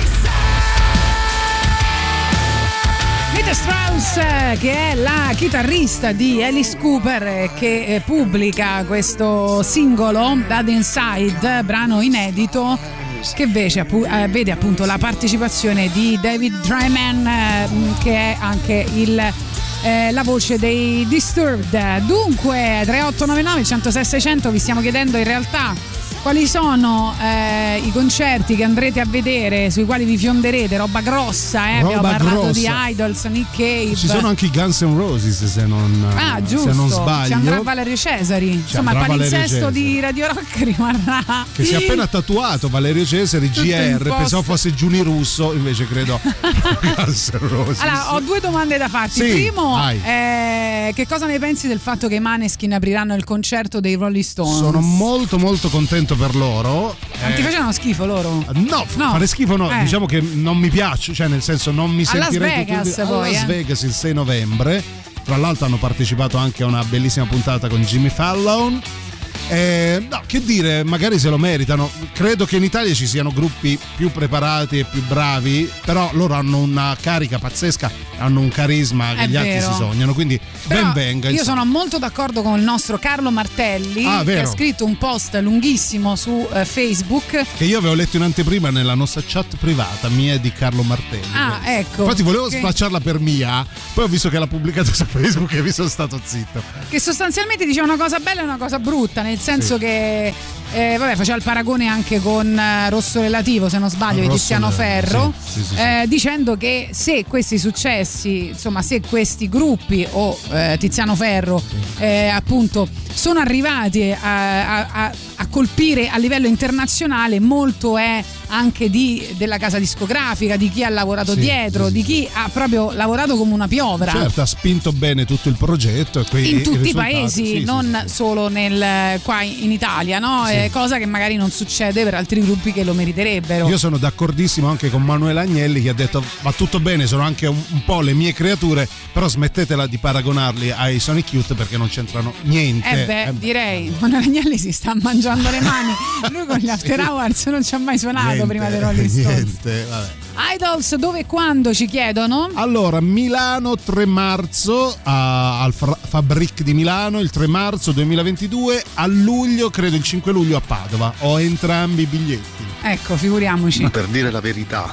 Speaker 4: Nita Strauss, che è la chitarrista di Alice Cooper, che eh, pubblica questo singolo Bad Inside, brano inedito, che invece appu- eh, vede appunto la partecipazione di David Draiman, eh, che è anche il Eh, la voce dei Disturbed. Dunque tre otto nove nove, uno zero sei, sei zero zero, vi stiamo chiedendo in realtà quali sono eh, i concerti che andrete a vedere, sui quali vi fionderete, roba grossa, eh?
Speaker 3: Roba
Speaker 4: abbiamo parlato
Speaker 3: grossa.
Speaker 4: di Idols, Nick Cave.
Speaker 3: Ci sono anche i Guns N' Roses, se non,
Speaker 4: ah, giusto.
Speaker 3: se non sbaglio.
Speaker 4: Ci andrà Valerio Cesari. Insomma, il palinsesto di Radio Rock rimarrà.
Speaker 3: Che si è appena tatuato Valerio Cesari, G R, pensavo fosse Giuni Russo, invece credo Guns N' Roses.
Speaker 4: Allora, ho due domande da farti.
Speaker 3: Sì,
Speaker 4: Primo,
Speaker 3: vai.
Speaker 4: eh, che cosa ne pensi del fatto che i Maneskin apriranno il concerto dei Rolling Stones?
Speaker 3: Sono molto molto contento per loro.
Speaker 4: Non ti
Speaker 3: Eh,
Speaker 4: facevano schifo loro?
Speaker 3: No,
Speaker 4: No.
Speaker 3: fare schifo no,
Speaker 4: Eh.
Speaker 3: diciamo che non mi piace, cioè nel senso non mi
Speaker 4: A Las
Speaker 3: sentirei
Speaker 4: Vegas
Speaker 3: tutto,
Speaker 4: poi,
Speaker 3: a Las
Speaker 4: eh.
Speaker 3: Vegas il sei novembre. Tra l'altro hanno partecipato anche a una bellissima puntata con Jimmy Fallon. Eh, no, che dire, magari se lo meritano. Credo che in Italia ci siano gruppi più preparati e più bravi, però loro hanno una carica pazzesca, hanno un carisma che
Speaker 4: È
Speaker 3: gli altri
Speaker 4: vero.
Speaker 3: si sognano, quindi
Speaker 4: Però
Speaker 3: ben venga.
Speaker 4: io
Speaker 3: insomma.
Speaker 4: sono molto d'accordo con il nostro Carlo Martelli,
Speaker 3: Ah,
Speaker 4: che
Speaker 3: vero.
Speaker 4: ha scritto un post lunghissimo su eh, Facebook.
Speaker 3: Che io avevo letto in anteprima nella nostra chat privata mia e di Carlo Martelli.
Speaker 4: Ah, ecco.
Speaker 3: Infatti volevo
Speaker 4: che,
Speaker 3: spacciarla per mia, poi ho visto che l'ha pubblicata su Facebook e mi sono stato zitto.
Speaker 4: che sostanzialmente diceva una cosa bella e una cosa brutta, nel senso
Speaker 3: Sì.
Speaker 4: che eh, vabbè, faceva il paragone anche con eh, Rosso Relativo, se non sbaglio, di
Speaker 3: Rosso
Speaker 4: Tiziano
Speaker 3: Relativo,
Speaker 4: Ferro,
Speaker 3: sì, sì, sì, sì.
Speaker 4: eh, dicendo che se questi successi, insomma, se questi gruppi o eh, Tiziano Ferro eh, appunto sono arrivati a, a- a- a colpire a livello internazionale, molto è anche di, della casa discografica, di chi ha lavorato
Speaker 3: Sì,
Speaker 4: dietro,
Speaker 3: sì,
Speaker 4: di chi ha proprio lavorato come una piovra.
Speaker 3: Certo, ha spinto bene tutto il progetto e qui
Speaker 4: In tutti i
Speaker 3: risultati-
Speaker 4: paesi,
Speaker 3: sì, sì,
Speaker 4: non
Speaker 3: sì.
Speaker 4: solo nel, qua in Italia, no?
Speaker 3: Sì.
Speaker 4: È cosa che magari non succede per altri gruppi che lo meriterebbero.
Speaker 3: Io sono d'accordissimo anche con Manuela Agnelli, che ha detto va tutto bene, sono anche un, un po' le mie creature, però smettetela di paragonarli ai Sonic Youth perché non c'entrano niente.
Speaker 4: Eh beh,
Speaker 3: Eh,
Speaker 4: direi, Manuel Agnelli si sta mangiando le mani. Lui con gli After Hours non ci ha mai suonato
Speaker 3: niente,
Speaker 4: prima dei Rolling Stones.
Speaker 3: niente, vabbè.
Speaker 4: Idols dove e quando ci chiedono?
Speaker 3: Allora, Milano tre marzo a- al Fra- Fabric di Milano, il tre marzo duemilaventidue, a luglio, credo il cinque luglio a Padova. Ho entrambi i biglietti.
Speaker 4: Ecco, figuriamoci.
Speaker 6: Ma per dire la verità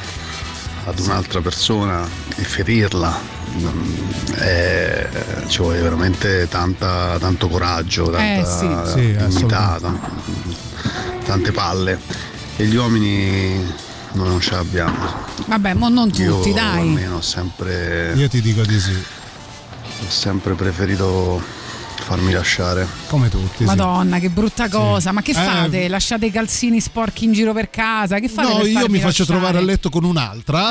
Speaker 6: ad un'altra persona e ferirla mm, è- ci vuole veramente tanta, tanto coraggio,
Speaker 4: Eh,
Speaker 6: tanta
Speaker 3: sì. Sì,
Speaker 6: dignità,
Speaker 3: assolutamente.
Speaker 6: tan- tante palle, e gli uomini noi non ce l'abbiamo.
Speaker 4: Vabbè, mo non tutti,
Speaker 6: Io
Speaker 4: dai.
Speaker 6: almeno ho sempre,
Speaker 3: Io ti dico di sì,
Speaker 6: ho sempre preferito farmi lasciare.
Speaker 3: come tutti. sì.
Speaker 4: Madonna, che brutta cosa. Ma che
Speaker 3: Eh,
Speaker 4: fate? Lasciate i calzini sporchi in giro per casa? Che fate?
Speaker 3: No,
Speaker 4: per
Speaker 3: io
Speaker 4: farvi
Speaker 3: mi faccio
Speaker 4: lasciare?
Speaker 3: trovare a letto con un'altra.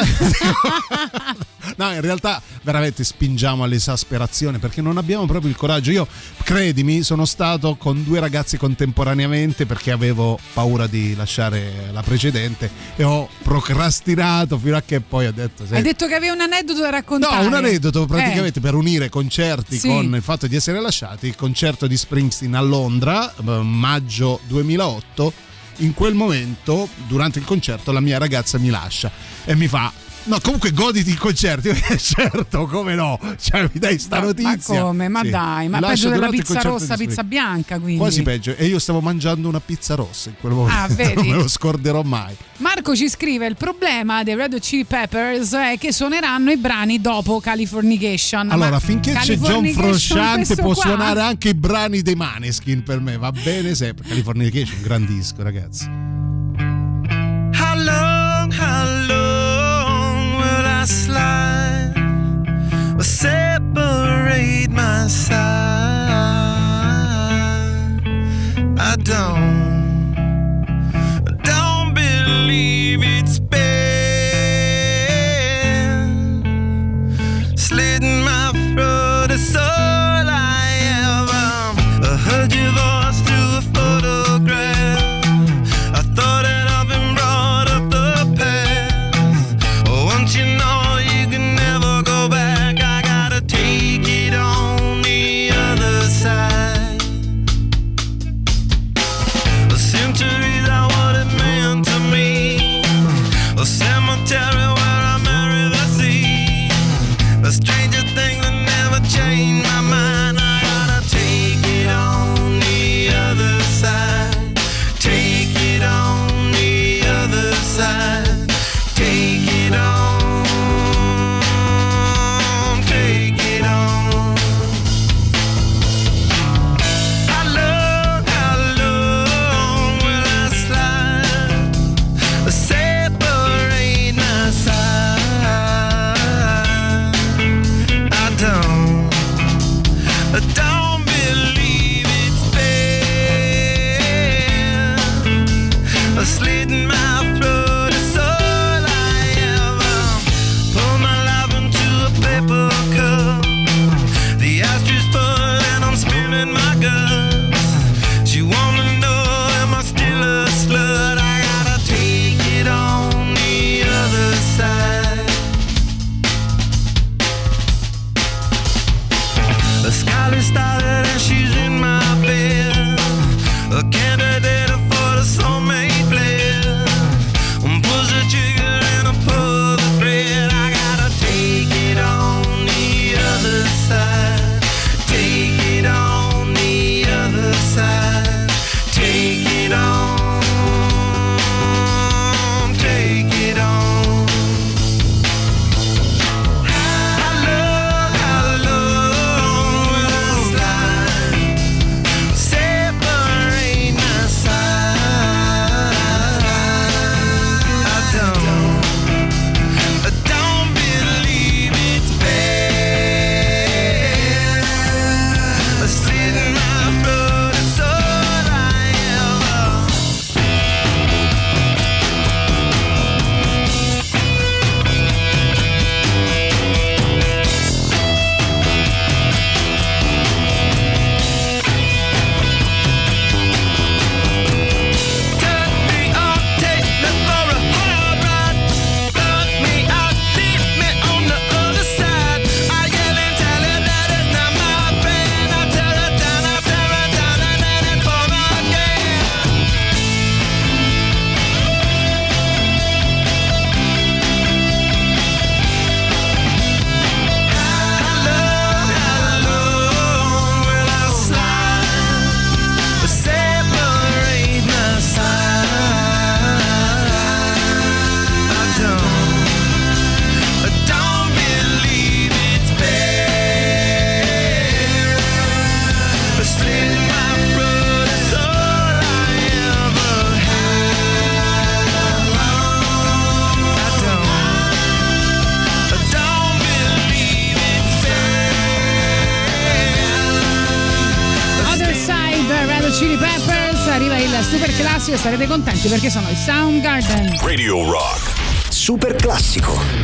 Speaker 3: No, in realtà veramente spingiamo all'esasperazione perché non abbiamo proprio il coraggio. Io, credimi, sono stato con due ragazzi contemporaneamente perché avevo paura di lasciare la precedente e ho procrastinato fino a che poi ho detto...
Speaker 4: Hai
Speaker 3: "Senti,
Speaker 4: detto che avevi un aneddoto da raccontare.
Speaker 3: no, un aneddoto praticamente
Speaker 4: Eh.
Speaker 3: per unire concerti
Speaker 4: Sì.
Speaker 3: con il fatto di essere lasciati. Il concerto di Springsteen a Londra, eh, maggio duemilaotto. In quel momento, durante il concerto, la mia ragazza mi lascia e mi fa: no, comunque goditi il concerto. Io, "Eh, certo, come no? Cioè, mi dai sta
Speaker 4: Ma-
Speaker 3: notizia.
Speaker 4: Ma come? Ma
Speaker 3: Sì.
Speaker 4: dai, ma
Speaker 3: Mi lascia
Speaker 4: peggio della
Speaker 3: durante il
Speaker 4: pizza
Speaker 3: concerto
Speaker 4: rossa,
Speaker 3: di
Speaker 4: pizza
Speaker 3: Springsteen.
Speaker 4: bianca, quindi.
Speaker 3: Quasi peggio. E io stavo mangiando una pizza rossa in quel momento.
Speaker 4: Ah, vedi?
Speaker 3: Non me lo scorderò mai.
Speaker 4: Marco ci scrive: il problema dei Red Hot Chili Peppers è che suoneranno i brani dopo Californication.
Speaker 3: Allora,
Speaker 4: Ma
Speaker 3: finché c'è John
Speaker 4: Californication,
Speaker 3: Frusciante
Speaker 4: questo
Speaker 3: può
Speaker 4: qua?
Speaker 3: suonare anche i brani dei Maneskin, per me va bene sempre. Californication, un gran disco, ragazzi.
Speaker 9: How long, how long will I slide or separate my side? I don't, I don't believe it's been slitting my throat. It's all I have. Um, I heard your voice through a photograph. I
Speaker 4: super classico, sarete contenti perché sono i Soundgarden.
Speaker 1: Radio Rock super classico.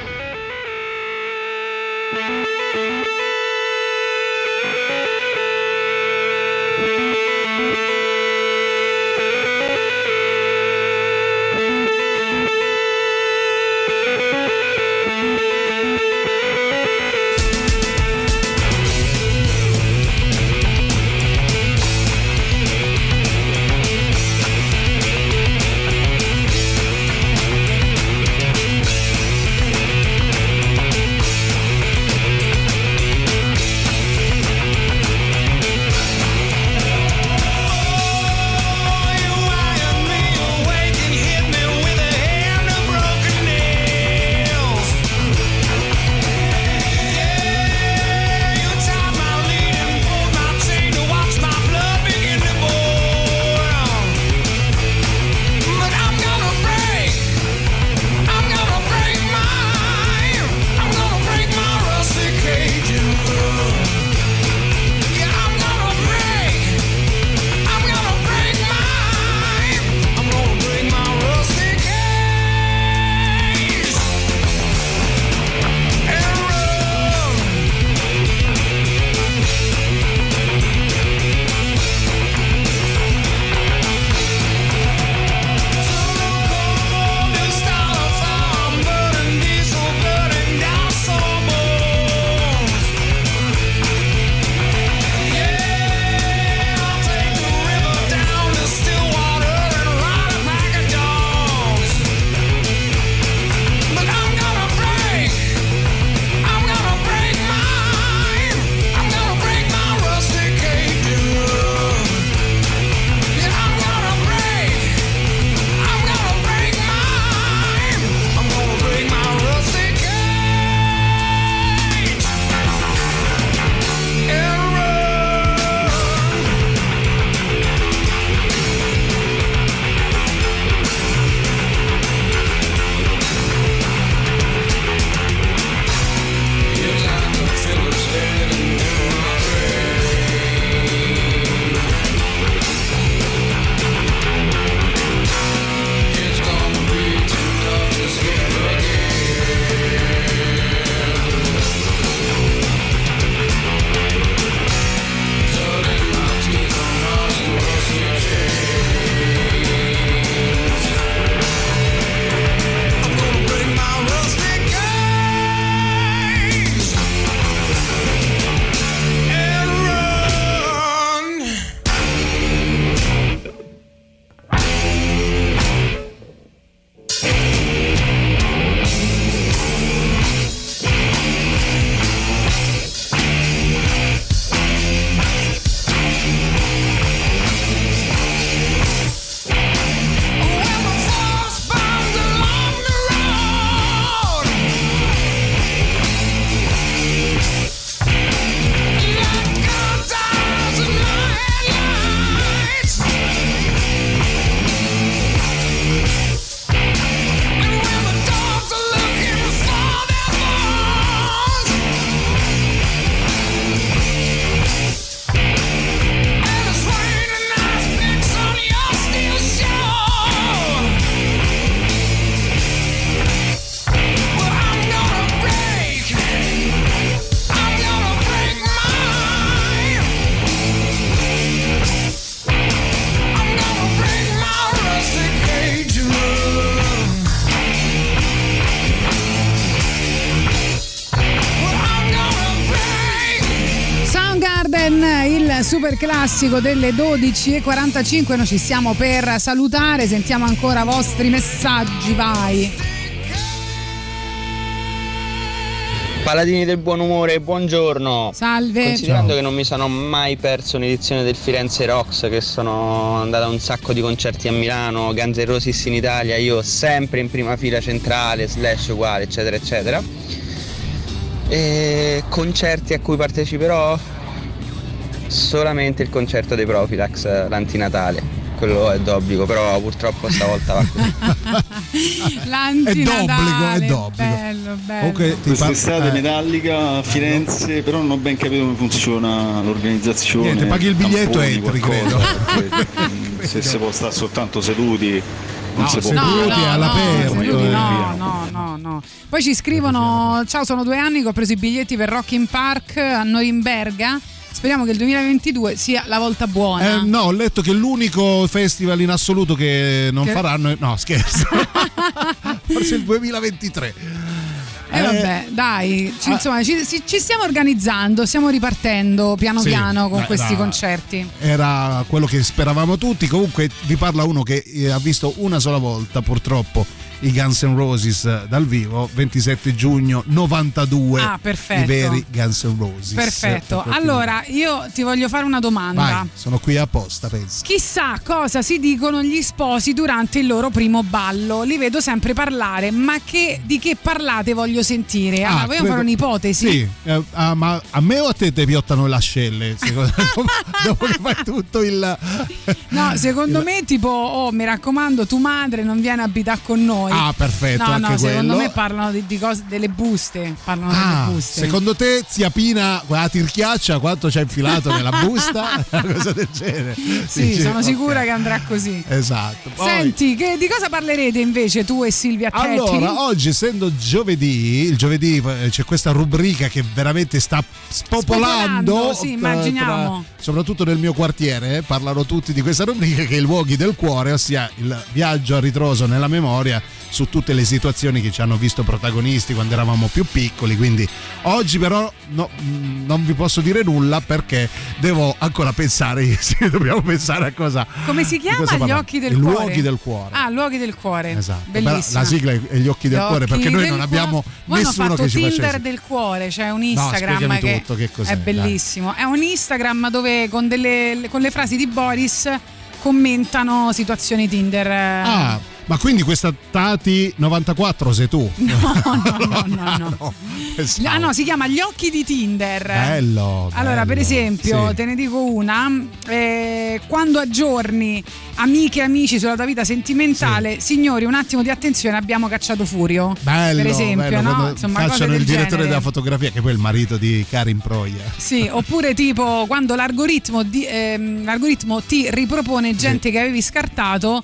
Speaker 4: Super classico delle dodici e quarantacinque, noi ci stiamo per salutare, sentiamo ancora vostri messaggi, vai.
Speaker 8: Paladini del buon umore, buongiorno.
Speaker 4: Salve.
Speaker 8: Considerando
Speaker 4: Ciao.
Speaker 8: che non mi sono mai perso un'edizione del Firenze Rocks, che sono andata a un sacco di concerti a Milano, Guns N' Roses in Italia, io sempre in prima fila centrale, Slash uguale, eccetera eccetera. E concerti a cui parteciperò? Solamente il concerto dei Profilax, l'antinatale, quello è d'obbligo, però purtroppo stavolta va così.
Speaker 4: L'antinatale,
Speaker 3: è d'obbligo, è d'obbligo.
Speaker 4: Bello, bello.
Speaker 12: Okay, quest'estate eh. Metallica a Firenze, però non ho ben capito come funziona l'organizzazione.
Speaker 3: Niente, paghi il biglietto e entri, credo.
Speaker 12: se si può stare soltanto seduti non
Speaker 3: No,
Speaker 12: si può
Speaker 3: seduti
Speaker 12: più.
Speaker 3: è all'aperto.
Speaker 4: No, seduti
Speaker 3: eh.
Speaker 4: no, no, no, no. Poi ci scrivono: ciao, sono due anni che ho preso i biglietti per Rock in Park a Norimberga. Speriamo che il duemilaventidue sia la volta buona.
Speaker 3: Eh, no, ho letto che l'unico festival in assoluto che non
Speaker 4: Che-
Speaker 3: faranno è... No, scherzo. Forse il duemilaventitré.
Speaker 4: E eh, vabbè, dai, ci,
Speaker 3: ah.
Speaker 4: insomma, ci, ci- ci stiamo organizzando, stiamo ripartendo piano
Speaker 3: Sì,
Speaker 4: piano con
Speaker 3: dai,
Speaker 4: questi
Speaker 3: dai.
Speaker 4: concerti.
Speaker 3: Era quello che speravamo tutti. Comunque vi parla uno che eh, ha visto una sola volta purtroppo i Guns N' Roses dal vivo, ventisette giugno novantadue.
Speaker 4: Ah, perfetto.
Speaker 3: I veri Guns N' Roses.
Speaker 4: Perfetto.
Speaker 3: Per
Speaker 4: Allora, io ti voglio fare una domanda.
Speaker 3: Vai, sono qui apposta, penso.
Speaker 4: Chissà cosa si dicono gli sposi durante il loro primo ballo. Li vedo sempre parlare, ma che, di che parlate voglio sentire? Allora,
Speaker 3: Ah,
Speaker 4: vogliamo
Speaker 3: credo-
Speaker 4: fare un'ipotesi?
Speaker 3: Sì, eh, ah, ma a me o a te ti piottano le ascelle? Secondo dopo, dopo che fai tutto il...
Speaker 4: No, secondo me tipo, oh, mi raccomando, tu madre non viene a abitare con noi.
Speaker 3: Ah, perfetto,
Speaker 4: No,
Speaker 3: anche
Speaker 4: no, secondo
Speaker 3: quello.
Speaker 4: me parlano di, di cose, delle buste. Parlano
Speaker 3: Ah,
Speaker 4: delle buste.
Speaker 3: secondo te zia Pina la tirchiaccia quanto c'è infilato nella busta? Una cosa del genere.
Speaker 4: Sì,
Speaker 3: Dici,
Speaker 4: sono
Speaker 3: ok.
Speaker 4: sicura che andrà così.
Speaker 3: Esatto. Poi-
Speaker 4: Senti, che, di cosa parlerete invece tu e Silvia Tetti?
Speaker 3: Allora, oggi essendo giovedì, il giovedì eh, c'è questa rubrica che veramente sta spopolando.
Speaker 4: Spopolando, sì,
Speaker 3: tra-
Speaker 4: immaginiamo.
Speaker 3: tra- soprattutto nel mio quartiere, eh, parlano tutti di questa rubrica che è il Luoghi del Cuore, ossia il viaggio a ritroso nella memoria su tutte le situazioni che ci hanno visto protagonisti quando eravamo più piccoli. Quindi oggi però no, mh, non vi posso dire nulla perché devo ancora pensare, sì, dobbiamo pensare a cosa.
Speaker 4: Come si
Speaker 3: di cosa
Speaker 4: chiama? Gli
Speaker 3: parlare.
Speaker 4: occhi del
Speaker 3: I
Speaker 4: cuore.
Speaker 3: Luoghi del Cuore.
Speaker 4: Ah, luoghi del cuore.
Speaker 3: Esatto. Però
Speaker 4: Bellissimo.
Speaker 3: la sigla è Gli occhi del
Speaker 4: Gli
Speaker 3: cuore perché
Speaker 4: occhi
Speaker 3: noi
Speaker 4: del
Speaker 3: non abbiamo
Speaker 4: cuore. Voi hanno
Speaker 3: nessuno
Speaker 4: fatto
Speaker 3: che ci
Speaker 4: Tinder
Speaker 3: facesse.
Speaker 4: del cuore, c'è un Instagram
Speaker 3: spiegami
Speaker 4: che,
Speaker 3: tutto, che cos'è,
Speaker 4: è
Speaker 3: dai.
Speaker 4: bellissimo. È un Instagram dove con, delle, con le frasi di Boris commentano situazioni Tinder.
Speaker 3: Ah, ma quindi questa Tati novantaquattro sei tu?
Speaker 4: No, no, no, no, no.
Speaker 3: Pensavo.
Speaker 4: Ah no, si chiama Gli occhi di Tinder.
Speaker 3: Bello.
Speaker 4: Allora,
Speaker 3: bello.
Speaker 4: per esempio,
Speaker 3: Sì.
Speaker 4: te ne dico una, eh, quando aggiorni amiche e amici sulla tua vita sentimentale, signori, un attimo di attenzione, abbiamo cacciato Furio.
Speaker 3: Bello,
Speaker 4: per esempio,
Speaker 3: bello,
Speaker 4: no?
Speaker 3: quando
Speaker 4: Insomma, cose
Speaker 3: cacciano
Speaker 4: del
Speaker 3: il direttore
Speaker 4: genere.
Speaker 3: della fotografia, che poi è il marito di Karin Proia.
Speaker 4: Sì, oppure tipo quando l'algoritmo, di- ehm, l'algoritmo ti ripropone gente che avevi scartato,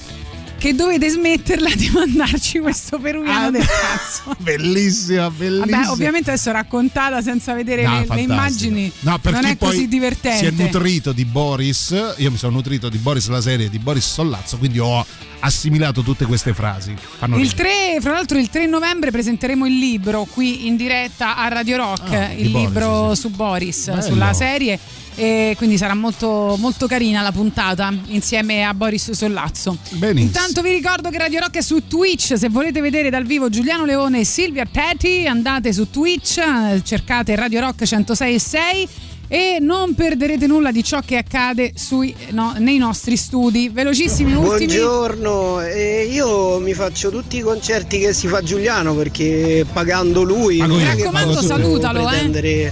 Speaker 4: che dovete smetterla di mandarci questo peruviano
Speaker 3: Ah,
Speaker 4: del cazzo.
Speaker 3: Bellissima, bellissima.
Speaker 4: Vabbè, ovviamente adesso raccontata senza vedere
Speaker 3: No,
Speaker 4: le, le
Speaker 3: fantastico.
Speaker 4: immagini,
Speaker 3: No, per
Speaker 4: non
Speaker 3: chi
Speaker 4: è
Speaker 3: poi
Speaker 4: così divertente.
Speaker 3: si è nutrito di Boris, io mi sono nutrito di Boris, la serie di Boris Sollazzo, quindi ho assimilato tutte queste frasi. Fanno
Speaker 4: Il
Speaker 3: ridere.
Speaker 4: tre, fra l'altro il tre novembre presenteremo il libro qui in diretta a Radio Rock,
Speaker 3: Ah, di
Speaker 4: il
Speaker 3: Boris,
Speaker 4: libro
Speaker 3: sì.
Speaker 4: su Boris,
Speaker 3: Bello.
Speaker 4: sulla serie, e quindi sarà molto, molto carina la puntata insieme a Boris Sollazzo.
Speaker 3: Benissimo.
Speaker 4: Intanto vi ricordo che Radio Rock è su Twitch, se volete vedere dal vivo Giuliano Leone e Silvia Tetti andate su Twitch, eh, cercate Radio Rock centosei e sei e non perderete nulla di ciò che accade sui, no, nei nostri studi. Velocissimi ultimi.
Speaker 10: Buongiorno, eh, io mi faccio tutti i concerti che si fa Giuliano perché pagando lui
Speaker 3: Pago
Speaker 10: non
Speaker 3: io,
Speaker 10: è che
Speaker 4: raccomando,
Speaker 10: posso
Speaker 4: salutalo, eh.
Speaker 10: pretendere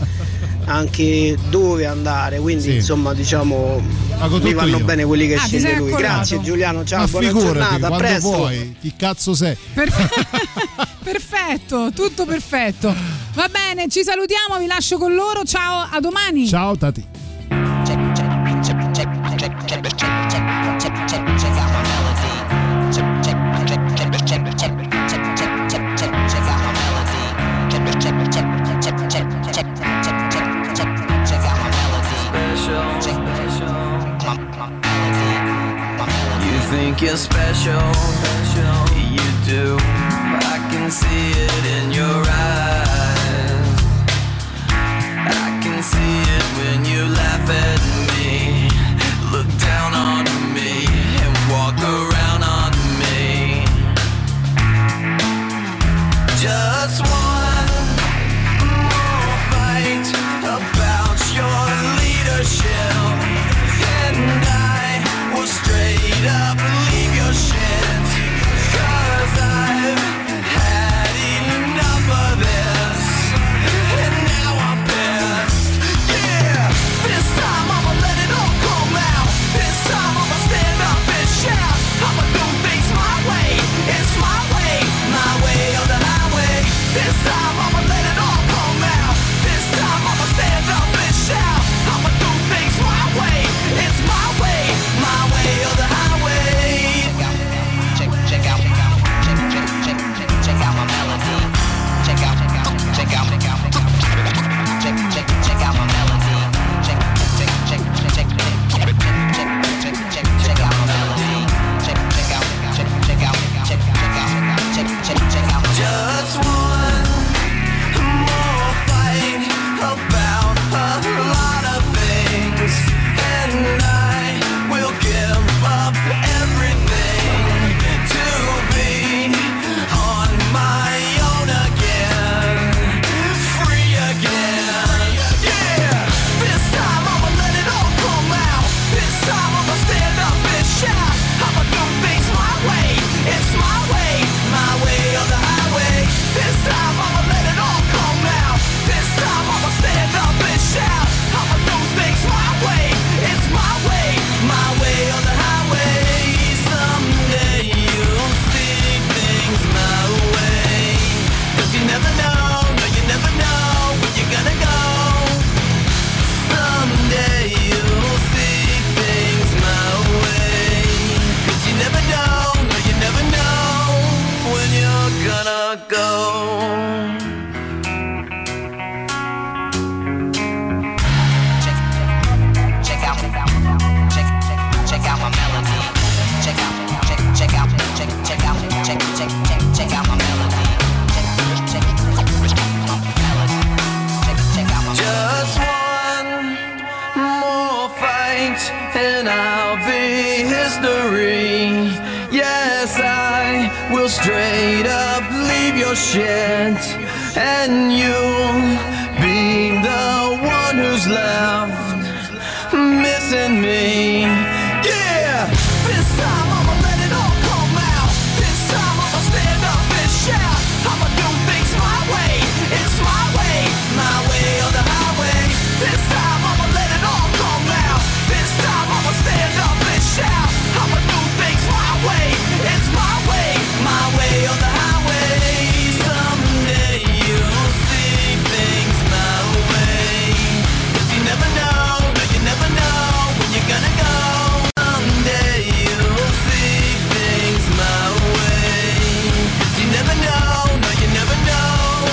Speaker 10: anche dove andare, quindi
Speaker 3: Sì.
Speaker 10: insomma diciamo
Speaker 3: Pago
Speaker 10: mi
Speaker 3: tutto
Speaker 10: vanno
Speaker 3: io.
Speaker 10: bene quelli che
Speaker 4: Ah, ti sei
Speaker 10: sceglie lui.
Speaker 4: accollato.
Speaker 10: Grazie Giuliano, ciao,
Speaker 3: Ma
Speaker 10: buona
Speaker 3: figurati,
Speaker 10: giornata, a
Speaker 3: quando
Speaker 10: presto.
Speaker 3: vuoi, chi cazzo sei?
Speaker 4: Perfe- perfetto, tutto perfetto. Va bene, ci salutiamo, vi lascio con loro. Ciao, a domani.
Speaker 3: Ciao Tati.
Speaker 9: You think you're special, you do. I can see it in your eyes. I can see it when you laugh at me, look down on me, and walk around on me. Just one more fight about your leadership, and I will straight up leave your shit, 'cause I've had enough of this, and now I'm pissed. Yeah, this time I'ma let it all come out. This time I'ma stand up and shout. I'ma do things my way. It's my way, my way or the highway. This time I'ma let it all come out. This time I'ma stand up and shout. I'ma do things my go. Check out, check, check out my melody. Check out, check, check out, check, check out, check, check, check, check out my melody. Check, check, check out my melody. Check, check out my melody. Just one more fight and I'll be history. Yes, I will straight up leave your shit, and you'll be the one who's left missing me. Yeah, this time I'ma let it all come out. This time I'ma stand up and shout. I'ma do things my way. It's my way, my way or the highway. This time I'ma let it all come out. This time I'ma stand up and shout. I'ma do things my way. It's my way, my way or the highway. Someday you'll see things my way. 'Cause you never know, no you never know when you're gonna go. Someday you'll see things my way. 'Cause you never know, no you never know.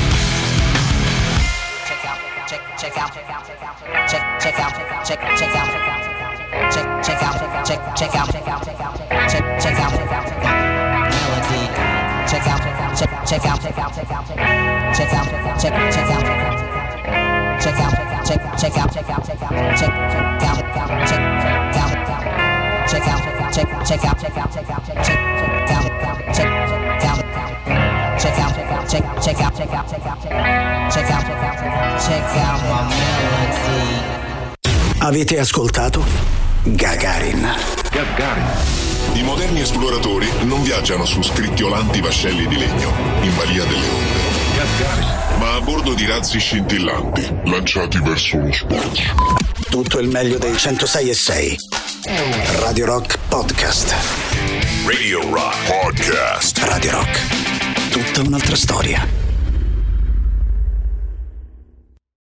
Speaker 9: Check out, check, check out, check, check out, check, check out, check, check out, check, check out, check, check out, melody. Check out, check, check out, check out, check out, check out, check, check out, check out, check, check out, check out, check out, check, check out, check, check out, check, check out, check out, check out, check, check out, check, check out, check out, check, check out, check out, check out, check out, check out my melody.
Speaker 1: Avete ascoltato Gagarin.
Speaker 11: Gagarin. I moderni esploratori non viaggiano su scricchiolanti vascelli di legno in balia delle onde, Gagarin, ma a bordo di razzi scintillanti lanciati verso lo spazio.
Speaker 1: Tutto il meglio dei centosei e sei. Radio Rock Podcast.
Speaker 11: Radio Rock Podcast.
Speaker 1: Radio Rock. Tutta un'altra storia.